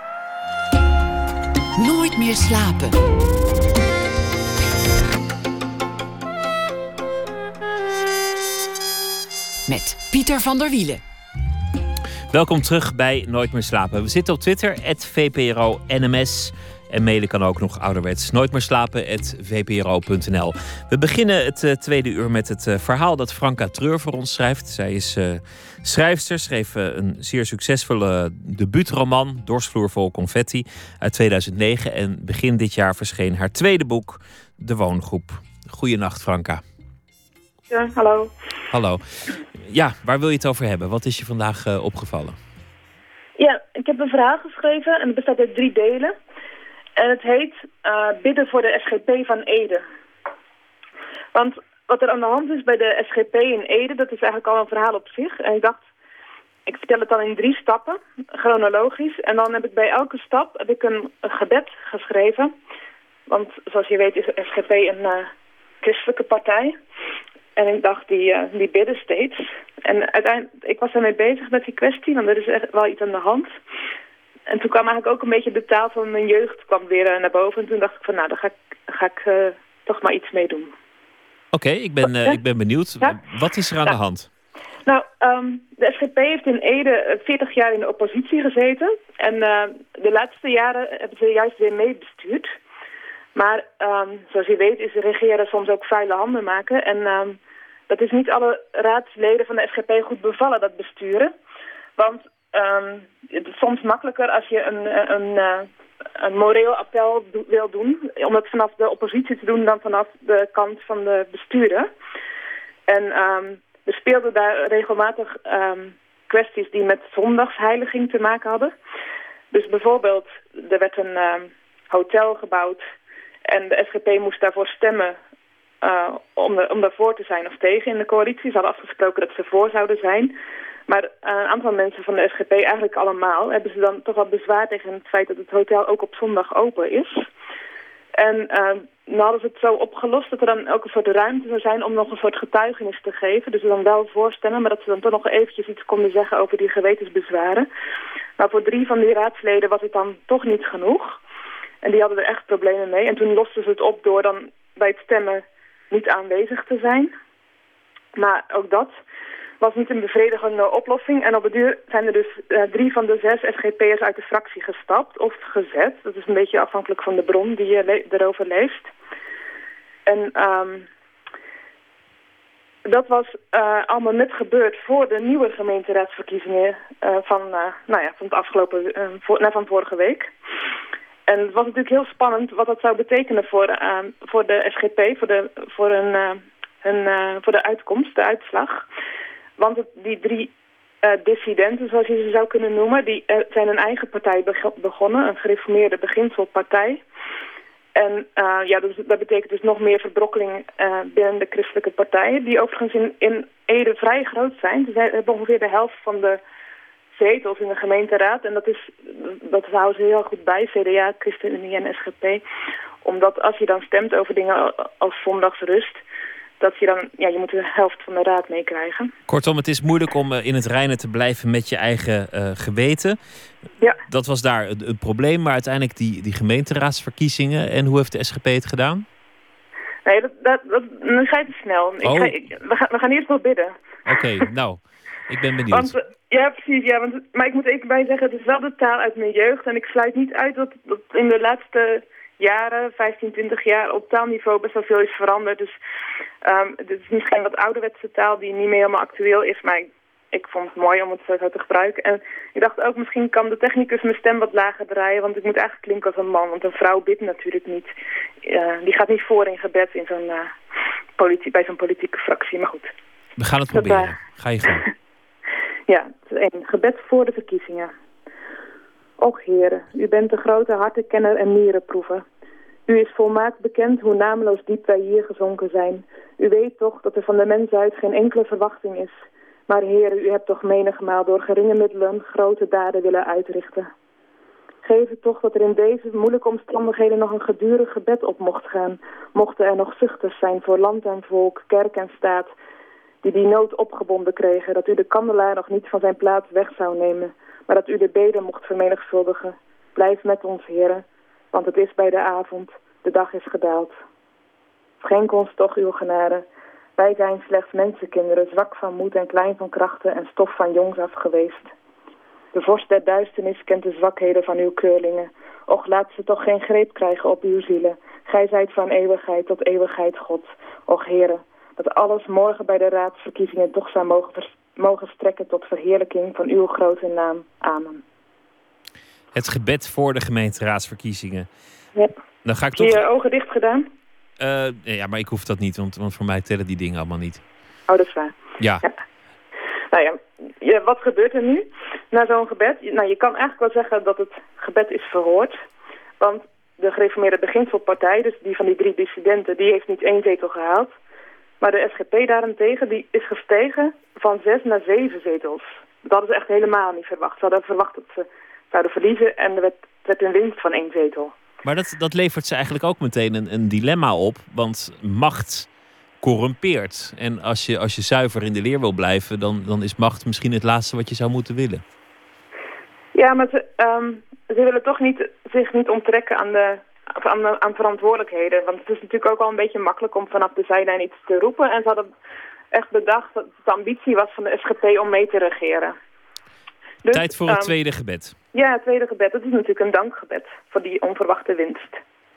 Speaker 3: Nooit meer slapen. Met Pieter van der Wielen.
Speaker 4: Welkom terug bij Nooit meer slapen. We zitten op Twitter, @VPRO-NMS. En mailen kan ook nog ouderwets. Nooitmeerslapen@vpro.nl. We beginnen het tweede uur met het verhaal dat Franka Treur voor ons schrijft. Zij is schrijfster, schreef een zeer succesvolle debuutroman, Dorsvloer vol confetti, uit 2009. En begin dit jaar verscheen haar tweede boek, De Woongroep. Goeienacht, Franka.
Speaker 7: Ja, hallo.
Speaker 4: Hallo. Ja, waar wil je het over hebben? Wat is je vandaag opgevallen?
Speaker 7: Ja, ik heb een verhaal geschreven en het bestaat uit 3 delen. En het heet Bidden voor de SGP van Ede. Want wat er aan de hand is bij de SGP in Ede, dat is eigenlijk al een verhaal op zich. En ik dacht, ik vertel het dan in 3 stappen, chronologisch. En dan heb ik bij elke stap een gebed geschreven. Want zoals je weet is de SGP een christelijke partij. En ik dacht, die bidden steeds. En uiteindelijk, ik was daarmee bezig met die kwestie, want er is echt wel iets aan de hand. En toen kwam eigenlijk ook een beetje de taal van mijn jeugd kwam weer naar boven. En toen dacht ik van, nou, daar ga ik toch maar iets mee doen. Oké,
Speaker 4: ik ben benieuwd. Ja? Wat is er aan de hand?
Speaker 7: Nou, de SGP heeft in Ede 40 jaar in de oppositie gezeten. En de laatste jaren hebben ze juist weer meebestuurd. Maar zoals je weet is regeren soms ook vuile handen maken. En dat is niet alle raadsleden van de SGP goed bevallen, dat besturen. Want het is soms makkelijker als je een moreel appel wil doen, om dat vanaf de oppositie te doen dan vanaf de kant van de bestuurder. En er speelden daar regelmatig kwesties die met zondagsheiliging te maken hadden. Dus bijvoorbeeld, er werd een hotel gebouwd en de SGP moest daarvoor stemmen om daarvoor te zijn of tegen in de coalitie. Ze hadden afgesproken dat ze voor zouden zijn. Maar een aantal mensen van de SGP, eigenlijk allemaal, hebben ze dan toch wel bezwaar tegen het feit dat het hotel ook op zondag open is. En dan hadden ze het zo opgelost dat er dan ook een soort ruimte zou zijn om nog een soort getuigenis te geven. Dus dan wel voorstemmen, maar dat ze dan toch nog eventjes iets konden zeggen over die gewetensbezwaren. Maar voor 3 van die raadsleden was het dan toch niet genoeg. En die hadden er echt problemen mee. En toen losten ze het op door dan bij het stemmen niet aanwezig te zijn. Maar ook dat was niet een bevredigende oplossing. En op de duur zijn er dus 3 van de 6 SGP'ers uit de fractie gestapt of gezet. Dat is een beetje afhankelijk van de bron die je erover leest. En dat was allemaal net gebeurd voor de nieuwe gemeenteraadsverkiezingen van het afgelopen, van vorige week. En het was natuurlijk heel spannend wat dat zou betekenen voor de SGP, voor de uitkomst, de uitslag. Want die 3 dissidenten, zoals je ze zou kunnen noemen, die zijn een eigen partij begonnen, een gereformeerde beginselpartij. En dus, dat betekent dus nog meer verbrokkeling binnen de christelijke partijen, die overigens in Ede vrij groot zijn. Ze hebben ongeveer de helft van de zetels in de gemeenteraad. En dat houden ze heel goed bij, CDA, ChristenUnie en SGP. Omdat als je dan stemt over dingen als zondagsrust, dat je dan, je moet de helft van de raad meekrijgen.
Speaker 4: Kortom, het is moeilijk om in het reinen te blijven met je eigen geweten.
Speaker 7: Ja.
Speaker 4: Dat was daar een probleem, maar uiteindelijk die gemeenteraadsverkiezingen. En hoe heeft de SGP het gedaan?
Speaker 7: Nee, nu ga je te snel. We gaan eerst nog bidden.
Speaker 4: Oké, nou, ik ben benieuwd.
Speaker 7: Ja, precies. Ja, maar ik moet even bij zeggen, het is wel de taal uit mijn jeugd. En ik sluit niet uit dat in de laatste jaren, 15, 20 jaar, op taalniveau best wel veel is veranderd. Dus het is misschien wat ouderwetse taal die niet meer helemaal actueel is, maar ik vond het mooi om het zo te gebruiken. En ik dacht ook, misschien kan de technicus mijn stem wat lager draaien, want ik moet eigenlijk klinken als een man, want een vrouw bidt natuurlijk niet. Die gaat niet voor in gebed in bij zo'n politieke fractie, maar goed.
Speaker 4: We gaan het proberen. Ga je gang.
Speaker 7: Ja, het is 1. Gebed voor de verkiezingen. Och Heere, u bent de grote hartenkenner en mierenproever. U is volmaakt bekend hoe nameloos diep wij hier gezonken zijn. U weet toch dat er van de mens uit geen enkele verwachting is. Maar Heere, u hebt toch menigmaal door geringe middelen grote daden willen uitrichten. Geef het toch dat er in deze moeilijke omstandigheden nog een gedurig gebed op mocht gaan. Mochten er nog zuchters zijn voor land en volk, kerk en staat, die nood opgebonden kregen, dat u de kandelaar nog niet van zijn plaats weg zou nemen, maar dat u de beden mocht vermenigvuldigen. Blijf met ons, Heere, want het is bij de avond, de dag is gedaald. Schenk ons toch uw genade. Wij zijn slechts mensenkinderen, zwak van moed en klein van krachten en stof van jongs af geweest. De vorst der duisternis kent de zwakheden van uw keurlingen. Och, laat ze toch geen greep krijgen op uw zielen. Gij zijt van eeuwigheid tot eeuwigheid God. Och, Heere, dat alles morgen bij de raadsverkiezingen toch zou mogen strekken tot verheerlijking van uw grote naam. Amen.
Speaker 4: Het gebed voor de gemeenteraadsverkiezingen.
Speaker 7: Ja.
Speaker 4: Dan ga ik toch...
Speaker 7: Je ogen dicht gedaan?
Speaker 4: Ja, maar ik hoef dat niet, want voor mij tellen die dingen allemaal niet.
Speaker 7: Oh, dat is waar.
Speaker 4: Ja.
Speaker 7: Nou ja, wat gebeurt er nu na zo'n gebed? Nou, je kan eigenlijk wel zeggen dat het gebed is verhoord. Want de gereformeerde beginselpartij, dus die van die 3 dissidenten, die heeft niet 1 zetel gehaald. Maar de SGP daarentegen, die is gestegen van 6 naar 7 zetels. Dat hadden ze echt helemaal niet verwacht. Ze hadden verwacht dat ze zouden verliezen en er werd een winst van 1 zetel.
Speaker 4: Maar dat levert ze eigenlijk ook meteen een dilemma op. Want macht corrumpeert. En als je zuiver in de leer wil blijven, dan is macht misschien het laatste wat je zou moeten willen.
Speaker 7: Ja, maar ze willen toch zich niet onttrekken aan verantwoordelijkheden. Want het is natuurlijk ook al een beetje makkelijk om vanaf de zijlijn iets te roepen. En ze hadden echt bedacht dat het de ambitie was van de SGP om mee te regeren. Dus,
Speaker 4: tijd voor het tweede gebed.
Speaker 7: Ja, het tweede gebed. Dat is natuurlijk een dankgebed voor die onverwachte winst.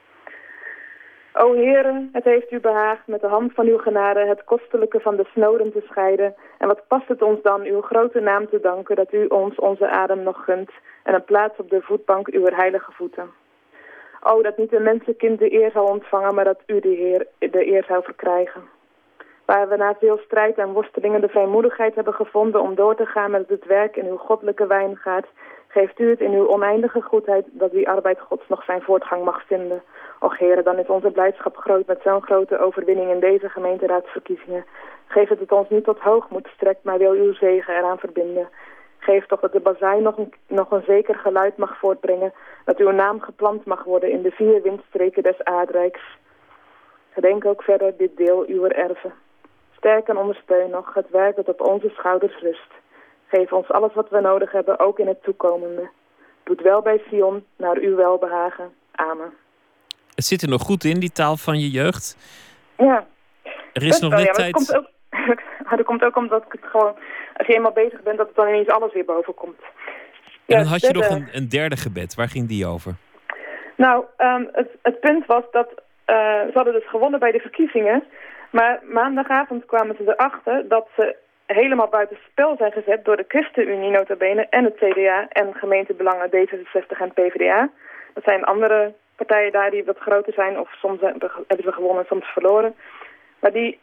Speaker 7: O Heere, het heeft u behaagd met de hand van uw genade het kostelijke van de snoden te scheiden. En wat past het ons dan uw grote naam te danken dat u ons onze adem nog gunt en een plaats op de voetbank uw heilige voeten. O, dat niet een mensenkind de eer zal ontvangen, maar dat u de eer zou verkrijgen. Waar we na veel strijd en worstelingen de vrijmoedigheid hebben gevonden om door te gaan met het werk in uw goddelijke wijngaard, geeft u het in uw oneindige goedheid dat die arbeid Gods nog zijn voortgang mag vinden. Och Heere, dan is onze blijdschap groot met zo'n grote overwinning in deze gemeenteraadsverkiezingen. Geef het ons niet tot hoogmoed strekt, maar wil uw zegen eraan verbinden. Geef toch dat de bazuin nog een zeker geluid mag voortbrengen, dat uw naam geplant mag worden in de 4 windstreken des aardrijks. Gedenk ook verder dit deel uw erven. Sterk en ondersteun nog het werk dat op onze schouders rust. Geef ons alles wat we nodig hebben, ook in het toekomende. Doet wel bij Sion, naar uw welbehagen. Amen.
Speaker 4: Het zit er nog goed in, die taal van je jeugd.
Speaker 7: Ja.
Speaker 4: Er is nog net tijd...
Speaker 7: Dat komt ook omdat ik het gewoon... Als je eenmaal bezig bent, dat het dan ineens alles weer boven komt.
Speaker 4: En dan had je nog een derde gebed. Waar ging die over?
Speaker 7: Nou, het punt was dat... ze hadden dus gewonnen bij de verkiezingen. Maar maandagavond kwamen ze erachter dat ze helemaal buiten spel zijn gezet door de ChristenUnie nota bene en het CDA en gemeentebelangen D66 en PvdA. Dat zijn andere partijen daar die wat groter zijn of soms hebben ze gewonnen, soms verloren. Maar die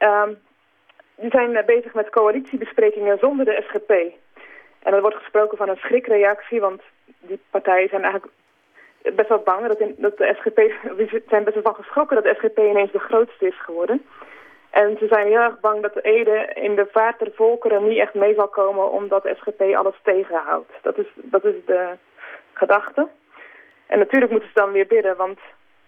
Speaker 7: zijn bezig met coalitiebesprekingen zonder de SGP. En er wordt gesproken van een schrikreactie, want die partijen zijn eigenlijk best wel bang dat de SGP... We zijn best wel van geschrokken dat de SGP ineens de grootste is geworden. En ze zijn heel erg bang dat de Ede in de vaart der volkeren niet echt mee zal komen omdat de SGP alles tegenhoudt. Dat is de gedachte. En natuurlijk moeten ze dan weer bidden, want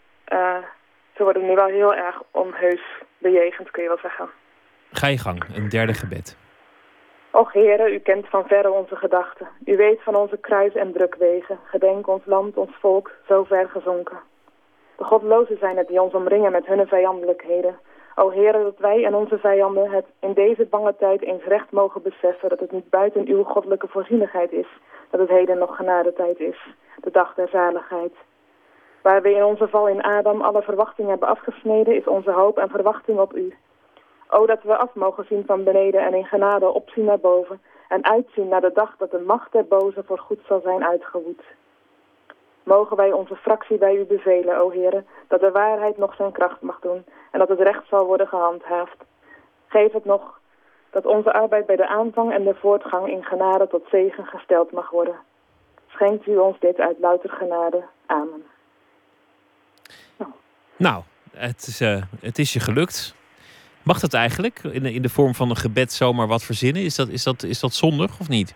Speaker 7: ze worden nu wel heel erg onheus bejegend, kun je wel zeggen.
Speaker 4: Ga je gang, een derde gebed.
Speaker 7: Och Heere, u kent van verre onze gedachten. U weet van onze kruis- en drukwegen. Gedenk ons land, ons volk, zo ver gezonken. De godlozen zijn het die ons omringen met hunne vijandelijkheden. O Heere, dat wij en onze vijanden het in deze bange tijd eens recht mogen beseffen dat het niet buiten uw goddelijke voorzienigheid is, dat het heden nog genadetijd is, de dag der zaligheid. Waar we in onze val in Adam alle verwachting hebben afgesneden, is onze hoop en verwachting op u. O, dat we af mogen zien van beneden en in genade opzien naar boven en uitzien naar de dag dat de macht der boze voor goed zal zijn uitgewoed. Mogen wij onze fractie bij u bevelen, o Heere, dat de waarheid nog zijn kracht mag doen en dat het recht zal worden gehandhaafd. Geef het nog dat onze arbeid bij de aanvang en de voortgang in genade tot zegen gesteld mag worden. Schenkt u ons dit uit louter genade. Amen.
Speaker 4: Nou, het is je gelukt. Mag dat eigenlijk in de vorm van een gebed zomaar wat verzinnen? Is dat zondig of niet?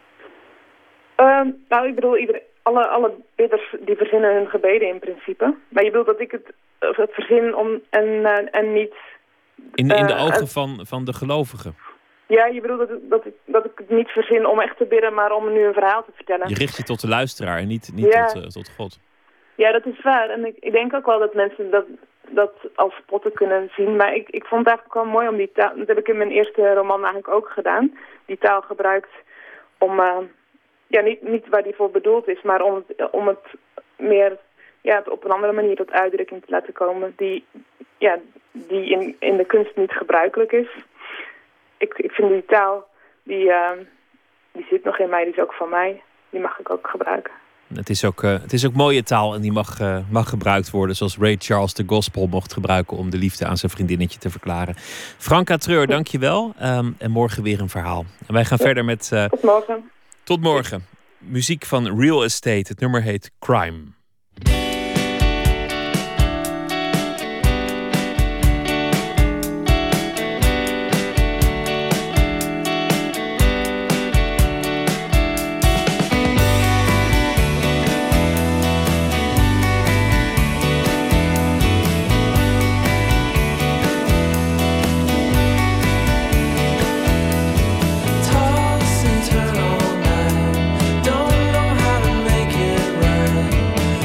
Speaker 7: Nou, ik bedoel, alle bidders die verzinnen hun gebeden in principe. Maar je bedoelt dat ik het verzin om en niet...
Speaker 4: In de ogen van de gelovigen?
Speaker 7: Ja, je bedoelt dat ik het niet verzin om echt te bidden, maar om nu een verhaal te vertellen.
Speaker 4: Je richt je tot de luisteraar en niet tot God. Ja,
Speaker 7: dat is waar. En ik denk ook wel dat mensen dat als spotten kunnen zien. Maar ik vond het eigenlijk wel mooi om die taal... Dat heb ik in mijn eerste roman eigenlijk ook gedaan. Die taal gebruikt om... niet waar die voor bedoeld is, maar om het meer op een andere manier tot uitdrukking te laten komen. Die in de kunst niet gebruikelijk is. Ik vind die taal, die zit nog in mij, die is ook van mij. Die mag ik ook gebruiken.
Speaker 4: Het is ook mooie taal en die mag gebruikt worden, zoals Ray Charles de gospel mocht gebruiken om de liefde aan zijn vriendinnetje te verklaren. Franka Treur, dank je wel. En morgen weer een verhaal. En wij gaan verder met...
Speaker 7: Tot morgen.
Speaker 4: Tot morgen. Muziek van Real Estate. Het nummer heet Crime.
Speaker 8: Toss and turn all night, don't know how to make it right.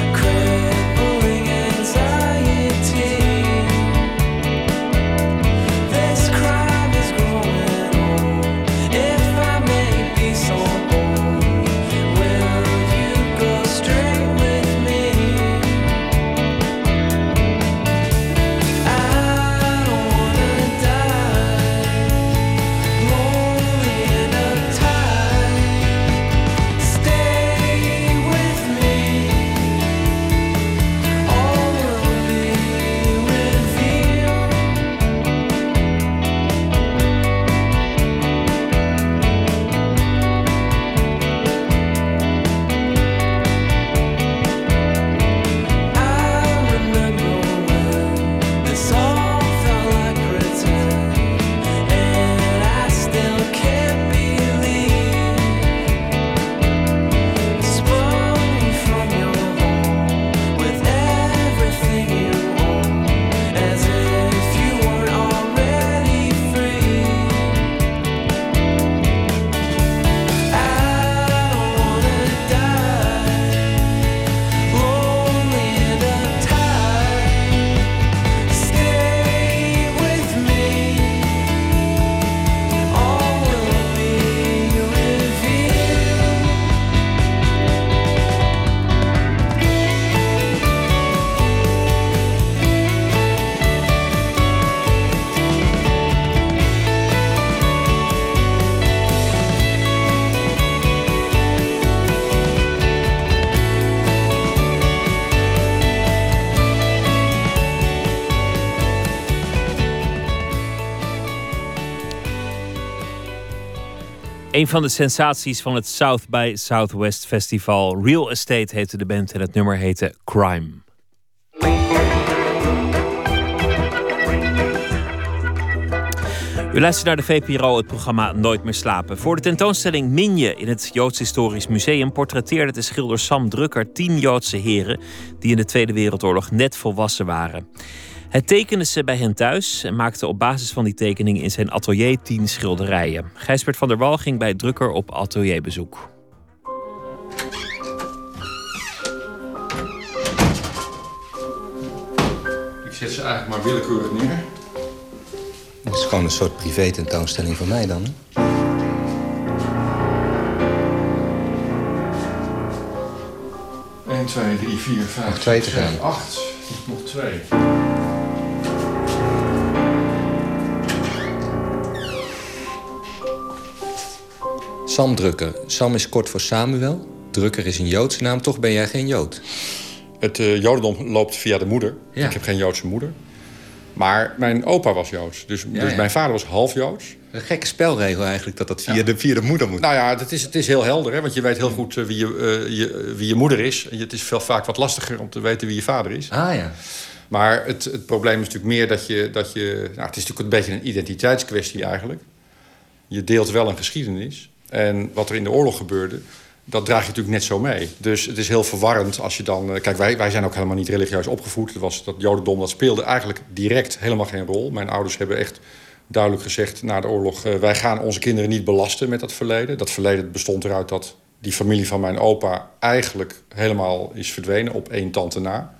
Speaker 4: Een van de sensaties van het South by Southwest Festival. Real Estate heette de band en het nummer heette Crime. U luistert naar de VPRO, het programma Nooit meer slapen. Voor de tentoonstelling Minje in het Joods Historisch Museum portretteerde de schilder Sam Drucker 10 Joodse heren die in de Tweede Wereldoorlog net volwassen waren. Hij tekende ze bij hen thuis en maakte op basis van die tekening in zijn atelier 10 schilderijen. Gijsbert van der Wal ging bij Drucker op atelierbezoek.
Speaker 8: Ik zet ze eigenlijk maar willekeurig neer.
Speaker 9: Het is gewoon een soort privé-tentoonstelling van mij dan, hè?
Speaker 8: Eén, 2, 3, 4, 5,
Speaker 9: nog 2 te
Speaker 8: 6,
Speaker 9: gaan.
Speaker 8: 7, 8. Nog 2.
Speaker 9: Sam Drucker. Sam is kort voor Samuel. Drucker is een Joodse naam, toch ben jij geen Jood?
Speaker 8: Het Jodendom loopt via de moeder.
Speaker 9: Ja.
Speaker 8: Ik heb geen Joodse moeder. Maar mijn opa was Joods. Dus mijn vader was half Joods.
Speaker 9: Een gekke spelregel eigenlijk, dat via de moeder moet.
Speaker 8: Nou ja, het is heel helder. Hè? Want je weet heel goed wie je moeder is. Het is vaak wat lastiger om te weten wie je vader is.
Speaker 9: Ah ja.
Speaker 8: Maar het probleem is natuurlijk meer dat je het is natuurlijk een beetje een identiteitskwestie eigenlijk. Je deelt wel een geschiedenis. En wat er in de oorlog gebeurde, dat draag je natuurlijk net zo mee. Dus het is heel verwarrend als je dan... Kijk, wij zijn ook helemaal niet religieus opgevoed. Dat Jodendom, dat speelde eigenlijk direct helemaal geen rol. Mijn ouders hebben echt duidelijk gezegd na de oorlog... wij gaan onze kinderen niet belasten met dat verleden. Dat verleden bestond eruit dat die familie van mijn opa eigenlijk helemaal is verdwenen op 1 tante na.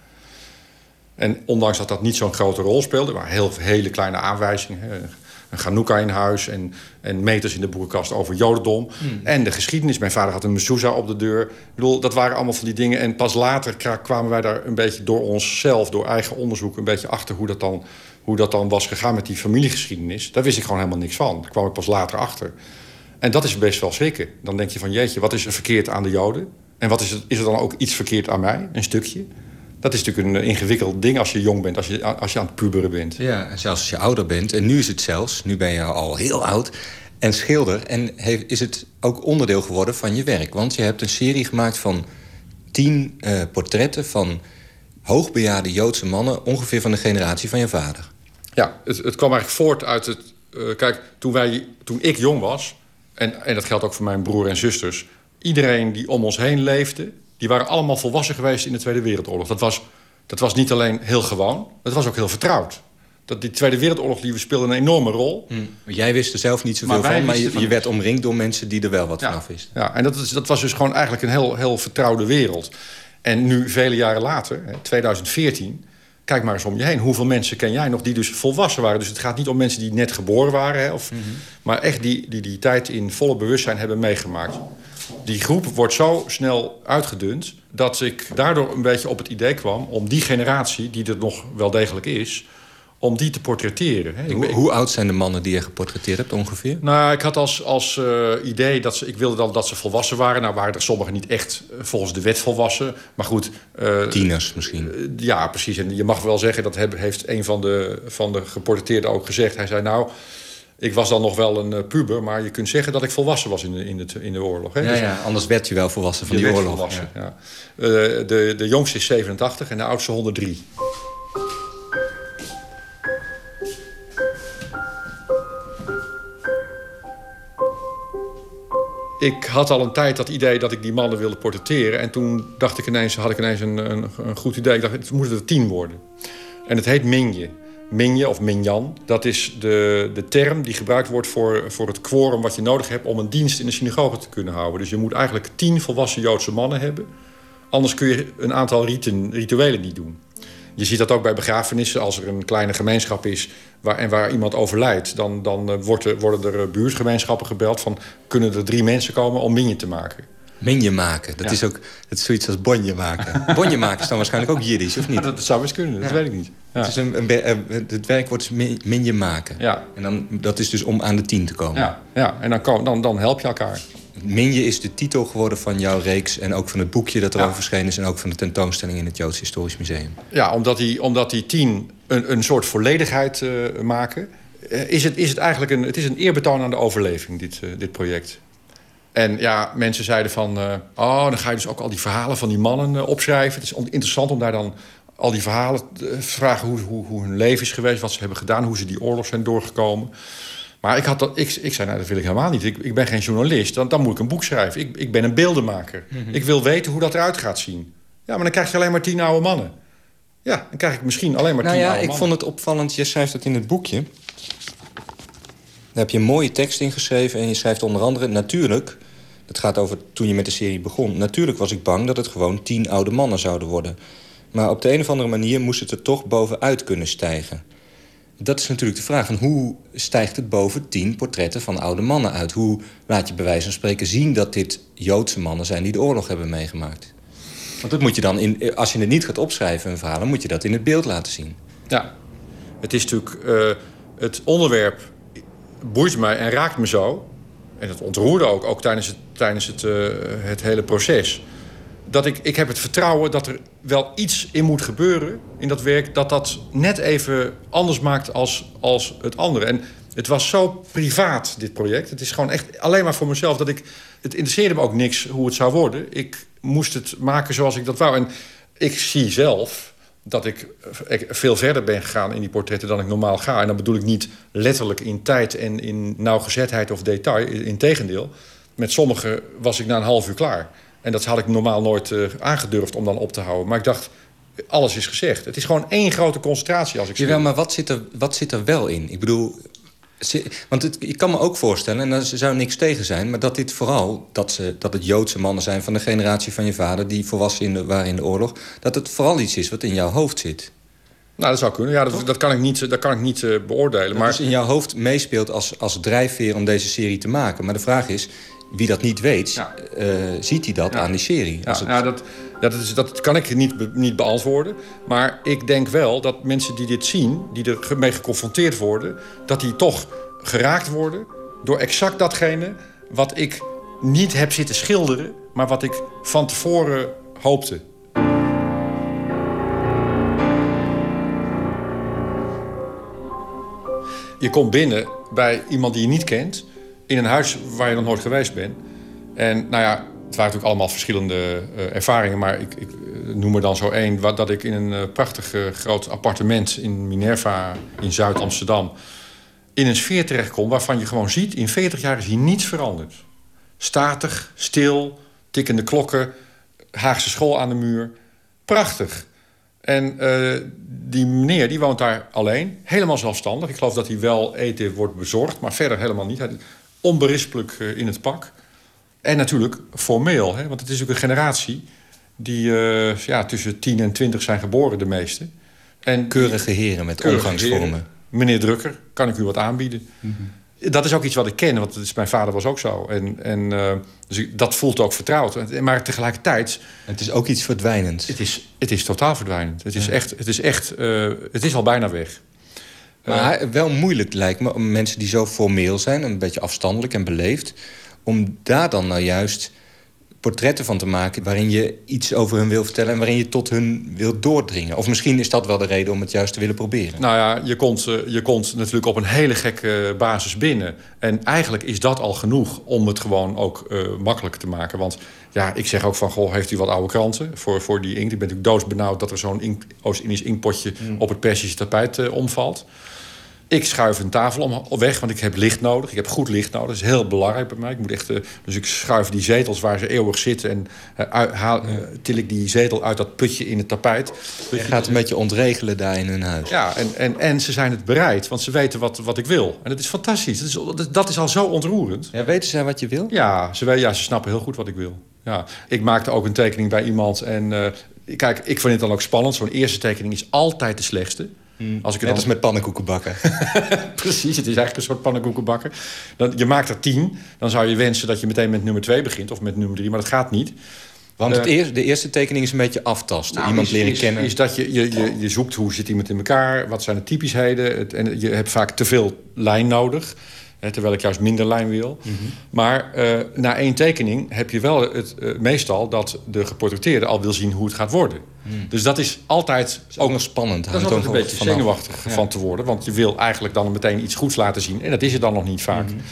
Speaker 8: En ondanks dat dat niet zo'n grote rol speelde... maar hele kleine aanwijzingen... Een Chanukka in huis en meters in de boekenkast over Jodendom. En de geschiedenis. Mijn vader had een mezuzah op de deur. Ik bedoel, dat waren allemaal van die dingen. En pas later kwamen wij daar een beetje door onszelf, door eigen onderzoek... een beetje achter hoe dat dan was gegaan met die familiegeschiedenis. Daar wist ik gewoon helemaal niks van. Daar kwam ik pas later achter. En dat is best wel schrikken. Dan denk je van, jeetje, wat is er verkeerd aan de Joden? En wat is er dan ook iets verkeerd aan mij? Een stukje? Dat is natuurlijk een ingewikkeld ding als je jong bent, als je aan het puberen bent.
Speaker 9: Ja, en zelfs als je ouder bent. En nu is het zelfs, nu ben je al heel oud en schilder. En is het ook onderdeel geworden van je werk. Want je hebt een serie gemaakt van 10 portretten van hoogbejaarde Joodse mannen... ongeveer van de generatie van je vader.
Speaker 8: Ja, het kwam eigenlijk voort uit het... kijk, toen ik jong was, en dat geldt ook voor mijn broer en zusters... iedereen die om ons heen leefde... die waren allemaal volwassen geweest in de Tweede Wereldoorlog. Dat was niet alleen heel gewoon, dat was ook heel vertrouwd. Die Tweede Wereldoorlog die speelde een enorme rol.
Speaker 9: Jij wist er zelf niet zoveel van, maar je werd omringd door mensen die er wel wat vanaf wisten.
Speaker 8: Ja, en dat was dus gewoon eigenlijk een heel vertrouwde wereld. En nu, vele jaren later, 2014... kijk maar eens om je heen. Hoeveel mensen ken jij nog die dus volwassen waren? Dus het gaat niet om mensen die net geboren waren... maar echt die tijd in volle bewustzijn hebben meegemaakt. Die groep wordt zo snel uitgedund... dat ik daardoor een beetje op het idee kwam... om die generatie, die er nog wel degelijk is... om die te portretteren.
Speaker 9: Hoe oud zijn de mannen die je geportretteerd hebt ongeveer?
Speaker 8: Nou, ik had als idee dat ik wilde dan dat ze volwassen waren. Nou waren er sommigen niet echt volgens de wet volwassen. Maar goed...
Speaker 9: tieners misschien.
Speaker 8: Ja, precies. En je mag wel zeggen, dat heeft een van de geportretteerden ook gezegd. Hij zei, nou... Ik was dan nog wel een puber, maar je kunt zeggen dat ik volwassen was in de oorlog. Hè?
Speaker 9: Ja, anders werd je wel volwassen van die oorlog.
Speaker 8: Volwassen, ja. De jongste is 87 en de oudste 103. Ik had al een tijd dat idee dat ik die mannen wilde portretteren. En toen had ik ineens een goed idee. Ik dacht, het moeten er 10 worden. En het heet Minje. Minje of Minjan, dat is de term die gebruikt wordt voor het quorum... wat je nodig hebt om een dienst in de synagoge te kunnen houden. Dus je moet eigenlijk 10 volwassen Joodse mannen hebben. Anders kun je een aantal rituelen niet doen. Je ziet dat ook bij begrafenissen. Als er een kleine gemeenschap is waar iemand overlijdt... dan worden er buurtgemeenschappen gebeld van... kunnen er 3 mensen komen om minje te maken.
Speaker 9: Minje maken, dat is zoiets als bonje maken. Bonje maken is dan waarschijnlijk ook Jiddisch, of niet?
Speaker 8: Dat zou best kunnen, dat weet ik niet. Ja.
Speaker 9: Het, is het werkwoord is minje maken.
Speaker 8: Ja.
Speaker 9: En dat is dus om aan de 10 te komen.
Speaker 8: Ja. En dan help je elkaar.
Speaker 9: Minje is de titel geworden van jouw reeks... en ook van het boekje dat erover verschenen is... en ook van de tentoonstelling in het Joods Historisch Museum. Ja,
Speaker 8: omdat die 10 een soort volledigheid maken... is het eigenlijk een eerbetoon aan de overleving, dit project. En ja, mensen zeiden van... dan ga je dus ook al die verhalen van die mannen opschrijven. Het is interessant om daar dan al die verhalen te vragen... hoe hun leven is geweest, wat ze hebben gedaan... hoe ze die oorlog zijn doorgekomen. Maar ik zei, nou, dat wil ik helemaal niet. Ik ben geen journalist, dan moet ik een boek schrijven. Ik ben een beeldenmaker. Mm-hmm. Ik wil weten hoe dat eruit gaat zien. Ja, maar dan krijg je alleen maar 10 oude mannen. Ja, dan krijg ik misschien alleen maar 10 oude mannen.
Speaker 9: Ik vond het opvallend, je schrijft het in het boekje. Daar heb je een mooie tekst in geschreven... en je schrijft onder andere... Natuurlijk, het gaat over toen je met de serie begon... natuurlijk was ik bang dat het gewoon 10 oude mannen zouden worden. Maar op de een of andere manier moest het er toch bovenuit kunnen stijgen. Dat is natuurlijk de vraag. Van hoe stijgt het boven 10 portretten van oude mannen uit? Hoe laat je bij wijze van spreken zien dat dit Joodse mannen zijn... die de oorlog hebben meegemaakt? Want dat moet je dan, als je het niet gaat opschrijven, een verhaal... dan moet je dat in het beeld laten zien.
Speaker 8: Ja, het is natuurlijk... het onderwerp boeit mij en raakt me zo. En dat ontroerde ook tijdens het hele proces. Dat ik heb het vertrouwen dat er wel iets in moet gebeuren in dat werk... dat net even anders maakt als het andere. En het was zo privaat, dit project. Het is gewoon echt alleen maar voor mezelf. Het interesseerde me ook niks hoe het zou worden. Ik moest het maken zoals ik dat wou. En ik zie zelf dat ik veel verder ben gegaan in die portretten dan ik normaal ga. En dan bedoel ik niet letterlijk in tijd en in nauwgezetheid of detail. Integendeel, met sommige was ik na een half uur klaar. En dat had ik normaal nooit aangedurfd om dan op te houden. Maar ik dacht, alles is gezegd. Het is gewoon één grote concentratie als ik
Speaker 9: Jawel, maar wat zit er wel in? Ik bedoel, want ik kan me ook voorstellen, en daar zou niks tegen zijn... maar dat dit vooral, dat het Joodse mannen zijn van de generatie van je vader... die volwassen waren in de oorlog... dat het vooral iets is wat in jouw hoofd zit.
Speaker 8: Nou, dat zou kunnen. Ja, dat kan ik niet beoordelen.
Speaker 9: Dat
Speaker 8: maar
Speaker 9: dus in jouw hoofd meespeelt als drijfveer om deze serie te maken. Maar de vraag is, wie dat niet weet, ziet hij dat aan die serie?
Speaker 8: Dat kan ik niet beantwoorden. Maar ik denk wel dat mensen die dit zien, die ermee geconfronteerd worden... dat die toch geraakt worden door exact datgene wat ik niet heb zitten schilderen... maar wat ik van tevoren hoopte. Je komt binnen bij iemand die je niet kent... in een huis waar je nog nooit geweest bent. En nou ja, het waren natuurlijk allemaal verschillende ervaringen... maar ik noem er dan zo één... dat ik in een prachtig groot appartement in Minerva in Zuid-Amsterdam... in een sfeer terechtkom waarvan je gewoon ziet... in 40 jaar is hier niets veranderd. Statig, stil, tikkende klokken... Haagse school aan de muur. Prachtig. En die meneer die woont daar alleen, helemaal zelfstandig. Ik geloof dat hij wel eten wordt bezorgd, maar verder helemaal niet. Hij is onberispelijk in het pak. En natuurlijk formeel, hè, want het is ook een generatie... die tussen 10 en 20 zijn geboren, de meeste. En
Speaker 9: keurige heren met omgangsvormen.
Speaker 8: Meneer Drukker, kan ik u wat aanbieden? Mm-hmm. Dat is ook iets wat ik ken, want mijn vader was ook zo. Dus dat voelt ook vertrouwd. Maar tegelijkertijd...
Speaker 9: Het is ook iets verdwijnends.
Speaker 8: Het is totaal verdwijnend. Het is al bijna weg.
Speaker 9: Maar wel moeilijk lijkt me om mensen die zo formeel zijn... een beetje afstandelijk en beleefd... om daar dan nou juist portretten van te maken... waarin je iets over hun wil vertellen... en waarin je tot hun wil doordringen. Of misschien is dat wel de reden om het juist te willen proberen.
Speaker 8: Nou ja, je komt natuurlijk op een hele gekke basis binnen. En eigenlijk is dat al genoeg om het gewoon ook makkelijk te maken. Want ja, ik zeg ook van, goh, heeft u wat oude kranten voor die inkt? Ik ben natuurlijk doodsbenauwd dat er zo'n Oost-Indisch inkpotje... op het Persische tapijt omvalt. Ik schuif een tafel weg, want ik heb licht nodig. Ik heb goed licht nodig. Dat is heel belangrijk bij mij. Ik moet echt, dus ik schuif die zetels waar ze eeuwig zitten... en til ik die zetel uit dat putje in het tapijt.
Speaker 9: Je gaat een beetje ontregelen daar in hun huis.
Speaker 8: Ja, en ze zijn het bereid, want ze weten wat ik wil. En dat is fantastisch. Dat is al zo ontroerend.
Speaker 9: Ja, weten zij wat je wil?
Speaker 8: Ja, ze snappen heel goed wat ik wil. Ja. Ik maakte ook een tekening bij iemand. En kijk, ik vind het dan ook spannend. Zo'n eerste tekening is altijd de slechtste.
Speaker 9: Net als met pannenkoeken bakken.
Speaker 8: Precies, het is eigenlijk een soort pannenkoeken bakken. Je maakt er 10, dan zou je wensen dat je meteen met nummer 2 begint... of met nummer 3, maar dat gaat niet.
Speaker 9: Want de eerste tekening is een beetje aftasten. Iemand leren kennen.
Speaker 8: Is dat je zoekt hoe zit iemand in elkaar, wat zijn de typischheden. En je hebt vaak te veel lijn nodig... terwijl ik juist minder lijn wil. Mm-hmm. Maar na 1 tekening heb je wel meestal... dat de geportretteerde al wil zien hoe het gaat worden. Dus dat is altijd...
Speaker 9: ook nog spannend.
Speaker 8: Dat is altijd een beetje zenuwachtig van te worden. Want je wil eigenlijk dan meteen iets goeds laten zien. En dat is het dan nog niet vaak. Mm-hmm.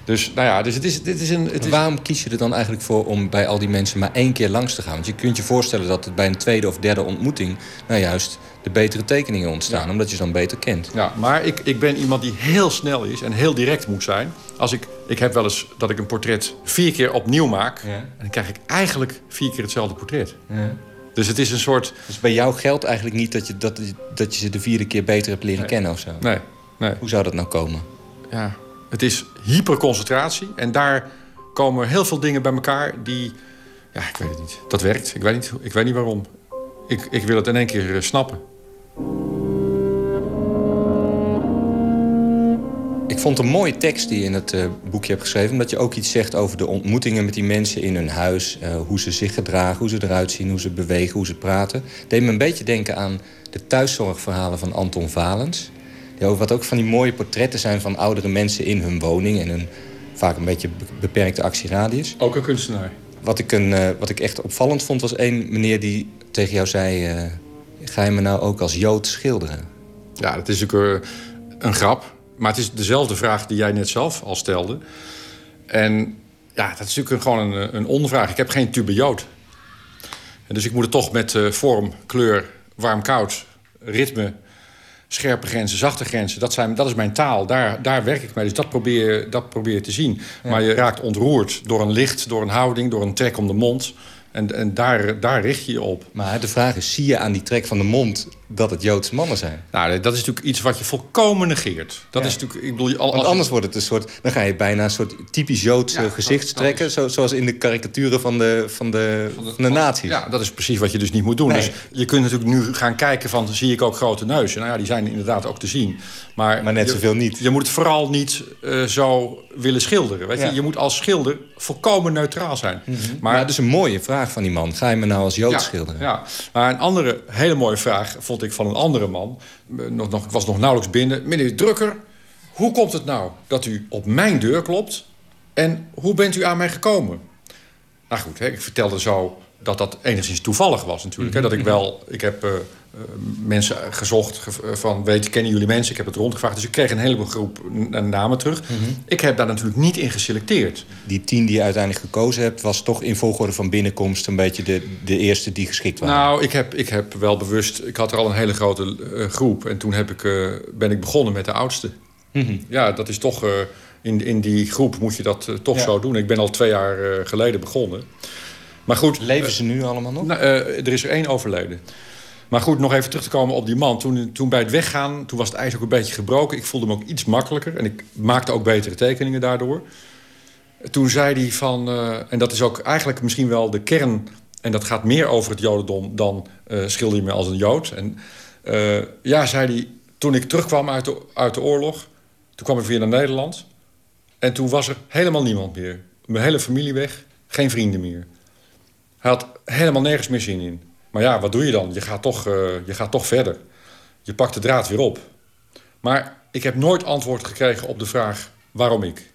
Speaker 8: Dus, nou ja, dus
Speaker 9: Waarom kies je er dan eigenlijk voor om bij al die mensen maar 1 keer langs te gaan? Want je kunt je voorstellen dat het bij een tweede of derde ontmoeting... nou juist de betere tekeningen ontstaan, omdat je ze dan beter kent.
Speaker 8: Ja, maar ik ben iemand die heel snel is en heel direct moet zijn. Ik heb wel eens dat ik een portret 4 keer opnieuw maak... en dan krijg ik eigenlijk 4 keer hetzelfde portret. Ja. Dus het is een soort...
Speaker 9: Dus bij jou geldt eigenlijk niet dat je ze de 4e keer beter hebt leren kennen of zo?
Speaker 8: Nee.
Speaker 9: Hoe zou dat nou komen?
Speaker 8: Ja, het is hyperconcentratie. En daar komen heel veel dingen bij elkaar die... Ja, ik weet het niet. Dat werkt. Ik weet niet waarom. Ik wil het in 1 keer snappen.
Speaker 9: Ik vond een mooie tekst die je in het boekje hebt geschreven... omdat je ook iets zegt over de ontmoetingen met die mensen in hun huis... hoe ze zich gedragen, hoe ze eruit zien, hoe ze bewegen, hoe ze praten. Het deed me een beetje denken aan de thuiszorgverhalen van Anton Valens... wat ook van die mooie portretten zijn van oudere mensen in hun woning... en hun vaak een beetje beperkte actieradius.
Speaker 8: Ook een kunstenaar.
Speaker 9: Wat ik echt opvallend vond was één meneer die tegen jou zei... ga je me nou ook als Jood schilderen?
Speaker 8: Ja, dat is natuurlijk een grap. Maar het is dezelfde vraag die jij net zelf al stelde. En ja, dat is natuurlijk gewoon een ondervraag. Ik heb geen tube Jood. En dus ik moet het toch met vorm, kleur, warm-koud, ritme... scherpe grenzen, zachte grenzen, dat is mijn taal. Daar werk ik mee, dus dat probeer je te zien. Ja. Maar je raakt ontroerd door een licht, door een houding... door een trek om de mond. En daar richt je je op.
Speaker 9: Maar de vraag is, zie je aan die trek van de mond... dat het Joodse mannen zijn?
Speaker 8: Nou, dat is natuurlijk iets wat je volkomen negeert. Dat is natuurlijk, ik bedoel,
Speaker 9: want anders wordt het een soort... dan ga je bijna een soort typisch Joodse gezichtstrekken... zoals in de karikaturen van de nazi's.
Speaker 8: Ja, dat is precies wat je dus niet moet doen. Nee. Dus je kunt natuurlijk nu gaan kijken van... zie ik ook grote neuzen? Nou ja, die zijn inderdaad ook te zien. Maar
Speaker 9: net zoveel niet.
Speaker 8: Je moet het vooral niet zo willen schilderen. Weet je? Je moet als schilder volkomen neutraal zijn.
Speaker 9: Mm-hmm. Maar dat is een mooie vraag van die man. Ga je me nou als Jood schilderen?
Speaker 8: Ja, maar een andere hele mooie vraag... vond ik van een andere man. Ik was nog nauwelijks binnen. Meneer Drucker, hoe komt het nou dat u op mijn deur klopt? En hoe bent u aan mij gekomen? Nou goed, ik vertelde zo dat enigszins toevallig was natuurlijk. Mm-hmm. Ik heb mensen gezocht van... kennen jullie mensen? Ik heb het rondgevraagd. Dus ik kreeg een heleboel groep namen terug. Mm-hmm. Ik heb daar natuurlijk niet in geselecteerd.
Speaker 9: Die 10 die je uiteindelijk gekozen hebt... was toch in volgorde van binnenkomst... een beetje de eerste die geschikt waren?
Speaker 8: Nou, ik heb wel bewust... Ik had er al een hele grote groep. En toen ben ik begonnen met de oudste. Mm-hmm. Ja, dat is toch... in die groep moet je dat toch zo doen. Ik ben al 2 jaar geleden begonnen. Maar goed...
Speaker 9: Leven ze nu allemaal nog?
Speaker 8: Er is er 1 overleden. Maar goed, nog even terug te komen op die man. Toen bij het weggaan, toen was het ijs ook een beetje gebroken. Ik voelde me ook iets makkelijker. En ik maakte ook betere tekeningen daardoor. Toen zei hij van... en dat is ook eigenlijk misschien wel de kern... en dat gaat meer over het jodendom dan schilder je me als een Jood. En zei hij... Toen ik terugkwam uit de oorlog... toen kwam ik weer naar Nederland. En toen was er helemaal niemand meer. Mijn hele familie weg. Geen vrienden meer. Hij had helemaal nergens meer zin in. Maar ja, wat doe je dan? Je gaat toch verder. Je pakt de draad weer op. Maar ik heb nooit antwoord gekregen op de vraag waarom ik.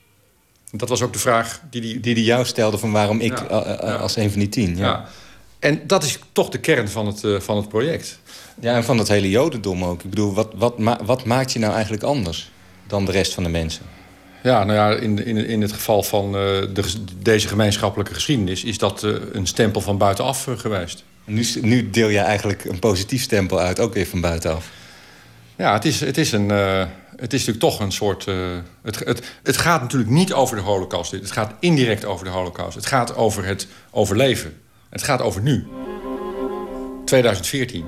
Speaker 8: En dat was ook de vraag
Speaker 9: die jou stelde van waarom ik als een van die 10. Ja.
Speaker 8: En dat is toch de kern van het project.
Speaker 9: Ja, en van het hele jodendom ook. Ik bedoel, wat maakt je nou eigenlijk anders dan de rest van de mensen?
Speaker 8: Ja, nou ja, in het geval van deze gemeenschappelijke geschiedenis... is dat een stempel van buitenaf geweest.
Speaker 9: Nu deel je eigenlijk een positief stempel uit, ook weer van buitenaf.
Speaker 8: Ja, het is natuurlijk toch een soort... Het gaat natuurlijk niet over de Holocaust. Het gaat indirect over de Holocaust. Het gaat over het overleven. Het gaat over nu. 2014.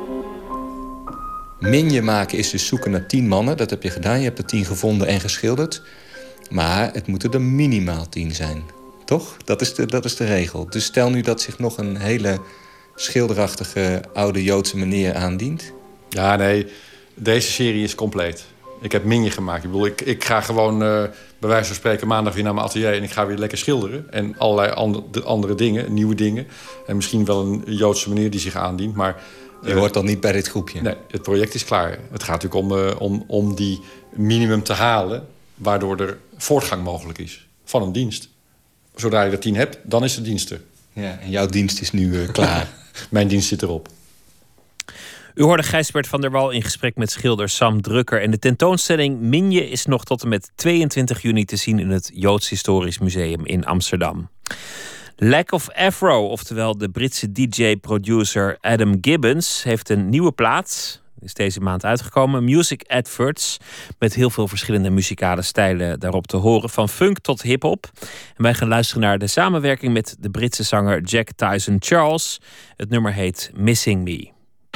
Speaker 9: Minje maken is dus zoeken naar 10 mannen. Dat heb je gedaan. Je hebt er 10 gevonden en geschilderd. Maar het moeten er minimaal 10 zijn. Toch? Dat is de regel. Dus stel nu dat zich nog een hele schilderachtige oude Joodse meneer aandient.
Speaker 8: Ja, nee. Deze serie is compleet. Ik heb Minje gemaakt. Ik bedoel, ik ga gewoon bij wijze van spreken maandag weer naar mijn atelier... en ik ga weer lekker schilderen. En allerlei andere dingen, nieuwe dingen. En misschien wel een Joodse meneer die zich aandient. Maar
Speaker 9: je hoort dan niet bij dit groepje?
Speaker 8: Nee, het project is klaar. Het gaat natuurlijk om die minimum te halen... waardoor er voortgang mogelijk is van een dienst. Zodra je er 10 hebt, dan is de dienst er.
Speaker 9: Ja, en jouw dienst is nu klaar.
Speaker 8: Mijn dienst zit erop.
Speaker 4: U hoorde Gijsbert van der Wal in gesprek met schilder Sam Drucker. En de tentoonstelling Minje is nog tot en met 22 juni te zien in het Joods Historisch Museum in Amsterdam. Lack of Afro, oftewel de Britse DJ-producer Adam Gibbons, heeft een nieuwe plaat. Is deze maand uitgekomen. Music Adverts. Met heel veel verschillende muzikale stijlen daarop te horen. Van funk tot hip-hop. En wij gaan luisteren naar de samenwerking met de Britse zanger Jack Tyson Charles. Het nummer heet Missing Me.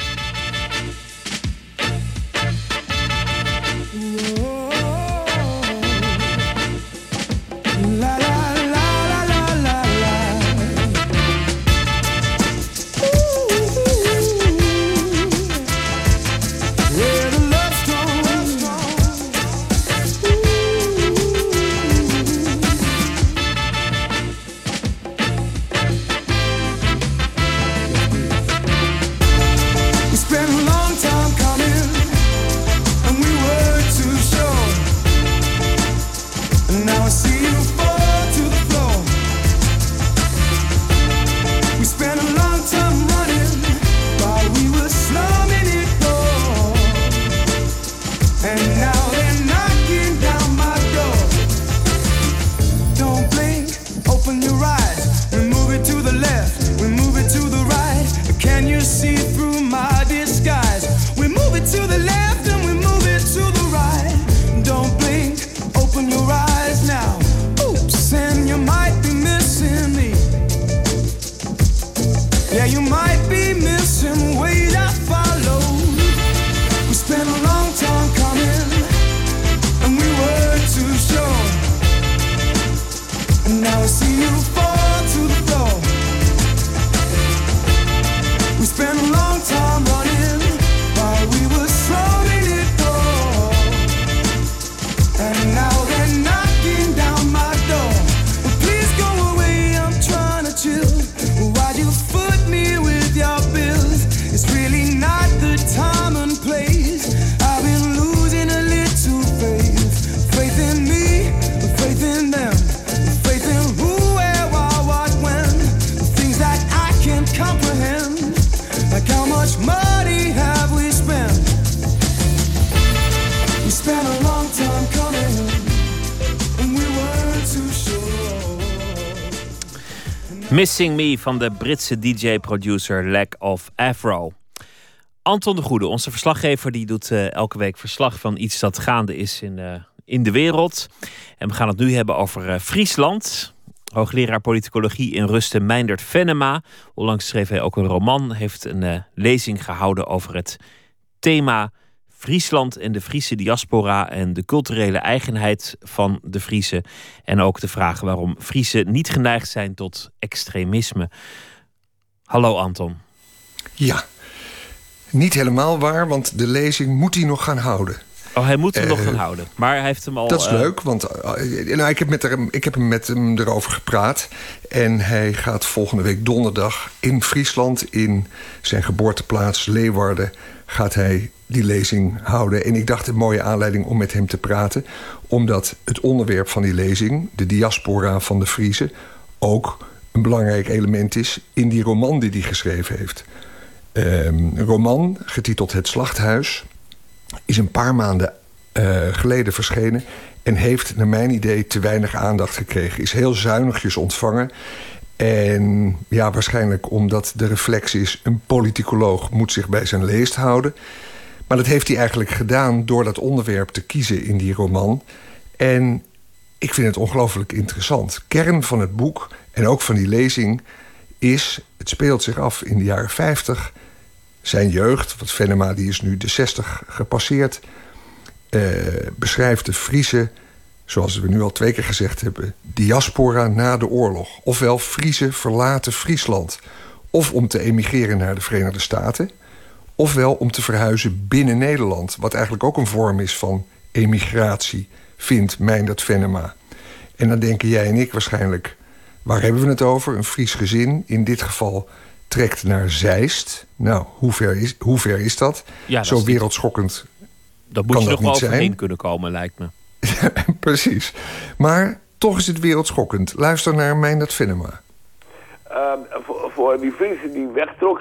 Speaker 4: Missing Me van de Britse DJ-producer Lack of Afro. Anton de Goede, onze verslaggever, die doet elke week verslag van iets dat gaande is in de wereld. En we gaan het nu hebben over Friesland. Hoogleraar politicologie in Rusten Meindert Venema. Onlangs schreef hij ook een roman. Heeft een lezing gehouden over het thema Friesland en de Friese diaspora en de culturele eigenheid van de Friese. En ook de vraag waarom Friesen niet geneigd zijn tot extremisme. Hallo Anton.
Speaker 10: Ja, niet helemaal waar, want de lezing moet hij nog gaan houden.
Speaker 4: Oh, hij moet hem nog gaan houden. Maar hij heeft hem al...
Speaker 10: Dat is leuk, want ik heb hem met hem erover gepraat. En hij gaat volgende week donderdag in Friesland, in zijn geboorteplaats Leeuwarden, gaat hij die lezing houden. En ik dacht een mooie aanleiding om met hem te praten, omdat het onderwerp van die lezing, de diaspora van de Friese, ook een belangrijk element is in die roman die hij geschreven heeft. Een roman getiteld Het Slachthuis is een paar maanden geleden verschenen en heeft naar mijn idee te weinig aandacht gekregen. Is heel zuinigjes ontvangen. En ja, waarschijnlijk omdat de reflex is, een politicoloog moet zich bij zijn leest houden. Maar dat heeft hij eigenlijk gedaan door dat onderwerp te kiezen in die roman. En ik vind het ongelooflijk interessant. Kern van het boek en ook van die lezing is, het speelt zich af in de jaren 50. Zijn jeugd, want Venema die is nu de 60 gepasseerd, beschrijft de Friese, zoals we nu al 2 keer gezegd hebben, diaspora na de oorlog. Ofwel Friese verlaten Friesland. Of om te emigreren naar de Verenigde Staten, ofwel om te verhuizen binnen Nederland, wat eigenlijk ook een vorm is van emigratie, vindt Meindert Venema. En dan denken jij en ik waarschijnlijk, waar hebben we het over? Een Fries gezin, in dit geval, trekt naar Zeist. Nou, hoe ver is dat?
Speaker 4: Ja,
Speaker 10: zo wereldschokkend
Speaker 4: dat moet
Speaker 10: kan
Speaker 4: je
Speaker 10: dat
Speaker 4: nog
Speaker 10: niet
Speaker 4: overheen
Speaker 10: zijn.
Speaker 4: kunnen komen, lijkt me.
Speaker 10: Precies. Maar toch is het wereldschokkend. Luister naar Meindert Venema.
Speaker 11: Voor die Friesen die wegtrokken,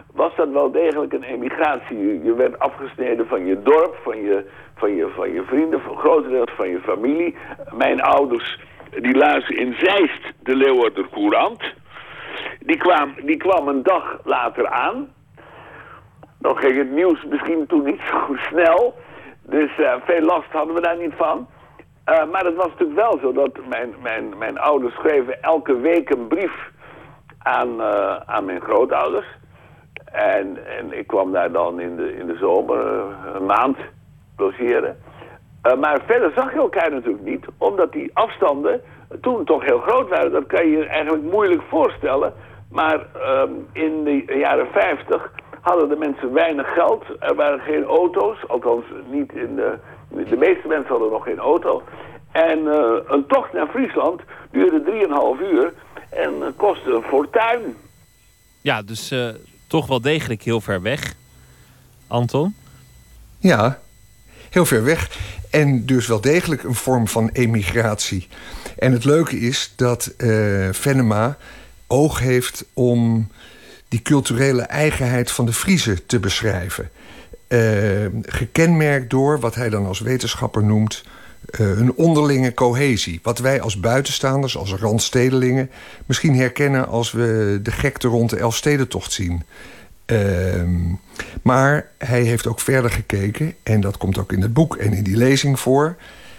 Speaker 11: was dat wel degelijk een emigratie. Je werd afgesneden van je dorp, van je vrienden, grotendeels van je familie. Mijn ouders, die lazen in Zeist de Leeuwarder Courant. Die kwam een dag later aan. Dan ging het nieuws misschien toen niet zo goed snel. Dus veel last hadden we daar niet van. Maar het was natuurlijk wel zo dat mijn ouders schreven elke week een brief aan mijn grootouders. En ik kwam daar dan in de zomer een maand logeren. Maar verder zag je elkaar natuurlijk niet, omdat die afstanden toen toch heel groot waren. Dat kan je je eigenlijk moeilijk voorstellen. Maar in de jaren 50 hadden de mensen weinig geld. Er waren geen auto's, althans niet de meeste mensen hadden nog geen auto. En een tocht naar Friesland duurde 3,5 uur en kostte een fortuin.
Speaker 4: Ja, dus toch wel degelijk heel ver weg, Anton?
Speaker 10: Ja, heel ver weg. En dus wel degelijk een vorm van emigratie. En het leuke is dat Venema oog heeft om die culturele eigenheid van de Friezen te beschrijven. Gekenmerkt door wat hij dan als wetenschapper noemt een onderlinge cohesie. Wat wij als buitenstaanders, als randstedelingen, misschien herkennen als we de gekte rond de Elfstedentocht zien. Maar hij heeft ook verder gekeken, en dat komt ook in het boek en in die lezing voor.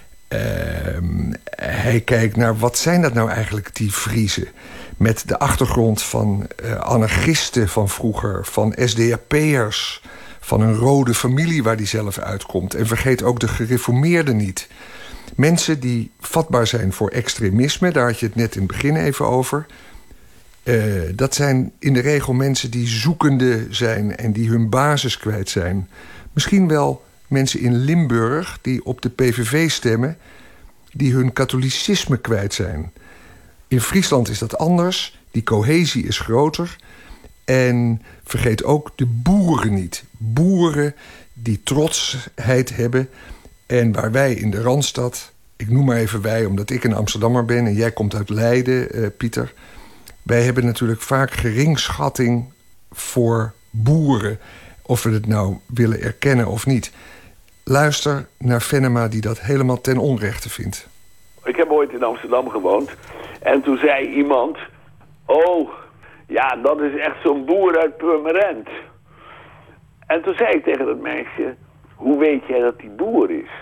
Speaker 10: Hij kijkt naar wat zijn dat nou eigenlijk, die Friezen, met de achtergrond van anarchisten van vroeger, van SDAP'ers, van een rode familie waar die zelf uitkomt. En vergeet ook de gereformeerden niet. Mensen die vatbaar zijn voor extremisme, daar had je het net in het begin even over. Dat zijn in de regel mensen die zoekende zijn en die hun basis kwijt zijn. Misschien wel mensen in Limburg die op de PVV stemmen, die hun katholicisme kwijt zijn. In Friesland is dat anders. Die cohesie is groter. En vergeet ook de boeren niet. Boeren die trotsheid hebben. En waar wij in de Randstad, ik noem maar even wij, omdat ik een Amsterdammer ben en jij komt uit Leiden, Pieter. Wij hebben natuurlijk vaak geringschatting voor boeren, of we het nou willen erkennen of niet. Luister naar Venema die dat helemaal ten onrechte vindt.
Speaker 11: Ik heb ooit in Amsterdam gewoond en toen zei iemand, oh, ja, dat is echt zo'n boer uit Purmerend. En toen zei ik tegen dat meisje, hoe weet jij dat die boer is?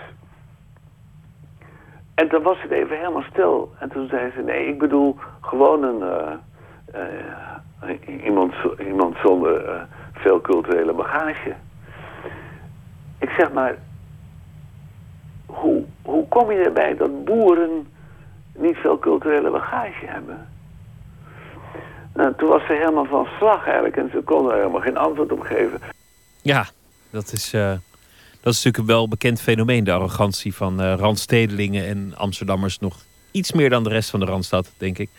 Speaker 11: En toen was het even helemaal stil. En toen zei ze, nee, ik bedoel gewoon iemand zonder veel culturele bagage. Ik zeg maar, hoe kom je erbij dat boeren niet veel culturele bagage hebben? Nou, toen was ze helemaal van slag eigenlijk en ze kon er helemaal geen antwoord op geven.
Speaker 4: Ja, dat is natuurlijk een wel bekend fenomeen, de arrogantie van randstedelingen en Amsterdammers nog iets meer dan de rest van de Randstad, denk ik.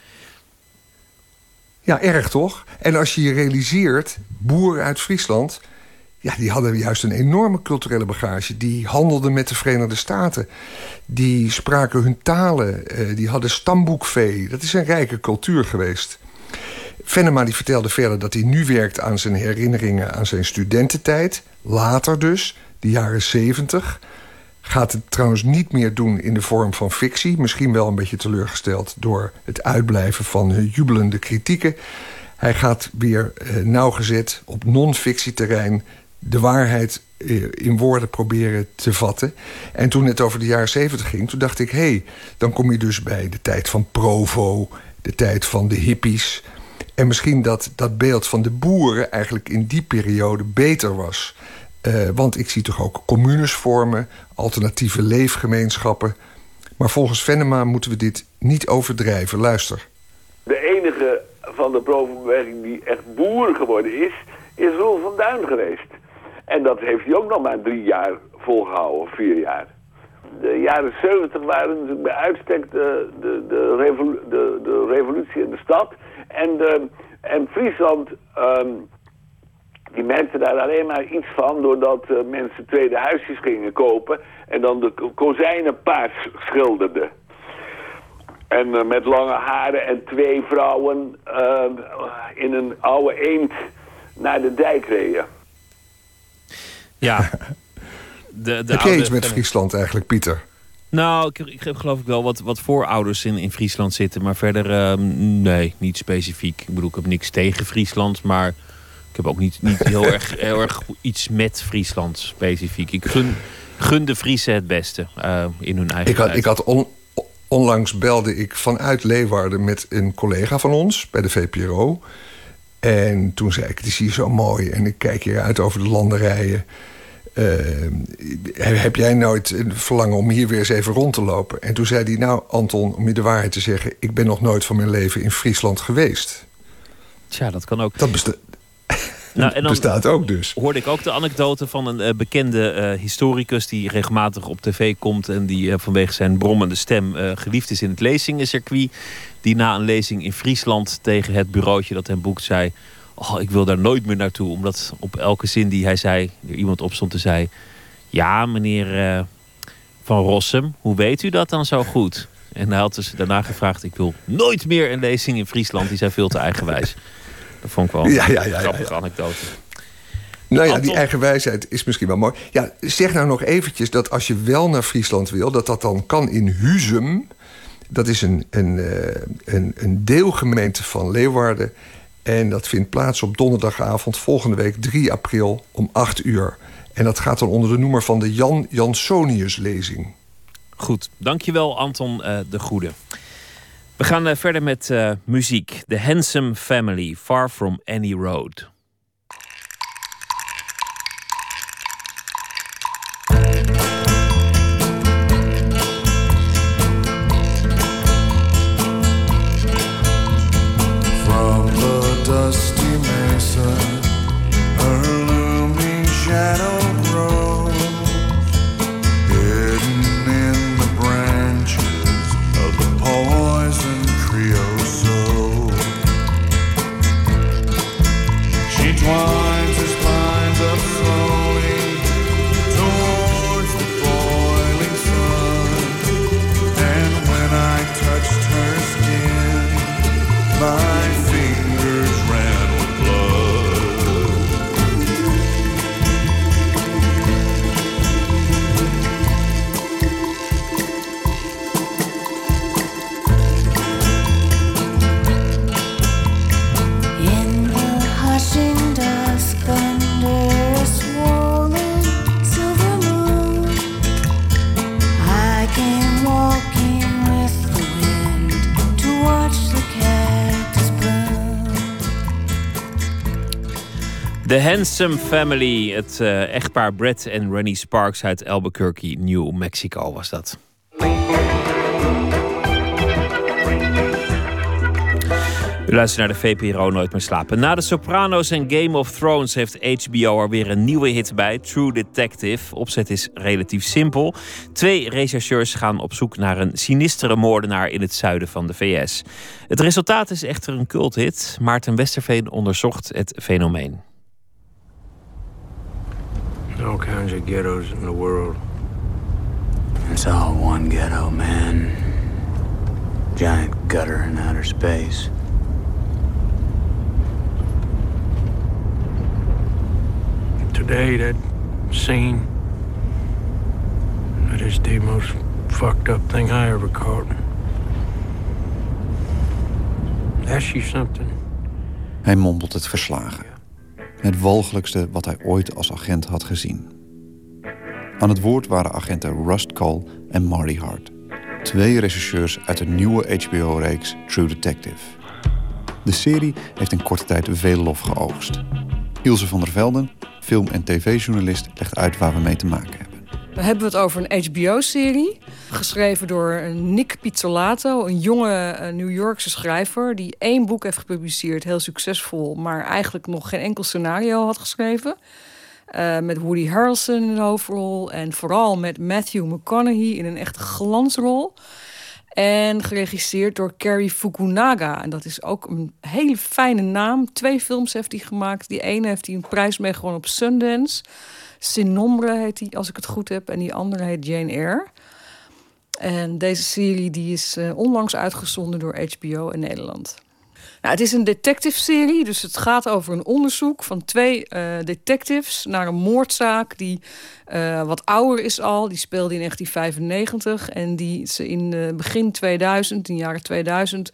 Speaker 10: Ja, erg toch? En als je je realiseert, boeren uit Friesland, ja, die hadden juist een enorme culturele bagage. Die handelden met de Verenigde Staten. Die spraken hun talen. Die hadden stamboekvee. Dat is een rijke cultuur geweest. Venema die vertelde verder dat hij nu werkt aan zijn herinneringen aan zijn studententijd. Later dus, de jaren 70. Gaat het trouwens niet meer doen in de vorm van fictie. Misschien wel een beetje teleurgesteld door het uitblijven van jubelende kritieken. Hij gaat weer nauwgezet op non-fictieterrein de waarheid in woorden proberen te vatten. En toen het over de jaren 70 ging, toen dacht ik, hé, dan kom je dus bij de tijd van Provo, de tijd van de hippies. En misschien dat beeld van de boeren eigenlijk in die periode beter was. Want ik zie toch ook communes vormen, alternatieve leefgemeenschappen. Maar volgens Venema moeten we dit niet overdrijven. Luister.
Speaker 11: De enige van de Provo-beweging die echt boer geworden is Roel van Duin geweest. En dat heeft hij ook nog maar 3 jaar volgehouden, 4 jaar. De jaren 70 waren natuurlijk bij uitstek de revolutie in de stad. En Friesland, die merkte daar alleen maar iets van doordat mensen tweede huisjes gingen kopen en dan de kozijnen paars schilderden. En met lange haren en 2 vrouwen in een oude eend naar de dijk reden.
Speaker 4: Ja.
Speaker 10: Heb jij iets met Friesland eigenlijk, Pieter?
Speaker 4: Nou, ik heb geloof ik wel wat voorouders in Friesland zitten. Maar verder, nee, niet specifiek. Ik bedoel, ik heb niks tegen Friesland. Maar ik heb ook niet heel erg iets met Friesland specifiek. Ik gun de Friesen het beste in hun eigen tijd.
Speaker 10: Onlangs belde ik vanuit Leeuwarden met een collega van ons bij de VPRO. En toen zei ik, het is hier zo mooi. En ik kijk hier uit over de landerijen. Heb jij nooit een verlangen om hier weer eens even rond te lopen? En toen zei hij, nou Anton, om je de waarheid te zeggen, ik ben nog nooit van mijn leven in Friesland geweest.
Speaker 4: Tja, dat kan ook.
Speaker 10: Dat bestaat ook dus.
Speaker 4: Hoorde ik ook de anekdote van een bekende historicus die regelmatig op tv komt en die vanwege zijn brommende stem geliefd is in het lezingencircuit. Die na een lezing in Friesland tegen het bureautje dat hem boekt zei: oh, ik wil daar nooit meer naartoe. Omdat op elke zin die hij zei, er iemand opstond te zei: ja, meneer Van Rossum, hoe weet u dat dan zo goed? En hij had dus daarna gevraagd: ik wil nooit meer een lezing in Friesland. Die zijn veel te eigenwijs. Dat vond ik wel een grappige anekdote.
Speaker 10: Nou ja, die eigenwijsheid is misschien wel mooi. Ja, zeg nou nog eventjes dat als je wel naar Friesland wil, dat dan kan in Huzum. Dat is een deelgemeente van Leeuwarden. En dat vindt plaats op donderdagavond volgende week 3 april om 8 uur. En dat gaat dan onder de noemer van de Jan Jansonius-lezing.
Speaker 4: Goed, dankjewel Anton de Goede. We gaan verder met muziek. The Handsome Family, Far From Any Road.
Speaker 12: From the dusty mesa, her looming shadow grows, hidden in the branches of the poison creosote. She twines her spines up slowly towards the boiling sun, and when I touched her skin, my fingers ran with blood.
Speaker 13: In the hushing dusk under a swollen silver moon, I came walking with the wind to watch the cactus bloom.
Speaker 4: The Handsome Family, het echtpaar Brett en Rennie Sparks uit Albuquerque, New Mexico was dat. U luistert naar de VPRO Nooit meer slapen. Na de Sopranos en Game of Thrones heeft HBO er weer een nieuwe hit bij, True Detective. Opzet is relatief simpel. 2 rechercheurs gaan op zoek naar een sinistere moordenaar in het zuiden van de VS. Het resultaat is echter een culthit. Maarten Westerveen onderzocht het fenomeen.
Speaker 14: All kinds of ghettos in the world. It's all one ghetto, man. Giant gutter in outer space. Today, that scene, that is the most fucked up thing I ever caught. Ask you something.
Speaker 15: Hij mompelt het verslagen. Het walgelijkste wat hij ooit als agent had gezien. Aan het woord waren agenten Rust Cole en Marty Hart. 2 rechercheurs uit de nieuwe HBO-reeks True Detective. De serie heeft in korte tijd veel lof geoogst. Ilse van der Velden, film- en tv-journalist, legt uit waar we mee te maken hebben.
Speaker 16: Dan hebben we het over een HBO-serie, geschreven door Nick Pizzolatto, een jonge New Yorkse schrijver die 1 boek heeft gepubliceerd, heel succesvol, maar eigenlijk nog geen enkel scenario had geschreven. Met Woody Harrelson in de hoofdrol en vooral met Matthew McConaughey in een echte glansrol. En geregisseerd door Cary Fukunaga. En dat is ook een hele fijne naam. 2 films heeft hij gemaakt. Die ene heeft hij een prijs mee gewonnen op Sundance. Sin Nombre heet hij, als ik het goed heb. En die andere heet Jane Eyre. En deze serie die is onlangs uitgezonden door HBO in Nederland. Nou, het is een detective-serie, dus het gaat over een onderzoek van 2 detectives naar een moordzaak die wat ouder is al. Die speelde in 1995 en die ze in begin 2000, in de jaren 2000,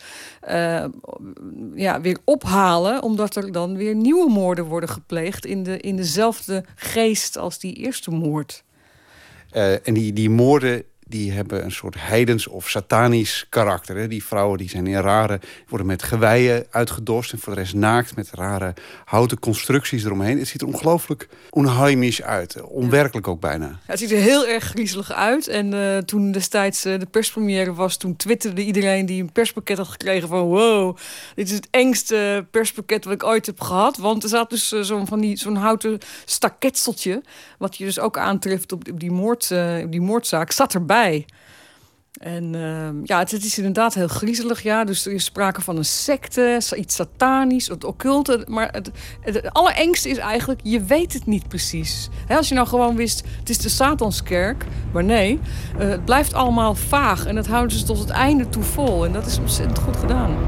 Speaker 16: weer ophalen, omdat er dan weer nieuwe moorden worden gepleegd in dezelfde geest als die eerste moord.
Speaker 17: En die moorden die hebben een soort heidens of satanisch karakter. Hè? Die vrouwen die zijn in rare, worden met geweien uitgedost en voor de rest naakt met rare houten constructies eromheen. Het ziet er ongelooflijk onheimisch uit. Onwerkelijk ook bijna.
Speaker 16: Ja, het ziet er heel erg griezelig uit. En toen destijds de perspremière was, toen twitterde iedereen die een perspakket had gekregen van wow, dit is het engste perspakket wat ik ooit heb gehad. Want er zat dus zo'n houten staketseltje, wat je dus ook aantreft op die moordzaak, zat erbij. En het is inderdaad heel griezelig. Ja. Dus er is sprake van een secte, iets satanisch, het occulte. Maar het allerengste is eigenlijk, je weet het niet precies. Als je nou gewoon wist, het is de Satanskerk. Maar nee, het blijft allemaal vaag. En dat houden ze tot het einde toe vol. En dat is ontzettend goed gedaan.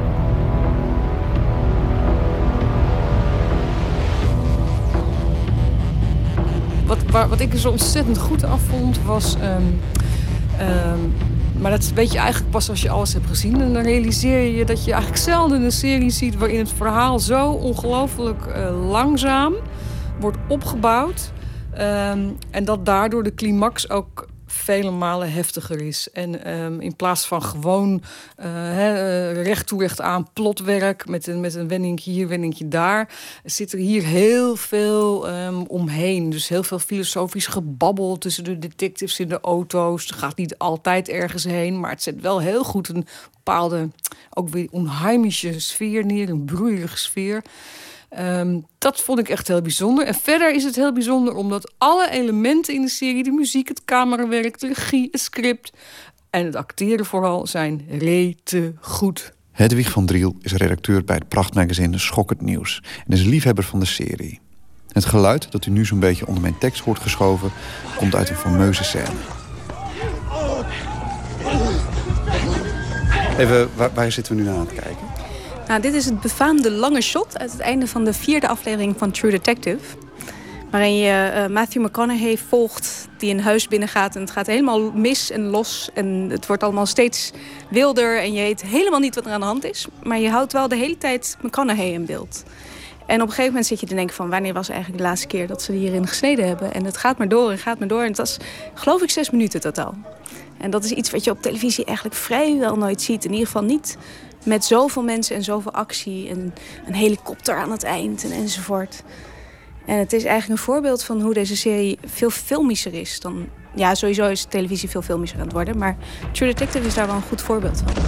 Speaker 16: Wat ik er zo ontzettend goed af vond, was... maar dat weet je eigenlijk pas als je alles hebt gezien. En dan realiseer je dat je eigenlijk zelden een serie ziet waarin het verhaal zo ongelooflijk langzaam wordt opgebouwd. En dat daardoor de climax ook vele malen heftiger is. En in plaats van gewoon recht toe recht aan plotwerk met een wendingje hier, wendingje daar, zit er hier heel veel omheen. Dus heel veel filosofisch gebabbel tussen de detectives in de auto's. Het gaat niet altijd ergens heen, maar het zet wel heel goed een bepaalde, ook weer onheimische sfeer neer, een broeierige sfeer. Dat vond ik echt heel bijzonder. En verder is het heel bijzonder omdat alle elementen in de serie, de muziek, het camerawerk, de regie, het script en het acteren vooral, zijn rete goed.
Speaker 15: Hedwig van Driel is redacteur bij het prachtmagazine Schokkend Nieuws en is een liefhebber van de serie. Het geluid dat u nu zo'n beetje onder mijn tekst hoort geschoven, komt uit een fameuze scène. Even, waar zitten we nu naar aan het kijken?
Speaker 18: Nou, dit is het befaamde lange shot uit het einde van de 4e aflevering van True Detective. Waarin je Matthew McConaughey volgt die een huis binnengaat. En het gaat helemaal mis en los. En het wordt allemaal steeds wilder. En je weet helemaal niet wat er aan de hand is. Maar je houdt wel de hele tijd McConaughey in beeld. En op een gegeven moment zit je te denken van... wanneer was eigenlijk de laatste keer dat ze hierin gesneden hebben? En het gaat maar door en gaat maar door. En het was, geloof ik, 6 minuten totaal. En dat is iets wat je op televisie eigenlijk vrijwel nooit ziet. In ieder geval niet met zoveel mensen en zoveel actie. En een helikopter aan het eind enzovoort. En het is eigenlijk een voorbeeld van hoe deze serie veel filmischer is dan... Ja, sowieso is televisie veel filmischer aan het worden. Maar True Detective is daar wel een goed voorbeeld van.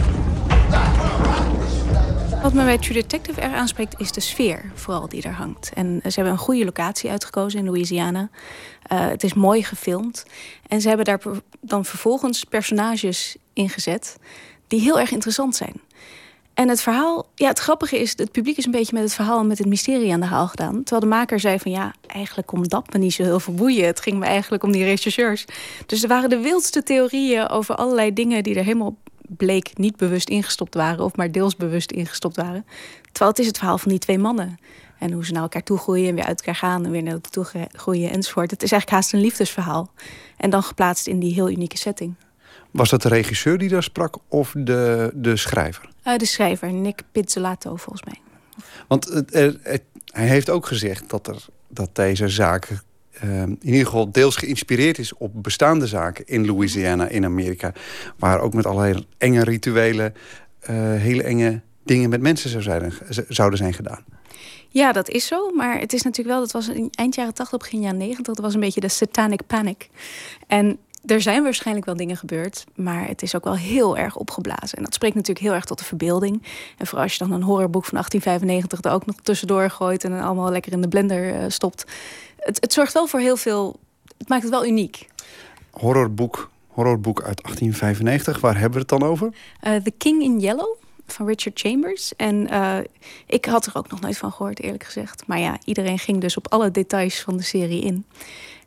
Speaker 18: Wat me bij True Detective erg aanspreekt is de sfeer, vooral die er hangt. En ze hebben een goede locatie uitgekozen in Louisiana. Het is mooi gefilmd. En ze hebben daar dan vervolgens personages ingezet die heel erg interessant zijn. En het verhaal, ja, het grappige is, het publiek is een beetje met het verhaal en met het mysterie aan de haal gedaan. Terwijl de maker zei van ja, eigenlijk kon dat me niet zo heel veel boeien. Het ging me eigenlijk om die rechercheurs. Dus er waren de wildste theorieën over allerlei dingen die er helemaal bleek niet bewust ingestopt waren, of maar deels bewust ingestopt waren. Terwijl het is het verhaal van die 2 mannen. En hoe ze naar elkaar toe groeien en weer uit elkaar gaan en weer naar elkaar toe groeien enzovoort. Het is eigenlijk haast een liefdesverhaal. En dan geplaatst in die heel unieke setting.
Speaker 17: Was dat de regisseur die daar sprak of de schrijver?
Speaker 18: De schrijver, Nick Pizzolatto volgens mij.
Speaker 17: Want hij heeft ook gezegd dat deze zaak in ieder geval deels geïnspireerd is op bestaande zaken in Louisiana, in Amerika. Waar ook met allerlei enge rituelen hele enge dingen met mensen zouden zijn gedaan. Ja, dat is zo. Maar het is natuurlijk wel, dat was in eind jaren 80, begin jaren 90. Dat was een beetje de satanic panic. En er zijn waarschijnlijk wel dingen gebeurd, maar het is ook wel heel erg opgeblazen. En dat spreekt natuurlijk heel erg tot de verbeelding. En vooral als je dan een horrorboek van 1895 er ook nog tussendoor gooit en dan allemaal lekker in de blender stopt. Het zorgt wel voor heel veel, het maakt het wel uniek. Horrorboek uit 1895, waar hebben we het dan over? The King in Yellow van Richard Chambers. En ik had er ook nog nooit van gehoord, eerlijk gezegd. Maar ja, iedereen ging dus op alle details van de serie in.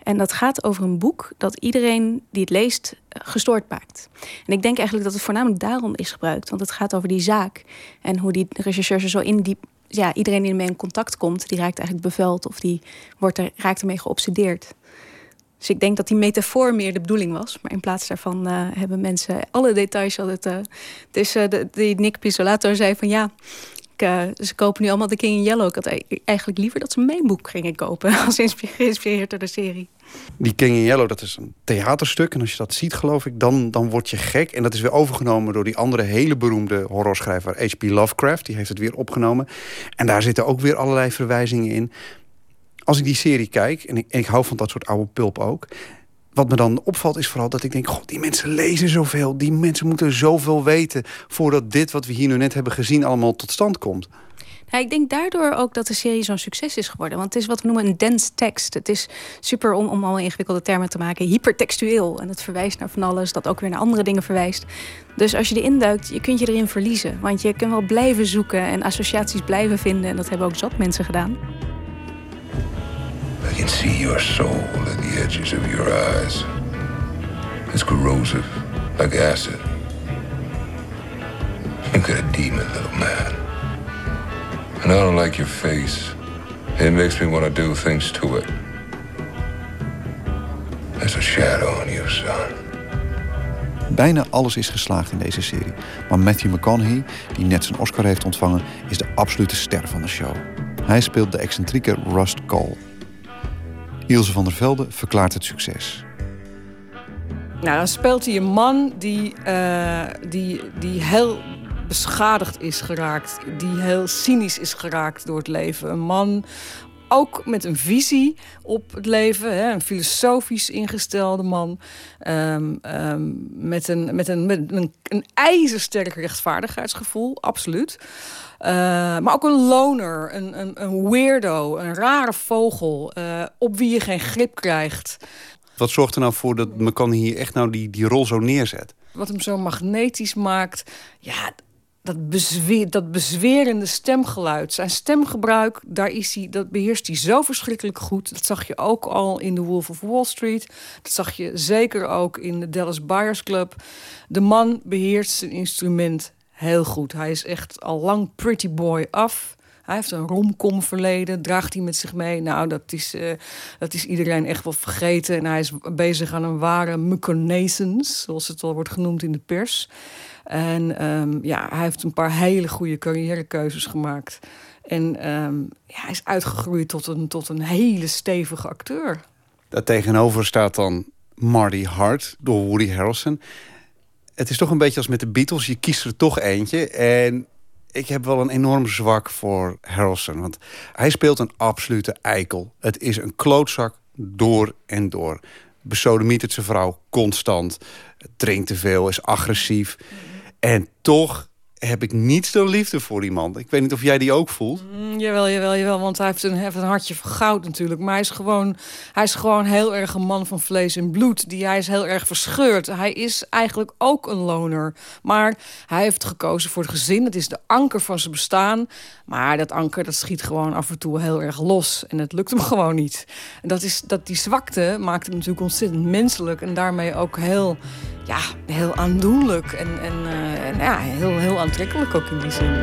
Speaker 18: En dat gaat over een boek dat iedereen die het leest gestoord maakt. En ik denk eigenlijk dat het voornamelijk daarom is gebruikt. Want het gaat over die zaak. En hoe die rechercheurs er zo in die... Ja, iedereen die ermee in contact komt, die raakt eigenlijk bevuild. Of die raakt ermee geobsedeerd. Dus ik denk dat die metafoor meer de bedoeling was. Maar in plaats daarvan hebben mensen alle details altijd... die Nick Pizzolatto zei van ja... ze kopen nu allemaal The King in Yellow. Ik had eigenlijk liever dat ze mijn boek gingen kopen. Als geïnspireerd door de serie.
Speaker 17: Die King in Yellow, dat is een theaterstuk. En als je dat ziet, geloof ik, dan word je gek. En dat is weer overgenomen door die andere hele beroemde horrorschrijver H.P. Lovecraft. Die heeft het weer opgenomen. En daar zitten ook weer allerlei verwijzingen in. Als ik die serie kijk, en ik hou van dat soort oude pulp ook... Wat me dan opvalt is vooral dat ik denk... God, die mensen lezen zoveel. Die mensen moeten zoveel weten... voordat dit wat we hier nu net hebben gezien allemaal tot stand komt.
Speaker 18: Nou, ik denk daardoor ook dat de serie zo'n succes is geworden. Want het is wat we noemen een dense tekst. Het is super, om al ingewikkelde termen te maken, hypertextueel. En het verwijst naar van alles, dat ook weer naar andere dingen verwijst. Dus als je erin duikt, je kunt je erin verliezen. Want je kunt wel blijven zoeken en associaties blijven vinden. En dat hebben ook zat mensen gedaan.
Speaker 19: I can see your soul in the edges of your eyes. It's corrosive, like acid. You got a demon, little man. And I don't like your face. It makes me want to do things to it. There's a shadow on you, son.
Speaker 15: Bijna alles is geslaagd in deze serie. Maar Matthew McConaughey, die net zijn Oscar heeft ontvangen, is de absolute ster van de show. Hij speelt de excentrieke Rust Cole. Ilse van der Velde verklaart het succes.
Speaker 16: Nou, dan speelt hij een man die heel beschadigd is geraakt. Die heel cynisch is geraakt door het leven. Een man ook met een visie op het leven. Hè, een filosofisch ingestelde man. Met een ijzersterk rechtvaardigheidsgevoel, absoluut. Maar ook een loner, een weirdo, een rare vogel. Op wie je geen grip krijgt.
Speaker 17: Wat zorgt er nou voor dat McConaughey echt nou die rol zo neerzet?
Speaker 16: Wat hem zo magnetisch maakt, ja, dat bezwerende stemgeluid. Zijn stemgebruik, dat beheerst hij zo verschrikkelijk goed. Dat zag je ook al in The Wolf of Wall Street. Dat zag je zeker ook in de Dallas Buyers Club. De man beheerst zijn instrument heel goed. Hij is echt al lang pretty boy af. Hij heeft een romcom verleden, draagt hij met zich mee. Nou, dat is iedereen echt wel vergeten. En hij is bezig aan een ware McConaissance, zoals het wel wordt genoemd in de pers. En hij heeft een paar hele goede carrièrekeuzes gemaakt. En hij is uitgegroeid tot een hele stevige acteur.
Speaker 17: Daar tegenover staat dan Marty Hart door Woody Harrelson. Het is toch een beetje als met de Beatles. Je kiest er toch eentje. En ik heb wel een enorm zwak voor Harrelson. Want hij speelt een absolute eikel. Het is een klootzak door en door. Besodemietert zijn vrouw constant. Drinkt te veel, is agressief. En toch heb ik niets dan liefde voor die man. Ik weet niet of jij die ook voelt.
Speaker 16: Jawel. Want hij heeft een hartje van goud natuurlijk. Maar hij is gewoon heel erg een man van vlees en bloed. Hij is heel erg verscheurd. Hij is eigenlijk ook een loner. Maar hij heeft gekozen voor het gezin. Het is de anker van zijn bestaan. Maar dat anker, dat schiet gewoon af en toe heel erg los. En het lukt hem gewoon niet. En die zwakte maakt hem natuurlijk ontzettend menselijk. En daarmee ook heel aandoenlijk. En heel aantrekkelijk ook in die zin.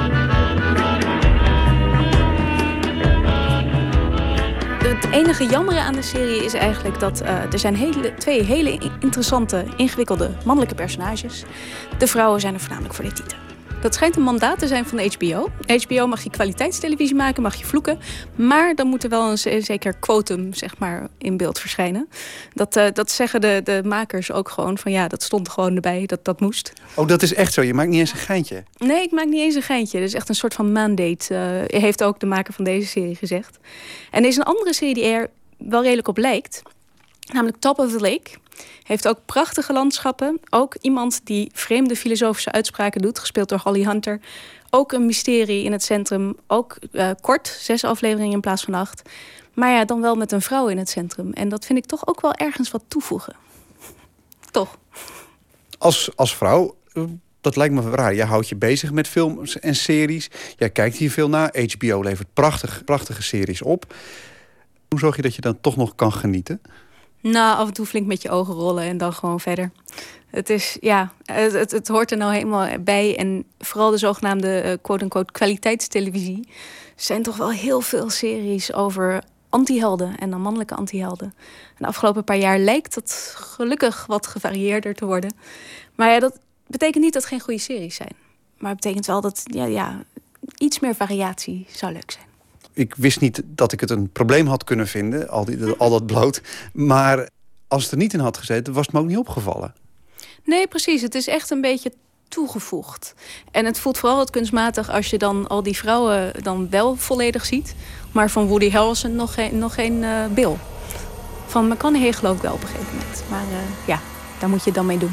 Speaker 18: Het enige jammere aan de serie is eigenlijk dat er zijn twee hele interessante, ingewikkelde mannelijke personages. De vrouwen zijn er voornamelijk voor de titel. Dat schijnt een mandaat te zijn van de HBO. HBO mag je kwaliteitstelevisie maken, mag je vloeken. Maar dan moet er wel een zeker quotum, zeg maar, in beeld verschijnen. Dat zeggen de makers ook gewoon van ja, dat stond gewoon erbij, dat moest.
Speaker 17: Oh, dat is echt zo? Je maakt niet eens een geintje?
Speaker 18: Nee, ik maak niet eens een geintje. Dat is echt een soort van mandate, heeft ook de maker van deze serie gezegd. En er is een andere serie die er wel redelijk op lijkt. Namelijk Top of the Lake. Heeft ook prachtige landschappen. Ook iemand die vreemde filosofische uitspraken doet. Gespeeld door Holly Hunter. Ook een mysterie in het centrum. Ook kort, 6 afleveringen in plaats van 8. Maar ja, dan wel met een vrouw in het centrum. En dat vind ik toch ook wel ergens wat toevoegen. Toch.
Speaker 17: Als vrouw, dat lijkt me raar. Jij houdt je bezig met films en series. Jij kijkt hier veel naar. HBO levert prachtige series op. Hoe zorg je dat je dan toch nog kan genieten?
Speaker 18: Nou, af en toe flink met je ogen rollen en dan gewoon verder. Het is, het hoort er nou helemaal bij. En vooral de zogenaamde quote-unquote kwaliteitstelevisie. Er zijn toch wel heel veel series over antihelden en dan mannelijke antihelden. En de afgelopen paar jaar lijkt het gelukkig wat gevarieerder te worden. Maar ja, dat betekent niet dat het geen goede series zijn. Maar het betekent wel dat iets meer variatie zou leuk zijn.
Speaker 17: Ik wist niet dat ik het een probleem had kunnen vinden, al dat bloot. Maar als het er niet in had gezeten, was het me ook niet opgevallen.
Speaker 18: Nee, precies. Het is echt een beetje toegevoegd. En het voelt vooral wat kunstmatig als je dan al die vrouwen dan wel volledig ziet. Maar van Woody Harrelson nog geen Bill. Van McConaughey geloof ik wel op een gegeven moment. Maar daar moet je het dan mee doen.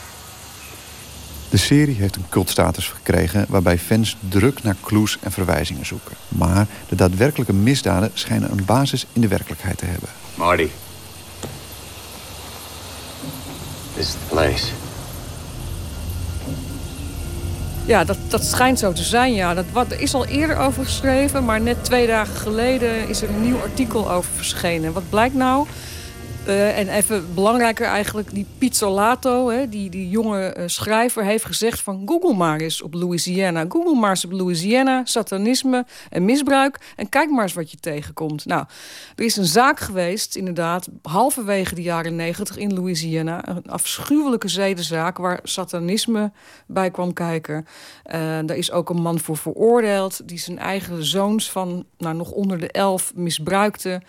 Speaker 15: De serie heeft een cultstatus gekregen waarbij fans druk naar clues en verwijzingen zoeken. Maar de daadwerkelijke misdaden schijnen een basis in de werkelijkheid te hebben.
Speaker 14: Marty. This is the place.
Speaker 16: Ja, dat schijnt zo te zijn, ja. Er is al eerder over geschreven, maar net 2 dagen geleden is er een nieuw artikel over verschenen. Wat blijkt nou? En even belangrijker eigenlijk, die Pizzolato, die jonge schrijver, heeft gezegd van Google maar eens op Louisiana. Google maar eens op Louisiana, satanisme en misbruik. En kijk maar eens wat je tegenkomt. Nou, er is een zaak geweest, inderdaad, halverwege de jaren 90 in Louisiana. Een afschuwelijke zedenzaak waar satanisme bij kwam kijken. Daar is ook een man voor veroordeeld die zijn eigen zoons van nog onder de 11 misbruikte.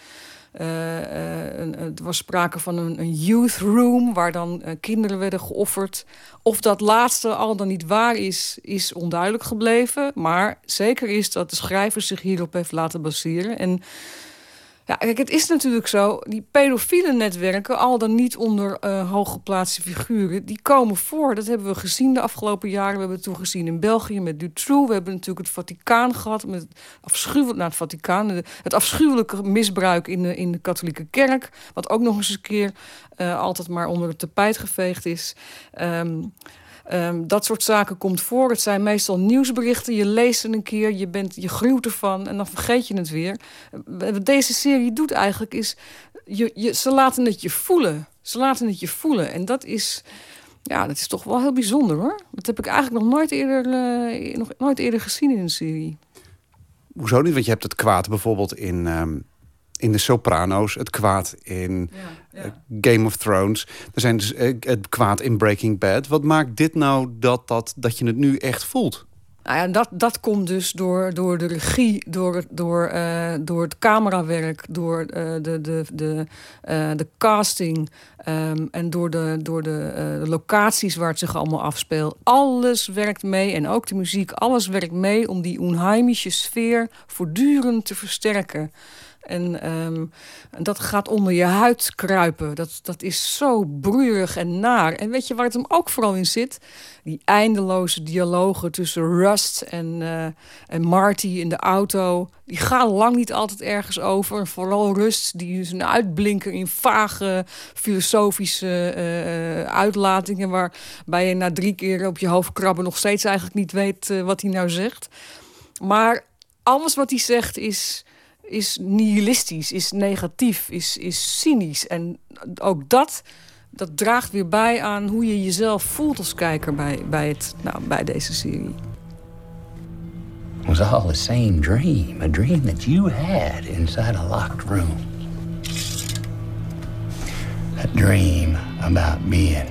Speaker 16: Er was sprake van een youth room waar dan kinderen werden geofferd. Of dat laatste al dan niet waar is onduidelijk gebleven. Maar zeker is dat de schrijver zich hierop heeft laten baseren. En ja, kijk, het is natuurlijk zo, die pedofiele netwerken, al dan niet onder hooggeplaatste figuren, die komen voor. Dat hebben we gezien de afgelopen jaren. We hebben het toen gezien in België met Dutroux. We hebben natuurlijk het Vaticaan gehad met het afschuwelijke misbruik in de katholieke kerk, wat ook nog eens een keer altijd maar onder het tapijt geveegd is. Dat soort zaken komt voor. Het zijn meestal nieuwsberichten. Je leest het een keer, je gruwt ervan en dan vergeet je het weer. Wat deze serie doet eigenlijk is, ze laten het je voelen. Ze laten het je voelen. En dat is toch wel heel bijzonder, hoor. Dat heb ik eigenlijk nog nooit eerder gezien in een serie.
Speaker 17: Hoezo niet? Want je hebt het kwaad bijvoorbeeld in de Soprano's, het kwaad in Game of Thrones. Er zijn dus het kwaad in Breaking Bad. Wat maakt dit nou dat je het nu echt voelt?
Speaker 16: Nou ja, dat komt dus door de regie, door het camerawerk, door de casting en door de locaties waar het zich allemaal afspeelt. Alles werkt mee en ook de muziek. Alles werkt mee om die onheimische sfeer voortdurend te versterken. En dat gaat onder je huid kruipen. Dat is zo broeierig en naar. En weet je waar het hem ook vooral in zit? Die eindeloze dialogen tussen Rust en Marty in de auto. Die gaan lang niet altijd ergens over. En vooral Rust, die is een uitblinker in vage filosofische uitlatingen, waarbij je na 3 keer op je hoofd krabben nog steeds eigenlijk niet weet wat hij nou zegt. Maar alles wat hij zegt is nihilistisch, is negatief, is cynisch. En ook dat draagt weer bij aan hoe je jezelf voelt als kijker bij deze serie.
Speaker 14: It was all the same dream. A dream that you had inside a locked room. A dream about being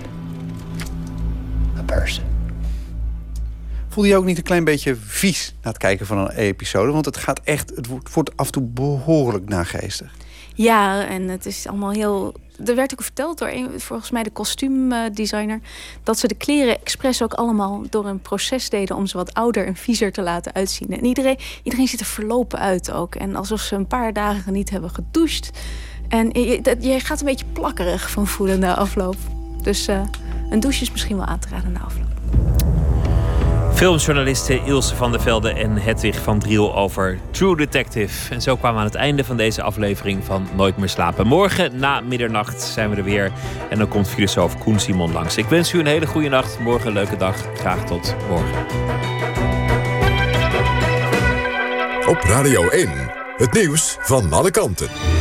Speaker 14: a person.
Speaker 17: Voelde je ook niet een klein beetje vies na het kijken van een episode? Want het wordt af en toe behoorlijk nageestig.
Speaker 18: Ja, en het is allemaal heel... Er werd ook verteld door volgens mij de kostuumdesigner, dat ze de kleren expres ook allemaal door een proces deden om ze wat ouder en viezer te laten uitzien. En iedereen ziet er verlopen uit ook. En alsof ze een paar dagen niet hebben gedoucht. En je gaat een beetje plakkerig van voelen na afloop. Dus een douche is misschien wel aan te raden na afloop.
Speaker 4: Filmjournalisten Ilse van der Velde en Hedwig van Driel over True Detective. En zo kwamen we aan het einde van deze aflevering van Nooit meer slapen. Morgen na middernacht zijn we er weer. En dan komt filosoof Koen Simon langs. Ik wens u een hele goede nacht. Morgen een leuke dag. Graag tot morgen.
Speaker 2: Op Radio 1, het nieuws van alle kanten.